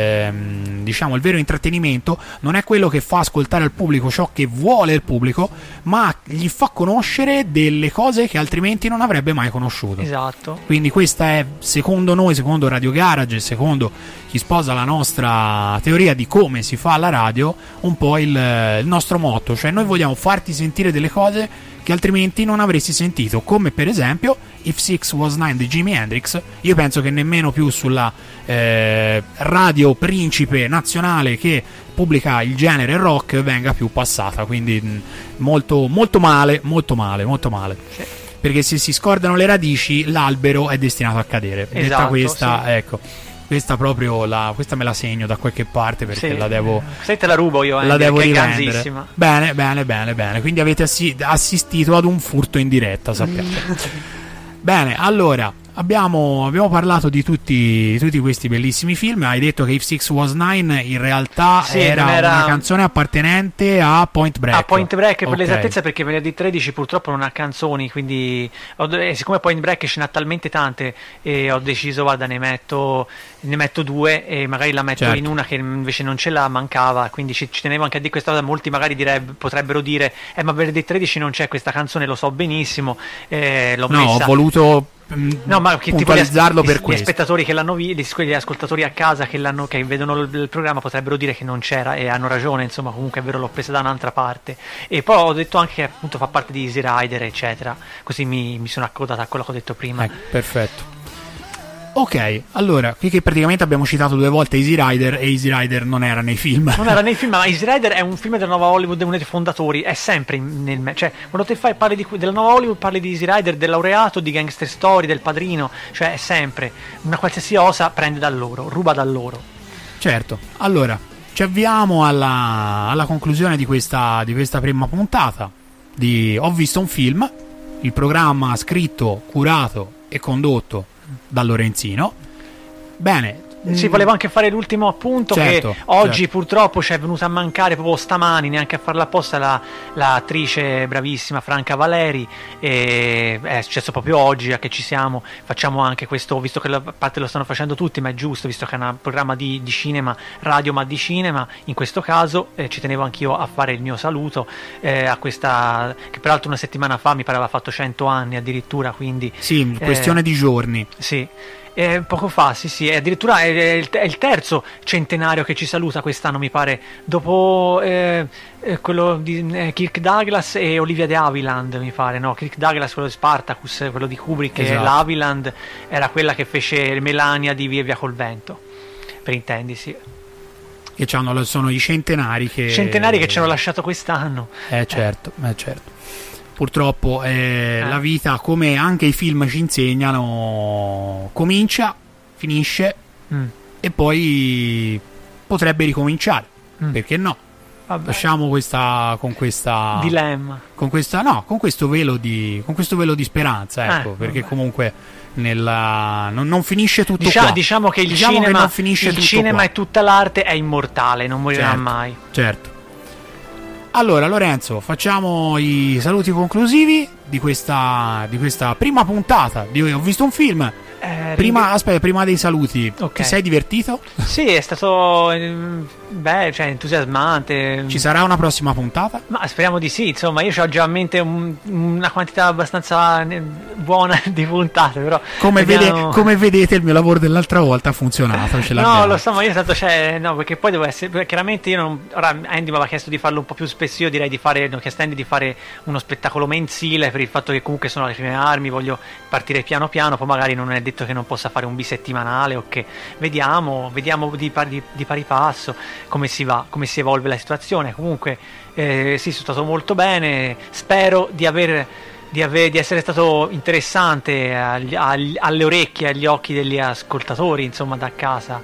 ehm, diciamo il vero intrattenimento non è quello che fa ascoltare al pubblico ciò che vuole il pubblico, ma gli fa conoscere delle cose che altrimenti non avrebbe mai conosciuto. Esatto. Quindi questa è, secondo noi, secondo Radio Garage, secondo chi sposa la nostra teoria di come si fa la radio, un po' il, il nostro motto, cioè noi vogliamo farti sentire delle cose che altrimenti non avresti sentito, come per esempio If Six Was Nine di Jimi Hendrix. Io penso che nemmeno più sulla eh, radio principe nazionale che pubblica il genere rock venga più passata, quindi mh, molto, molto male, molto male, molto male. Sì. Perché se si scordano le radici l'albero è destinato a cadere. Esatto, detta questa, sì. ecco, questa proprio la, questa me la segno da qualche parte, perché sì. la devo, se te la rubo io, eh, la devo che rivendere. È ganzissima. Bene, bene, bene, bene. Quindi avete assi- assistito ad un furto in diretta, sappiate. Bene, allora Abbiamo, abbiamo parlato di tutti, di tutti questi bellissimi film. Hai detto che If Six Was Nine in realtà Sì, era, non era- una canzone appartenente a Point Break. A Point Break per Ok. l'esattezza, perché venerdì tredici purtroppo non ha canzoni, quindi ho de- e siccome Point Break ce n'ha talmente tante, e ho deciso, guarda, ne metto, ne metto due e magari la metto Certo. in una che invece non ce la mancava, quindi ci, ci tenevo anche a dire questa cosa. Molti magari direb- potrebbero dire eh ma venerdì tredici non c'è questa canzone, lo so benissimo, eh, l'ho No, messa. ho voluto mm, No, ma che tipo gli, puntualizzarlo gli- per gli questo. spettatori che l'hanno visto, gli ascoltatori a casa che, l'hanno, che vedono il, il programma potrebbero dire che non c'era, e hanno ragione, insomma, comunque è vero, l'ho presa da un'altra parte. E poi ho detto anche che appunto fa parte di Easy Rider, eccetera, così mi, mi sono accodata a quello che ho detto prima. Ecco, perfetto. Ok, allora, qui che praticamente abbiamo citato due volte Easy Rider e Easy Rider non era nei film. Non era nei film, ma Easy Rider è un film della nuova Hollywood, è uno dei fondatori, è sempre in- nel me- cioè quando te fai parli di, della nuova Hollywood parli di Easy Rider, del laureato, di Gangster Story, del Padrino, cioè è sempre una qualsiasi osa prende da loro, ruba da loro. Certo, allora ci avviamo alla, alla conclusione di questa, di questa prima puntata di Ho visto un film, il programma scritto, curato e condotto da Lorenzino. Bene. Si voleva anche fare l'ultimo appunto, Certo, che oggi certo. purtroppo ci è venuta a mancare proprio stamani, neanche a farla apposta, la, la attrice bravissima Franca Valeri, e è successo proprio oggi a che ci siamo. Facciamo anche questo, visto che la parte lo stanno facendo tutti, ma è giusto, visto che è un programma di, di cinema, radio ma di cinema, in questo caso eh, ci tenevo anch'io a fare il mio saluto eh, a questa, che peraltro una settimana fa mi pare aveva fatto cento anni addirittura, quindi Sì, questione eh, di giorni. sì. Eh, poco fa, sì, sì, e addirittura è, è il, è il terzo centenario che ci saluta quest'anno, mi pare, dopo eh, eh, quello di eh, Kirk Douglas e Olivia de Havilland, mi pare, no? Kirk Douglas, quello di Spartacus, quello di Kubrick, e Esatto. la Havilland era quella che fece Melania di Via Via col vento, per intendersi. Che c'hanno, sono i centenari che... Centenari che ci hanno lasciato quest'anno. Eh certo, eh certo. Purtroppo eh, Eh. la vita, come anche i film ci insegnano, comincia, finisce Mm. e poi potrebbe ricominciare. Mm. Perché no? Vabbè. Lasciamo questa con questa Dilemma. con questa no, con questo velo di con questo velo di speranza, ecco, Eh, perché vabbè. comunque nella, non, non finisce tutto Diciamo, qua. diciamo che il Diciamo che cinema, non finisce il tutto cinema qua. e tutta l'arte è immortale, non morirà Certo. mai. Certo. Allora, Lorenzo, facciamo i saluti conclusivi di questa, di questa prima puntata di Ho visto un film. Eh, Prima, ring- aspetta, prima dei saluti, Ok. ti sei divertito? Sì, è stato ehm, beh, cioè, entusiasmante. Ci sarà una prossima puntata? Ma speriamo di sì, insomma, io ho già a mente un- una quantità abbastanza eh, buona di puntate, però Come, vediamo- vede- come vedete, il mio lavoro dell'altra volta ha funzionato. Ce No, l'abbiamo. lo so, ma io tanto c'è, no, perché poi devo essere, perché chiaramente io non, ora Andy mi aveva chiesto di farlo un po' più spesso, io direi di fare, ne ho chiesto a Andy di fare uno spettacolo mensile, per il fatto che comunque sono alle prime armi, voglio partire piano piano, poi magari non è detto che non possa fare un bisettimanale o che, vediamo, vediamo di pari, di, di pari passo come si va, come si evolve la situazione. Comunque eh, sì, sono stato molto bene, spero di aver Di, aver, di essere stato interessante agli, agli, alle orecchie, agli occhi degli ascoltatori, insomma, da casa.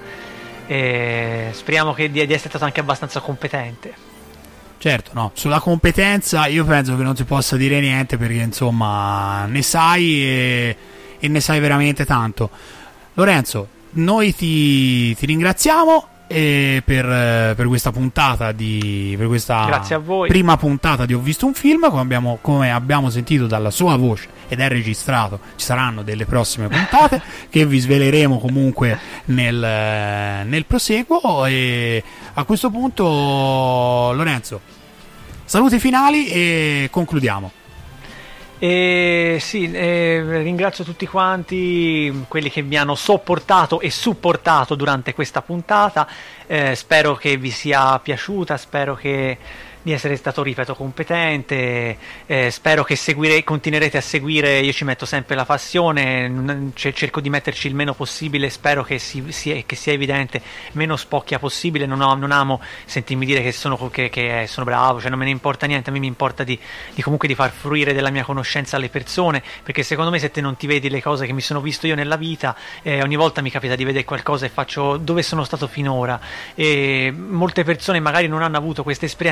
E speriamo che di, di essere stato anche abbastanza competente. Certo, no. Sulla competenza io penso che non si possa dire niente, perché insomma ne sai e, e ne sai veramente tanto. Lorenzo, noi ti, ti ringraziamo e per, per questa puntata di per questa Grazie a voi. prima puntata di Ho visto un film, come abbiamo, come abbiamo sentito dalla sua voce ed è registrato, ci saranno delle prossime puntate che vi sveleremo comunque nel, nel proseguo. E a questo punto, Lorenzo, saluti finali e concludiamo. E sì, eh, ringrazio tutti quanti quelli che mi hanno sopportato e supportato durante questa puntata. Eh, spero che vi sia piaciuta, spero che di essere stato, ripeto, competente. Eh, spero che seguire, continuerete a seguire. Io ci metto sempre la passione, n- c- cerco di metterci il meno possibile. Spero che, si, sia, che sia evidente, meno spocchia possibile. Non, ho, non amo sentirmi dire che sono, che, che sono bravo, cioè non me ne importa niente. A me mi importa di, di comunque di far fruire della mia conoscenza alle persone, perché secondo me se te non ti vedi le cose che mi sono visto io nella vita, eh, ogni volta mi capita di vedere qualcosa e faccio dove sono stato finora. E molte persone magari non hanno avuto queste esperienze, si perdono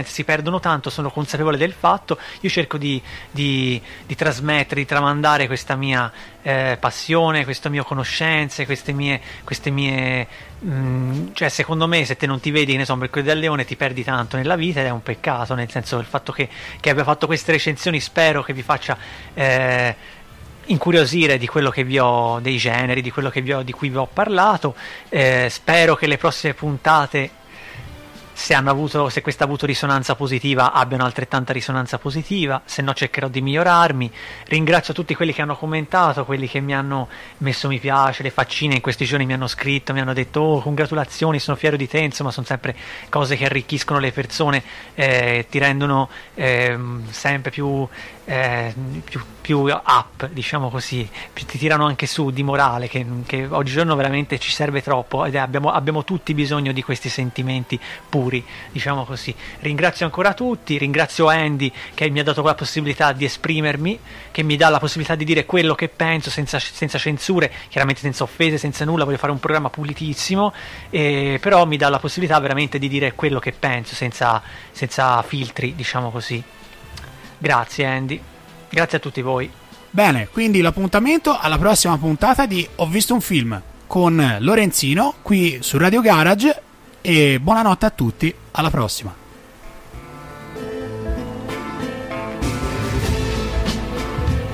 credono tanto, sono consapevole del fatto. Io cerco di, di, di trasmettere, di tramandare questa mia eh, passione, queste mie conoscenze, queste mie, queste mie mh, cioè secondo me se te non ti vedi, che ne so, Mercoledì del Leone, ti perdi tanto nella vita ed è un peccato, nel senso, il fatto che, che abbia fatto queste recensioni spero che vi faccia eh, incuriosire di quello che vi ho, dei generi, di quello che vi ho, di cui vi ho parlato. Eh, spero che le prossime puntate, se hanno avuto, se questa ha avuto risonanza positiva, abbiano altrettanta risonanza positiva, se no cercherò di migliorarmi. Ringrazio tutti quelli che hanno commentato, quelli che mi hanno messo mi piace, le faccine in questi giorni mi hanno scritto, mi hanno detto oh congratulazioni, sono fiero di te, insomma sono sempre cose che arricchiscono le persone, eh, ti rendono eh, sempre più Eh, più, più up, diciamo così, ti tirano anche su di morale, che, che oggigiorno veramente ci serve troppo, ed abbiamo, abbiamo tutti bisogno di questi sentimenti puri, diciamo così. Ringrazio ancora tutti, ringrazio Andy che mi ha dato la possibilità di esprimermi, che mi dà la possibilità di dire quello che penso senza, senza censure, chiaramente senza offese, senza nulla. Voglio fare un programma pulitissimo, eh, però mi dà la possibilità veramente di dire quello che penso senza, senza filtri, diciamo così. Grazie Andy, grazie a tutti voi. Bene, quindi l'appuntamento alla prossima puntata di Ho visto un film con Lorenzino qui su Radio Garage, e buonanotte a tutti, alla prossima.